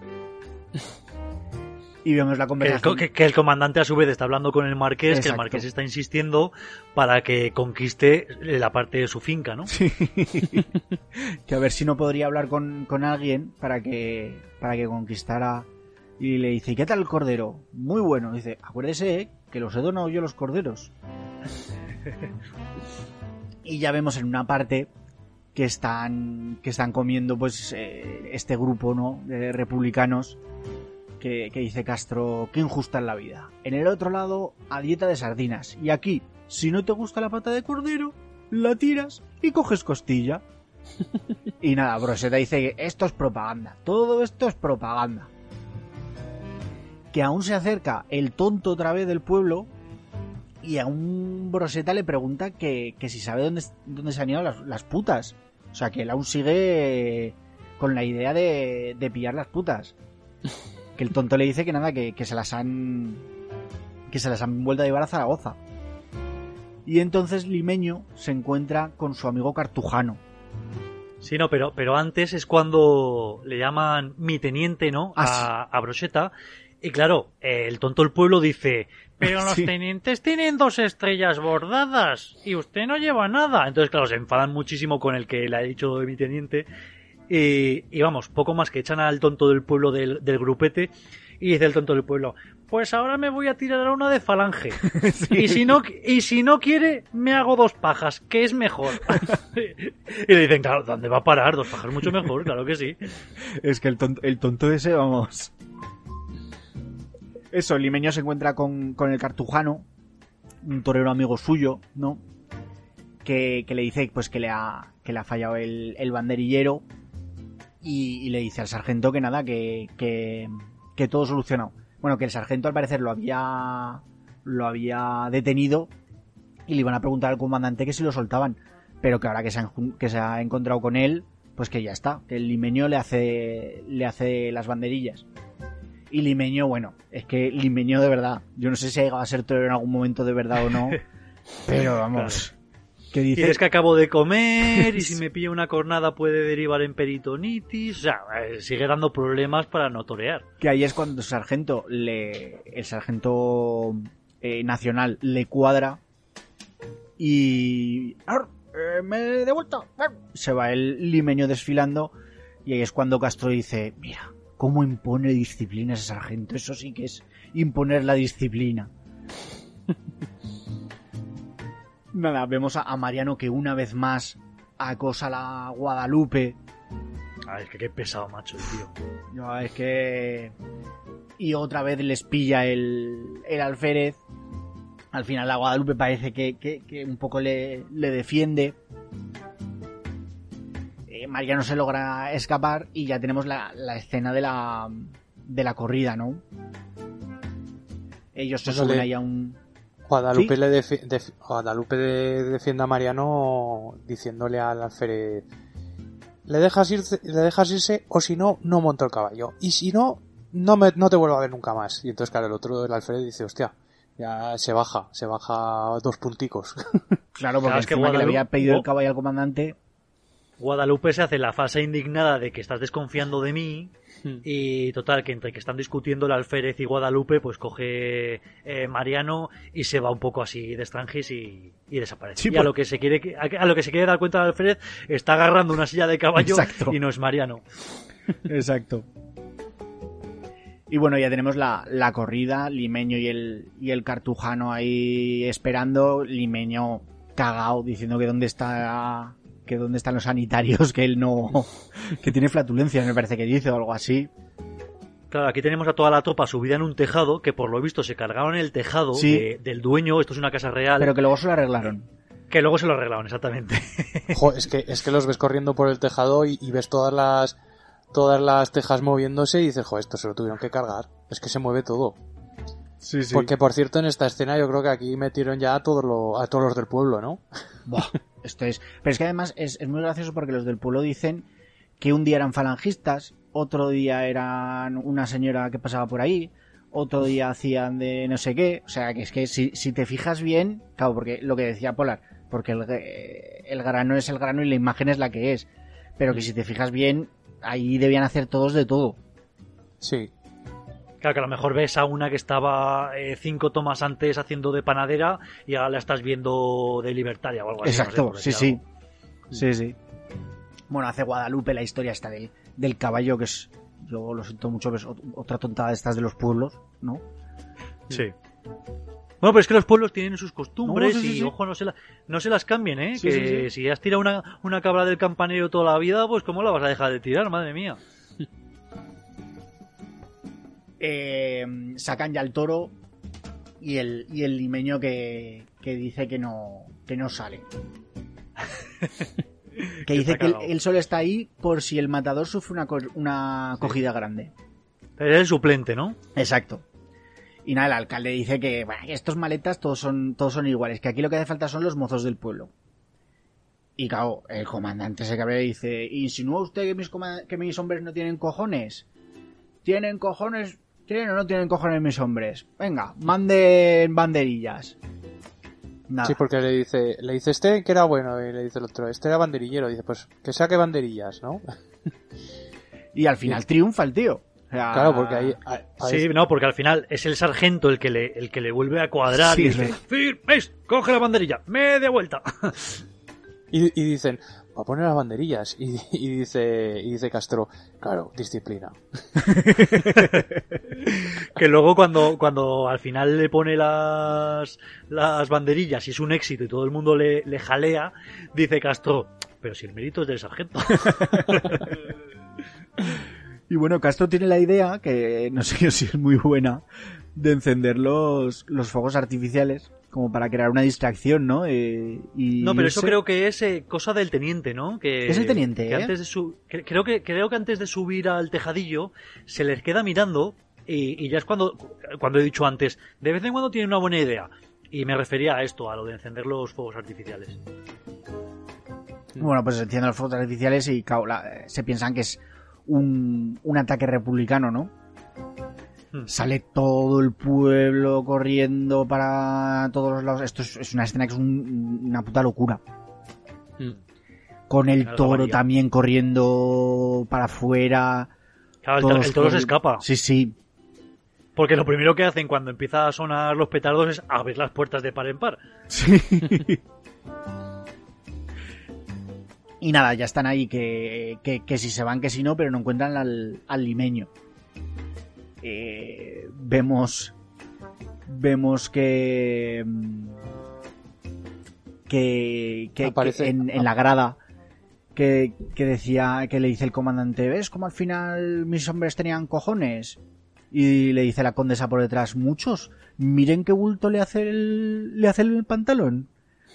Y vemos la conversación. Que el comandante a su vez está hablando con el marqués. Exacto. Que el marqués está insistiendo para que conquiste la parte de su finca, ¿no? Sí. Que a ver si no podría hablar con alguien para que conquistara. Y le dice, ¿y qué tal el cordero? Muy bueno. Dice, acuérdese que los he donado yo los corderos. Y ya vemos en una parte que están comiendo pues este grupo, ¿no? De republicanos. Que dice Castro, qué injusta es la vida. En el otro lado, a dieta de sardinas. Y aquí, si no te gusta la pata de cordero, la tiras y coges costilla. Y nada, Brocheta dice que esto es propaganda. Todo esto es propaganda. Que aún se acerca el tonto otra vez del pueblo y a un Brocheta le pregunta que si sabe dónde se han ido las putas. O sea, que él aún sigue con la idea de pillar las putas. Que el tonto le dice que nada, que se las han vuelto a llevar a Zaragoza. Y entonces Limeño se encuentra con su amigo Cartujano. Sí, no, pero antes es cuando le llaman mi teniente, ¿no? A Brocheta. Y claro, el tonto del pueblo dice, pero los tenientes tienen 2 estrellas bordadas y usted no lleva nada. Entonces, claro, se enfadan muchísimo con el que le ha dicho de mi teniente. Y vamos, poco más que echan al tonto del pueblo del grupete. Y dice el tonto del pueblo, pues ahora me voy a tirar a una de falange. Sí. Y si no quiere, me hago 2 pajas, que es mejor. Y le dicen, claro, ¿dónde va a parar? 2 pajas mucho mejor, claro que sí. Es que el tonto ese, vamos. Eso, el Limeño se encuentra con el Cartujano, un torero amigo suyo, ¿no? Que le dice pues que le ha fallado el banderillero. Y le dice al sargento que nada, que todo solucionado. Bueno, que el sargento al parecer lo había detenido y le iban a preguntar al comandante que si lo soltaban. Pero que ahora que se ha encontrado con él, pues que ya está. Que el Limeño le hace las banderillas. Y Limeño, bueno, es que Limeño de verdad, yo no sé si ha llegado a ser torero en algún momento de verdad o no, pero vamos... Claro. Y es que acabo de comer y si me pilla una cornada puede derivar en peritonitis. O sea, sigue dando problemas para no torear. Que ahí es cuando el sargento nacional le cuadra y... me he devuelto. Se va el Limeño desfilando y ahí es cuando Castro dice, mira, cómo impone disciplina ese sargento. Eso sí que es imponer la disciplina. Nada, vemos a Mariano que una vez más acosa a la Guadalupe. Es que qué pesado, macho, tío. No, es que... Y otra vez les pilla el alférez. Al final la Guadalupe parece que un poco le defiende. Mariano se logra escapar y ya tenemos la escena de la corrida, ¿no? Ellos se suben ahí a un... Guadalupe, ¿sí? Guadalupe defiende a Mariano diciéndole al alférez, le dejas irse o si no, no monto el caballo. Y si no, no te vuelvo a ver nunca más. Y entonces, claro, el alférez dice, hostia, ya se baja 2 punticos. Claro, porque es que le había pedido el caballo al comandante. Guadalupe se hace la falsa indignada de que estás desconfiando de mí. Y total, que entre que están discutiendo el alférez y Guadalupe, pues coge Mariano y se va un poco así de extranjis y desaparece. Sí, y a lo que se quiere dar cuenta el alférez, está agarrando una silla de caballo. Exacto. Y no es Mariano. Exacto. Y bueno, ya tenemos la corrida, Limeño y el Cartujano ahí esperando, Limeño cagao diciendo que dónde están los sanitarios, que él no... que tiene flatulencia, me parece que dice, o algo así. Claro, aquí tenemos a toda la tropa subida en un tejado, que por lo visto se cargaron el tejado del dueño, esto es una casa real. Pero que luego se lo arreglaron. Que luego se lo arreglaron, exactamente. Es que los ves corriendo por el tejado y ves todas las tejas moviéndose y dices, esto se lo tuvieron que cargar. Es que se mueve todo. Sí, sí. Porque, por cierto, en esta escena yo creo que aquí metieron ya a todos los del pueblo, ¿no? Buah, esto es... Pero es que además es muy gracioso porque los del pueblo dicen que un día eran falangistas, otro día eran una señora que pasaba por ahí, otro día hacían de no sé qué. O sea, que es que si te fijas bien, claro, porque lo que decía Polar, porque el grano es el grano y la imagen es la que es. Pero que si te fijas bien, ahí debían hacer todos de todo. Sí. Claro, que a lo mejor ves a una que estaba 5 tomas antes haciendo de panadera y ahora la estás viendo de libertaria o algo así. Exacto, no sé, sí. Sí, sí. Bueno, hace Guadalupe la historia esta del caballo, que es, yo lo siento mucho, que es otra tontada de estas de los pueblos, ¿no? Sí. Bueno, pero es que los pueblos tienen sus costumbres sí. ojo, no se las cambien, ¿eh? Sí, que si has tirado una cabra del campanero toda la vida, pues ¿cómo la vas a dejar de tirar? Madre mía. Sacan ya el toro y el limeño que dice que no sale. Que dice que él solo está ahí por si el matador sufre una acogida grande. Pero es el suplente, ¿no? Exacto. Y nada, el alcalde dice que estos maletas todos son iguales, que aquí lo que hace falta son los mozos del pueblo. Y claro, el comandante se cabrea y dice, ¿insinúa usted que mis hombres no tienen cojones? ¿Tienen cojones? ¿Tienen o no tienen cojones mis hombres? Venga, manden banderillas. Nada. Sí, porque le dice este que era bueno y le dice el otro, este era banderillero. Dice, pues que saque banderillas, ¿no? Y al final triunfa el tío. O sea... Claro, porque ahí... Sí, no, porque al final es el sargento el que le vuelve a cuadrar, sí, y dice, ¡Firmes! ¡Coge la banderilla! ¡Media vuelta! Y dicen, va a poner las banderillas. Y dice Castro, claro, disciplina. Que luego cuando al final le pone las banderillas y es un éxito y todo el mundo le jalea, dice Castro, pero si el mérito es del sargento. Y bueno, Castro tiene la idea, que no sé si es muy buena, de encender los fuegos artificiales como para crear una distracción, ¿no? No, pero eso creo que es cosa del teniente, ¿no? Que es el teniente, que antes de creo que antes de subir al tejadillo se les queda mirando y ya es cuando he dicho antes, de vez en cuando tiene una buena idea. Y me refería a esto, a lo de encender los fuegos artificiales. Bueno, pues se encienden los fuegos artificiales y se piensan que es un ataque republicano, ¿no? Sale todo el pueblo corriendo para todos los lados. Esto es una escena que es una puta locura. Con el toro también corriendo para afuera. Claro, el toro se escapa. Sí, sí. Porque lo primero que hacen cuando empieza a sonar los petardos es abrir las puertas de par en par. Sí. Y nada, ya están ahí que si se van, que si no, pero no encuentran al limeño. Vemos que aparece en la grada que decía, que le dice el comandante, ¿ves cómo al final mis hombres tenían cojones? Y le dice la condesa por detrás, muchos, miren qué bulto le hace el pantalón.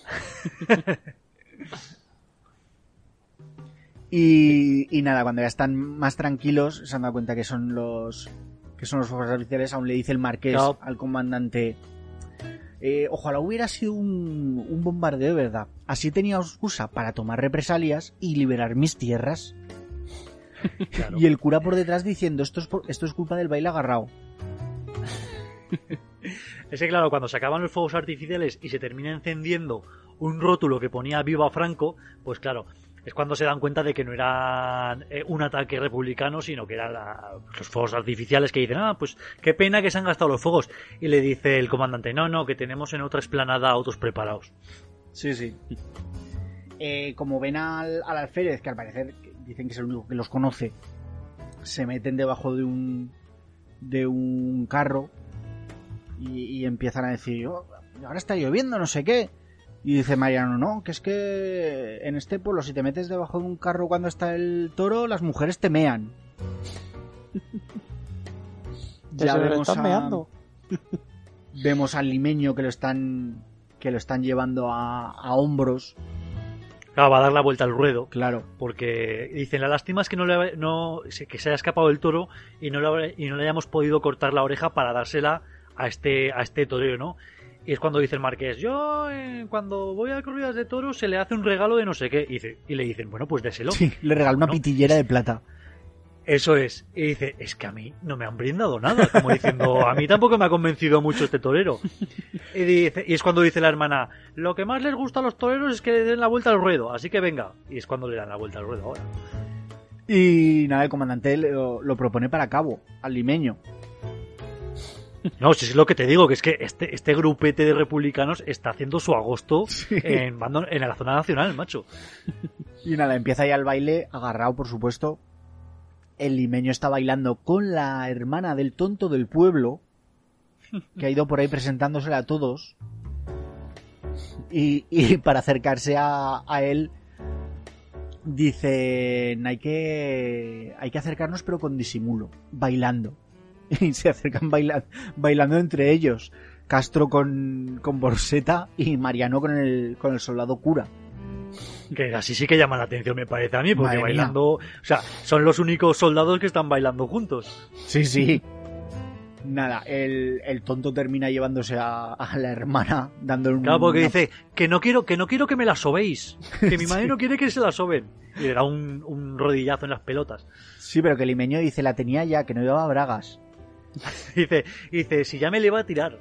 Y nada, cuando ya están más tranquilos se han dado cuenta que son los fuegos artificiales. Aún le dice el marqués al comandante, ojalá hubiera sido un bombardeo, ¿verdad? Así tenía excusa para tomar represalias y liberar mis tierras. Claro. Y el cura por detrás diciendo, esto es culpa del baile agarrado. Es que claro, cuando se acaban los fuegos artificiales y se termina encendiendo un rótulo que ponía Viva Franco, pues claro, es cuando se dan cuenta de que no era un ataque republicano, sino que eran los fuegos artificiales, que dicen, pues qué pena que se han gastado los fuegos. Y le dice el comandante, no, que tenemos en otra explanada otros preparados. Sí, sí. Como ven al alférez, que al parecer dicen que es el único que los conoce, se meten debajo de un carro y empiezan a decir, ahora está lloviendo, no sé qué. Y dice Mariano, no, que es que en este pueblo si te metes debajo de un carro cuando está el toro, las mujeres te mean. Ya vemos vemos al limeño que lo están que lo están llevando a hombros. Claro, va a dar la vuelta al ruedo. Claro. Porque dicen, la lástima es que que se haya escapado el toro y no le hayamos podido cortar la oreja para dársela a este torero, ¿no? Y es cuando dice el marqués, yo cuando voy a corridas de toros se le hace un regalo de no sé qué. Y le dicen, bueno, pues déselo. Sí, le regaló una pitillera de plata. Eso es. Y dice, es que a mí no me han brindado nada. Como diciendo, a mí tampoco me ha convencido mucho este torero. Y es cuando dice la hermana, lo que más les gusta a los toreros es que le den la vuelta al ruedo. Así que venga. Y es cuando le dan la vuelta al ruedo ahora. Y nada, el comandante lo propone para Cabo, al limeño. No, si es lo que te digo, que es que este grupete de republicanos está haciendo su agosto en la zona nacional, macho. Y nada, empieza ya el baile, agarrado, por supuesto. El limeño está bailando con la hermana del tonto del pueblo, que ha ido por ahí presentándosela a todos. Y para acercarse a él, dicen, hay que acercarnos pero con disimulo, bailando. Y se acercan bailando entre ellos. Castro con Borseta y Mariano con el soldado cura. Que así sí que llama la atención, me parece a mí, porque Madre bailando... O sea, son los únicos soldados que están bailando juntos. Sí, sí. Nada, el tonto termina llevándose a la hermana, dándole un... Claro, porque dice, que no quiero que me la sobéis. Que mi madre no quiere que se la soben. Y le da un rodillazo en las pelotas. Sí, pero que el limeño dice, la tenía ya, que no llevaba bragas. Dice, si ya me le iba a tirar.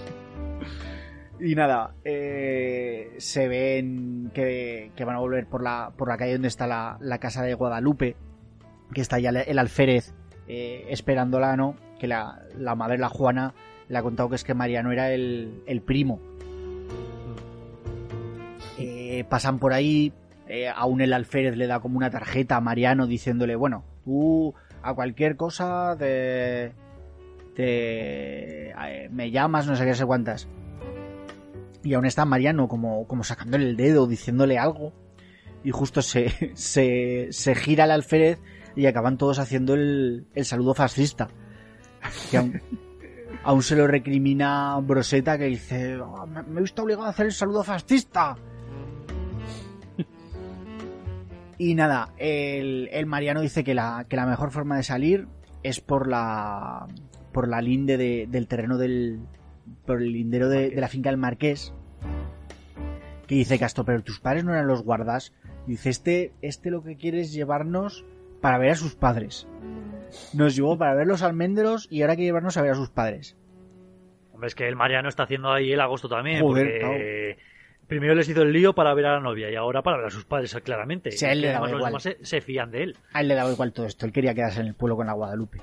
Y nada, se ven que van a volver por la calle donde está la casa de Guadalupe, que está ya el alférez esperándola, ¿no? Que la madre, la Juana, le ha contado que es que Mariano era el primo. Pasan por ahí, aún el alférez le da como una tarjeta a Mariano diciéndole, bueno, tú a cualquier cosa me llamas, no sé qué, sé cuántas. Y aún está Mariano como sacándole el dedo, diciéndole algo. Y justo se gira el alférez y acaban todos haciendo el saludo fascista. Que aún se lo recrimina Broseta, que dice, oh, me he visto obligado a hacer el saludo fascista. Y nada, el Mariano dice que la mejor forma de salir es por la linde del terreno por el lindero de la finca del Marqués, que dice Castro, pero tus padres no eran los guardas. Y dice, este lo que quiere es llevarnos para ver a sus padres. Nos llevó para ver los almendros y ahora quiere llevarnos a ver a sus padres. Hombre, es que el Mariano está haciendo ahí el agosto también. Joder, porque claro. Primero les hizo el lío para ver a la novia y ahora para ver a sus padres, claramente. Sí, a él le daba los igual. demás se fían de él. A él le daba igual todo esto. Él quería quedarse en el pueblo con la Guadalupe.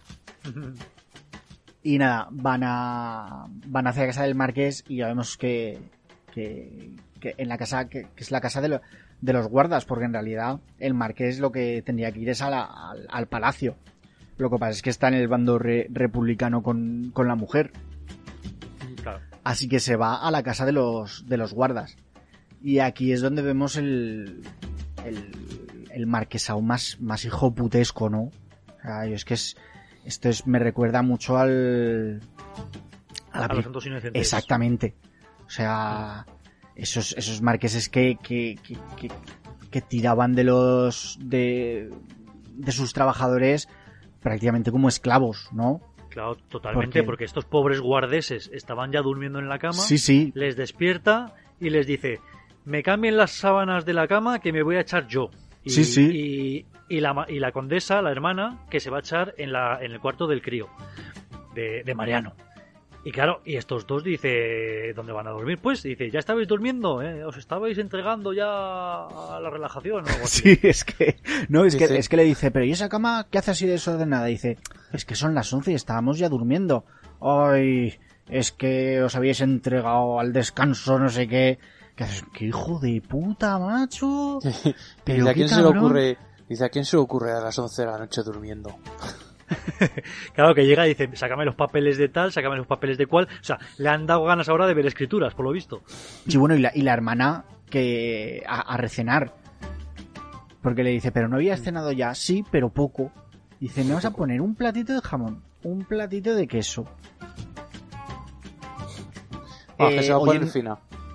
Y nada, van hacia la casa del Marqués y ya vemos que en la casa, que es la casa de los guardas, porque en realidad el Marqués lo que tendría que ir es al palacio. Lo que pasa es que está en el bando republicano con la mujer. Claro. Así que se va a la casa de los guardas. Y aquí es donde vemos el marquesado más hijoputesco, ¿no? O sea, es que me recuerda mucho a los Santos Inocentes. Exactamente. O sea, esos marqueses que tiraban de sus trabajadores prácticamente como esclavos, ¿no? Claro, totalmente, porque estos pobres guardeses estaban ya durmiendo en la cama. Sí, sí. Les despierta y les dice, me cambien las sábanas de la cama que me voy a echar yo. Y la condesa, la hermana, que se va a echar en el cuarto del crío de Mariano. Y claro, y estos dos dice, ¿dónde van a dormir? Pues dice, ya estabais durmiendo, os estabais entregando ya a la relajación o algo así. Sí, es que le dice, pero ¿y esa cama qué hace así desordenada? Dice, es que son las 11 y estábamos ya durmiendo. Ay, es que os habíais entregado al descanso, no sé qué. ¿Qué hijo de puta, macho? Pero ¿a quién se le ocurre? Dice, ¿a quién se le ocurre a las 11 de la noche durmiendo? Claro, que llega y dice, sácame los papeles de tal, sácame los papeles de cual. O sea, le han dado ganas ahora de ver escrituras, por lo visto. Sí, bueno, y la hermana que a recenar. Porque le dice, pero no habías cenado ya. Sí, pero poco. Dice, me vas a poner un platito de jamón, un platito de queso. Que se va a poner fina.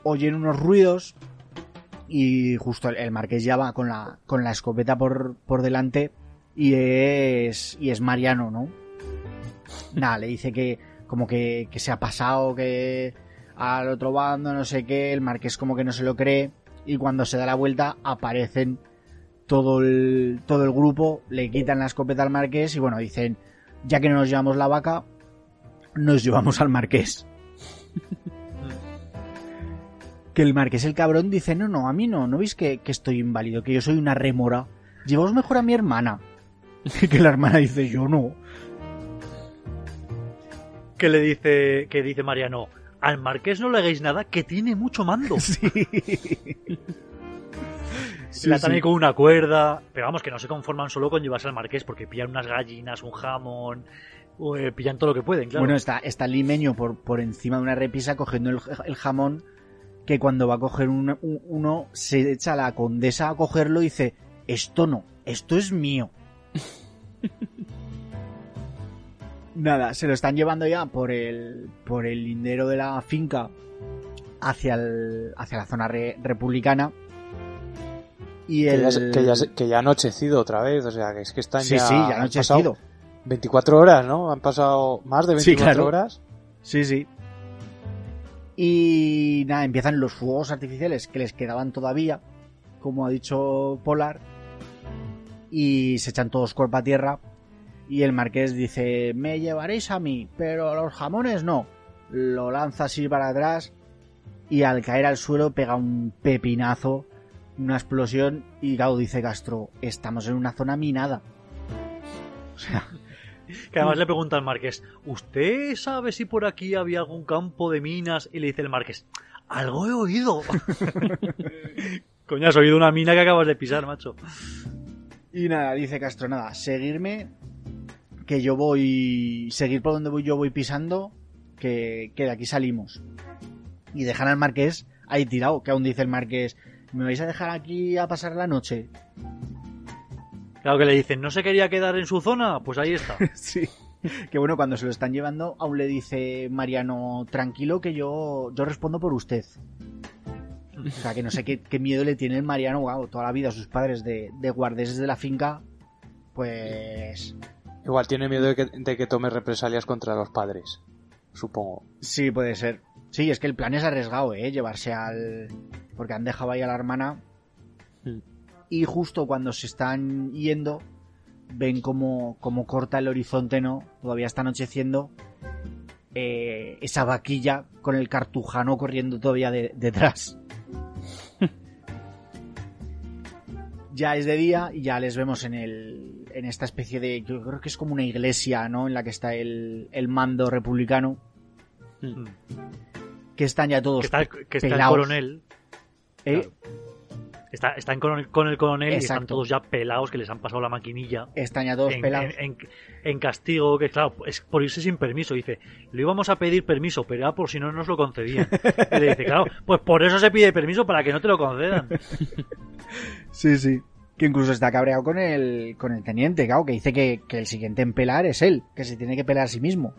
oyen unos ruidos y justo el marqués ya va con la escopeta por delante y es Mariano, ¿no? Nada, le dice que como que se ha pasado, que al otro bando, no sé qué, el marqués como que no se lo cree y cuando se da la vuelta aparecen todo el grupo, le quitan la escopeta al marqués y bueno, dicen, ya que no nos llevamos la vaca, nos llevamos al marqués. Que el marqués, el cabrón, dice, no, a mí no veis que estoy inválido, que yo soy una rémora, llevaos mejor a mi hermana. Que la hermana dice, yo no. Que dice Mariano, al marqués no le hagáis nada, que tiene mucho mando. Sí. La atan ahí con una cuerda, pero vamos, que no se conforman solo con llevarse al marqués, porque pillan unas gallinas, un jamón, pillan todo lo que pueden, claro. Bueno, está Limeño por encima de una repisa cogiendo el jamón, que cuando va a coger uno se echa a la condesa a cogerlo y dice, esto no, esto es mío. Nada, se lo están llevando ya por el lindero de la finca hacia la zona republicana. Y que ya ha anochecido otra vez, o sea, que es que están ya ha anochecido. 24 horas, ¿no? Han pasado más de 24 horas. Sí. Y nada, empiezan los fuegos artificiales que les quedaban todavía, como ha dicho Polar, y se echan todos cuerpo a tierra. Y el marqués dice, me llevaréis a mí, pero los jamones no. Lo lanza así para atrás y al caer al suelo pega un pepinazo, una explosión, y claro, dice Castro, estamos en una zona minada. O sea... Que además le pregunta al marqués, ¿usted sabe si por aquí había algún campo de minas? Y le dice el marqués, algo he oído. Coño, has oído una mina que acabas de pisar, macho. Y nada, dice Castro, nada, seguirme, que yo voy... Seguir por donde voy yo voy pisando, que de aquí salimos. Y dejan al marqués ahí tirado, que aún dice el marqués, ¿me vais a dejar aquí a pasar la noche? Claro, que le dicen, ¿no se quería quedar en su zona? Pues ahí está. Sí. Que bueno, cuando se lo están llevando, aún le dice Mariano, tranquilo que yo respondo por usted. O sea, que no sé qué miedo le tiene el Mariano, wow, toda la vida a sus padres de guardeses de la finca, pues... Igual tiene miedo de que tome represalias contra los padres, supongo. Sí, puede ser. Sí, es que el plan es arriesgado, llevarse al... Porque han dejado ahí a la hermana... Y justo cuando se están yendo, ven como corta el horizonte, ¿no? Todavía está anocheciendo. Esa vaquilla con el cartujano corriendo todavía detrás. Ya es de día y ya les vemos en esta especie de... Yo creo que es como una iglesia, ¿no? En la que está el mando republicano. Que están ya todos que está pelados. El coronel. Claro. Están con el coronel. Exacto. Y están todos ya pelados, que les han pasado la maquinilla. Están ya todos pelados. En castigo, que claro, es por irse sin permiso. Dice, le íbamos a pedir permiso, pero era por si no nos lo concedían. Y le dice, claro, pues por eso se pide permiso, para que no te lo concedan. Sí. Que incluso está cabreado con el teniente, claro, que dice que el siguiente en pelar es él, que se tiene que pelar a sí mismo.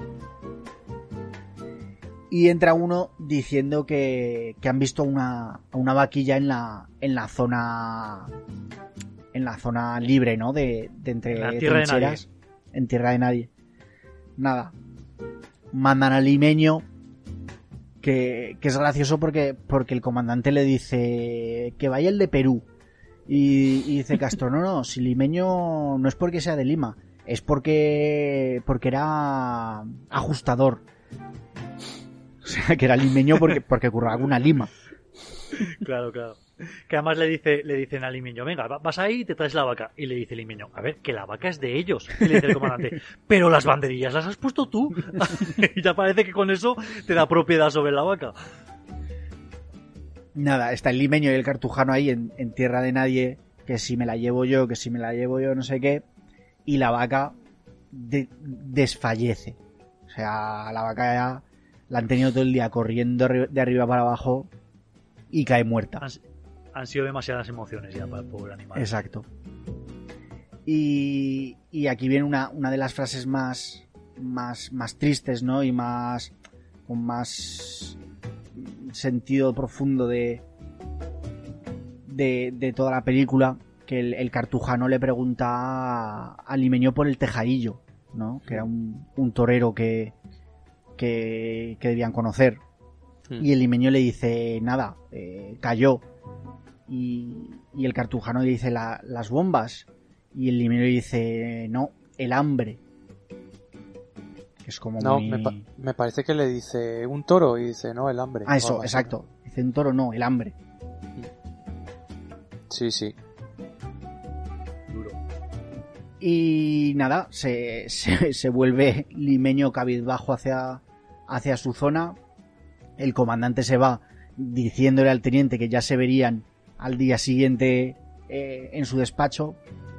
Y entra uno diciendo que han visto una vaquilla en la zona libre, ¿no? De entre la tierra trincheras, de nadie. En tierra de nadie. Nada. Mandan al limeño, que es gracioso porque el comandante le dice que vaya el de Perú. Y dice Castro, no, si limeño no es porque sea de Lima, es porque era ajustador. O sea, que era limeño porque curraba una lima. Claro. Que además le dicen al limeño, venga, vas ahí y te traes la vaca. Y le dice el limeño, a ver, que la vaca es de ellos. Y le dice el comandante, pero las banderillas las has puesto tú. Y ya parece que con eso te da propiedad sobre la vaca. Nada, está el limeño y el cartujano ahí en tierra de nadie, que si me la llevo yo, no sé qué. Y la vaca desfallece. O sea, la vaca ya la han tenido todo el día corriendo de arriba para abajo y cae muerta. Han sido demasiadas emociones ya para el pobre animal. Exacto. Y aquí viene una de las frases más tristes, ¿no? Y con más sentido profundo de toda la película, que el cartujano le pregunta a Limeño por el tejadillo, ¿no? Que era un torero que debían conocer. Y el limeño le dice, nada, cayó. Y el cartujano le dice, las bombas. Y el limeño le dice, no, el hambre. Que es como no, muy... me parece que le dice un toro y dice, no, el hambre. Ah, eso, exacto. Dice un toro, no, el hambre. Sí, sí. Duro. Y nada, se vuelve Limeño cabizbajo hacia su zona. El comandante se va diciéndole al teniente que ya se verían al día siguiente en su despacho.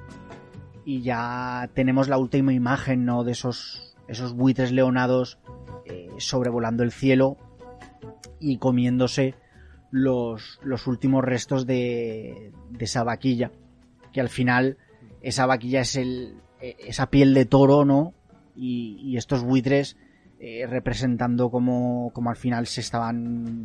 Y ya tenemos la última imagen, ¿no? De esos buitres leonados sobrevolando el cielo y comiéndose los últimos restos de esa vaquilla. Que al final esa vaquilla es esa piel de toro, ¿no? Y estos buitres representando como al final se estaban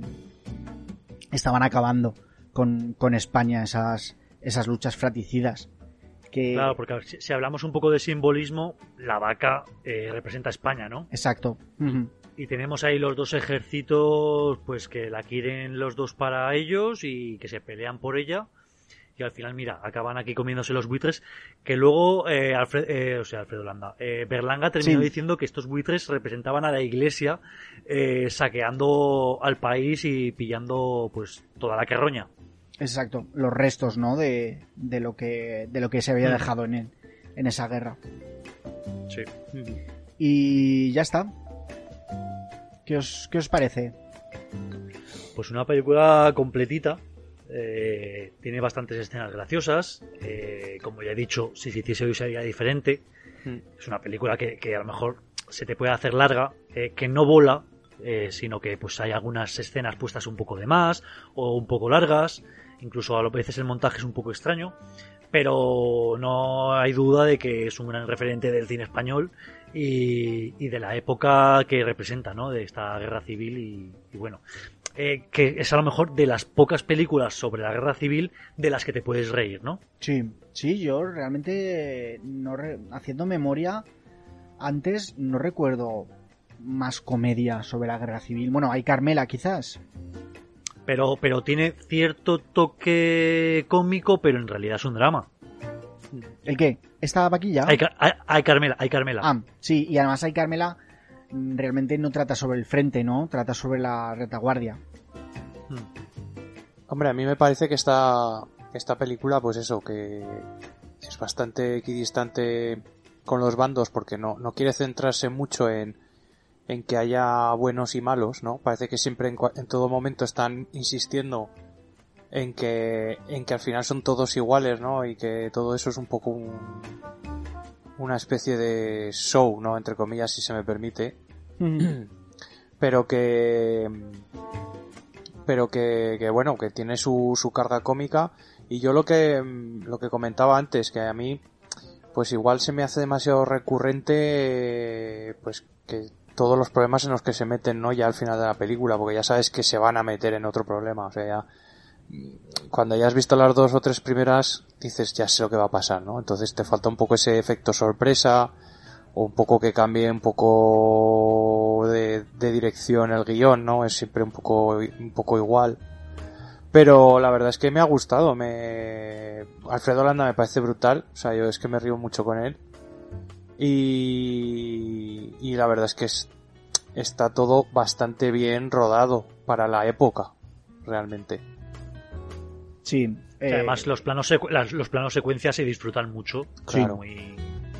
acabando con España, esas luchas fratricidas. Claro, porque si hablamos un poco de simbolismo, la vaca representa a España, ¿no? Exacto. Uh-huh. Y tenemos ahí los dos ejércitos, pues que la quieren los dos para ellos y que se pelean por ella. Y al final, mira, acaban aquí comiéndose los buitres, que luego Alfredo Landa, Berlanga terminó diciendo que estos buitres representaban a la iglesia saqueando al país y pillando pues toda la carroña. Exacto, los restos, ¿no? de lo que se había dejado en esa guerra. Sí. Y ya está. ¿Qué os parece? Pues una película completita. Tiene bastantes escenas graciosas. Como ya he dicho, si se hiciese hoy sería diferente. Es una película que a lo mejor se te puede hacer larga, que no vola, sino que pues hay algunas escenas puestas un poco de más o un poco largas. Incluso a veces el montaje es un poco extraño, pero no hay duda de que es un gran referente del cine español y de la época que representa, ¿no? De esta guerra civil y bueno, que es a lo mejor de las pocas películas sobre la guerra civil de las que te puedes reír, ¿no? Sí, yo realmente haciendo memoria antes no recuerdo más comedia sobre la guerra civil. Bueno, hay Carmela quizás. Pero tiene cierto toque cómico, pero en realidad es un drama. ¿El qué? ¿Esta vaquilla? Hay Carmela. Ah, sí, y además hay Carmela realmente no trata sobre el frente, ¿no? Trata sobre la retaguardia. Hombre, a mí me parece que esta película, pues eso, que es bastante equidistante con los bandos porque no quiere centrarse mucho en que haya buenos y malos, ¿no? Parece que siempre en todo momento están insistiendo en que al final son todos iguales, ¿no? Y que todo eso es un poco una especie de show, ¿no? Entre comillas, si se me permite. Pero que bueno, que tiene su carga cómica. Y yo lo que comentaba antes, que a mí pues igual se me hace demasiado recurrente pues que todos los problemas en los que se meten, ¿no? Ya al final de la película, porque ya sabes que se van a meter en otro problema, o sea, ya cuando ya has visto las 2 o 3 primeras dices, ya sé lo que va a pasar, ¿no? Entonces te falta un poco ese efecto sorpresa o un poco que cambie un poco de dirección el guión, ¿no? Es siempre un poco igual. Pero la verdad es que me ha gustado, Alfredo Landa me parece brutal, o sea, yo es que me río mucho con él. Y la verdad es que está todo bastante bien rodado para la época, realmente. Sí. Además, los planos secuencia se disfrutan mucho. Claro. Muy...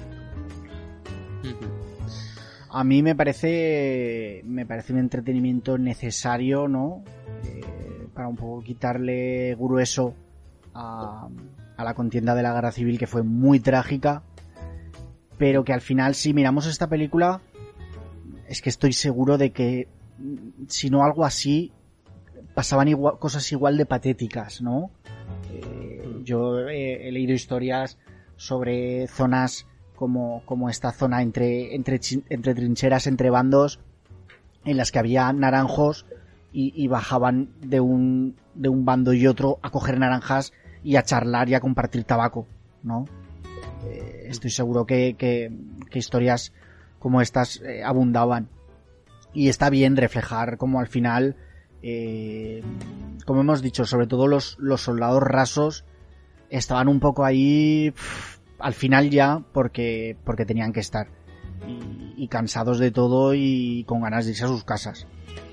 A mí me parece un entretenimiento necesario, ¿no? Para un poco quitarle grueso a la contienda de la guerra civil, que fue muy trágica. Pero que al final, si miramos esta película, es que estoy seguro de que, si no algo así, pasaban cosas igual de patéticas, ¿no? Yo he leído historias sobre zonas como esta zona entre trincheras, entre bandos, en las que había naranjos y bajaban de un bando y otro a coger naranjas y a charlar y a compartir tabaco, ¿no? Estoy seguro que historias como estas abundaban. Y está bien reflejar como al final, como hemos dicho, sobre todo los soldados rasos estaban un poco ahí al final ya porque tenían que estar. Y cansados de todo y con ganas de irse a sus casas.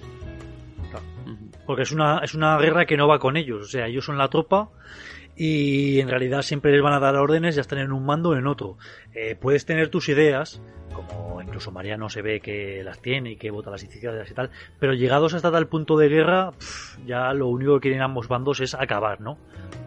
Porque es una guerra que no va con ellos. O sea, ellos son la tropa y en realidad siempre les van a dar órdenes, ya están en un mando o en otro. Puedes tener tus ideas, como incluso Mariano se ve que las tiene y que vota las izquierdas y tal, pero llegados hasta tal punto de guerra, ya lo único que quieren ambos bandos es acabar, ¿no?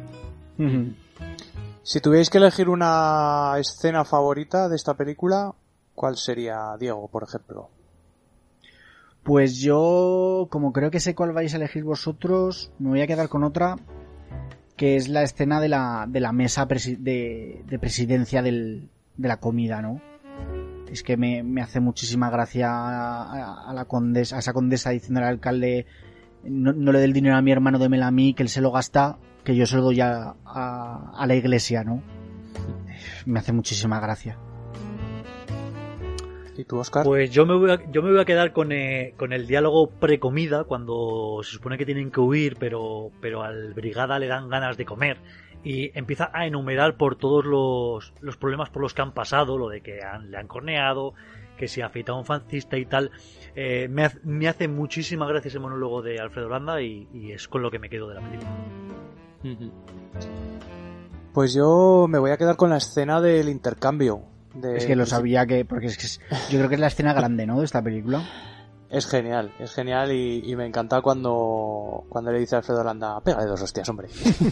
Si tuvierais que elegir una escena favorita de esta película, ¿cuál sería, Diego, por ejemplo? Pues yo, como creo que sé cuál vais a elegir vosotros, me voy a quedar con otra, que es la escena de la mesa de presidencia de la comida, ¿no? Es que me hace muchísima gracia a esa condesa diciéndole al alcalde: no le dé el dinero a mi hermano, démelo a mí, que él se lo gasta, que yo se lo doy a la iglesia, ¿no? Me hace muchísima gracia. ¿Y tú, Óscar? Pues yo me voy a quedar con el diálogo pre-comida, cuando se supone que tienen que huir, pero al brigada le dan ganas de comer y empieza a enumerar por todos los problemas por los que han pasado, lo de que le han corneado, que se ha afeitado un fascista y tal. Me hace muchísima gracia ese monólogo de Alfredo Landa y es con lo que me quedo de la película. Pues yo me voy a quedar con la escena del intercambio. Es que lo sabía porque es que yo creo que es la escena grande, ¿no?, de esta película. Es genial y me encanta cuando le dice a Alfredo Landa: pégale 2 hostias, hombre.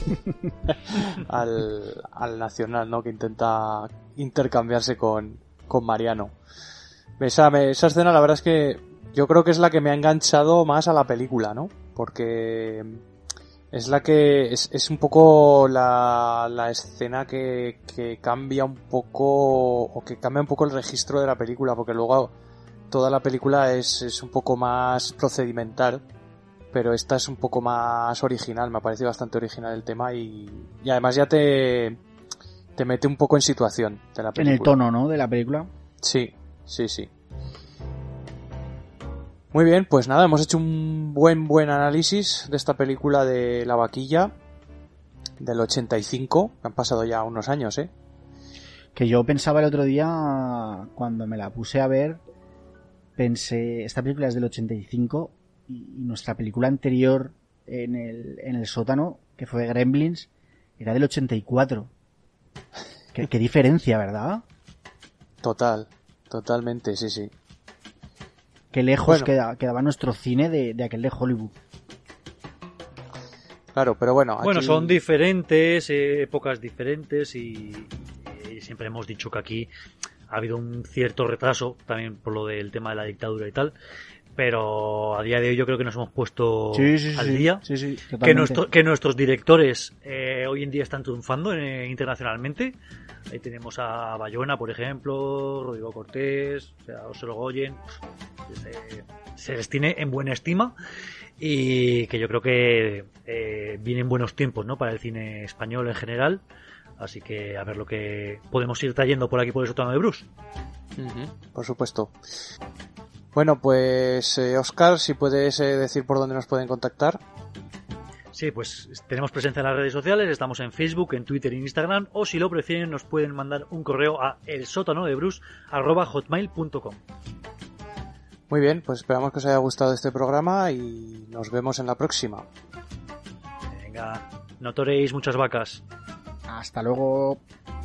al Nacional, ¿no?, que intenta intercambiarse con Mariano. Esa escena, la verdad es que yo creo que es la que me ha enganchado más a la película, ¿no? Porque es la que es un poco la escena que cambia un poco, o que cambia un poco el registro de la película, porque luego toda la película es un poco más procedimental, pero esta es un poco más original. Me ha parecido bastante original el tema y además ya te mete un poco en situación de la película. En el tono, ¿no?, de la película. Sí. Muy bien, pues nada, hemos hecho un buen análisis de esta película de La Vaquilla del 85, han pasado ya unos años, ¿eh? Que yo pensaba el otro día, cuando me la puse a ver, pensé, esta película es del 85 y nuestra película anterior en el sótano, que fue Gremlins, era del 84. Qué diferencia, ¿verdad? Totalmente, sí. Qué lejos quedaba nuestro cine de aquel de Hollywood. Claro, pero bueno... Bueno, son diferentes, épocas diferentes y siempre hemos dicho que aquí ha habido un cierto retraso, también por lo del tema de la dictadura y tal, pero a día de hoy yo creo que nos hemos puesto al día. Sí, totalmente. Que nuestros directores hoy en día están triunfando internacionalmente. Ahí tenemos a Bayona, por ejemplo, Rodrigo Cortés, o sea, Óscar Goyen. Se les tiene en buena estima y que yo creo que vienen buenos tiempos, ¿no?, para el cine español en general. Así que a ver lo que podemos ir trayendo por aquí por el sótano de Bruce. Por supuesto. Bueno, pues Óscar, si puedes decir por dónde nos pueden contactar. Sí, pues tenemos presencia en las redes sociales, estamos en Facebook, en Twitter y en Instagram, o si lo prefieren nos pueden mandar un correo a elsótanodebruce@hotmail.com. Muy bien, pues esperamos que os haya gustado este programa y nos vemos en la próxima. Venga, no toréis muchas vacas. Hasta luego.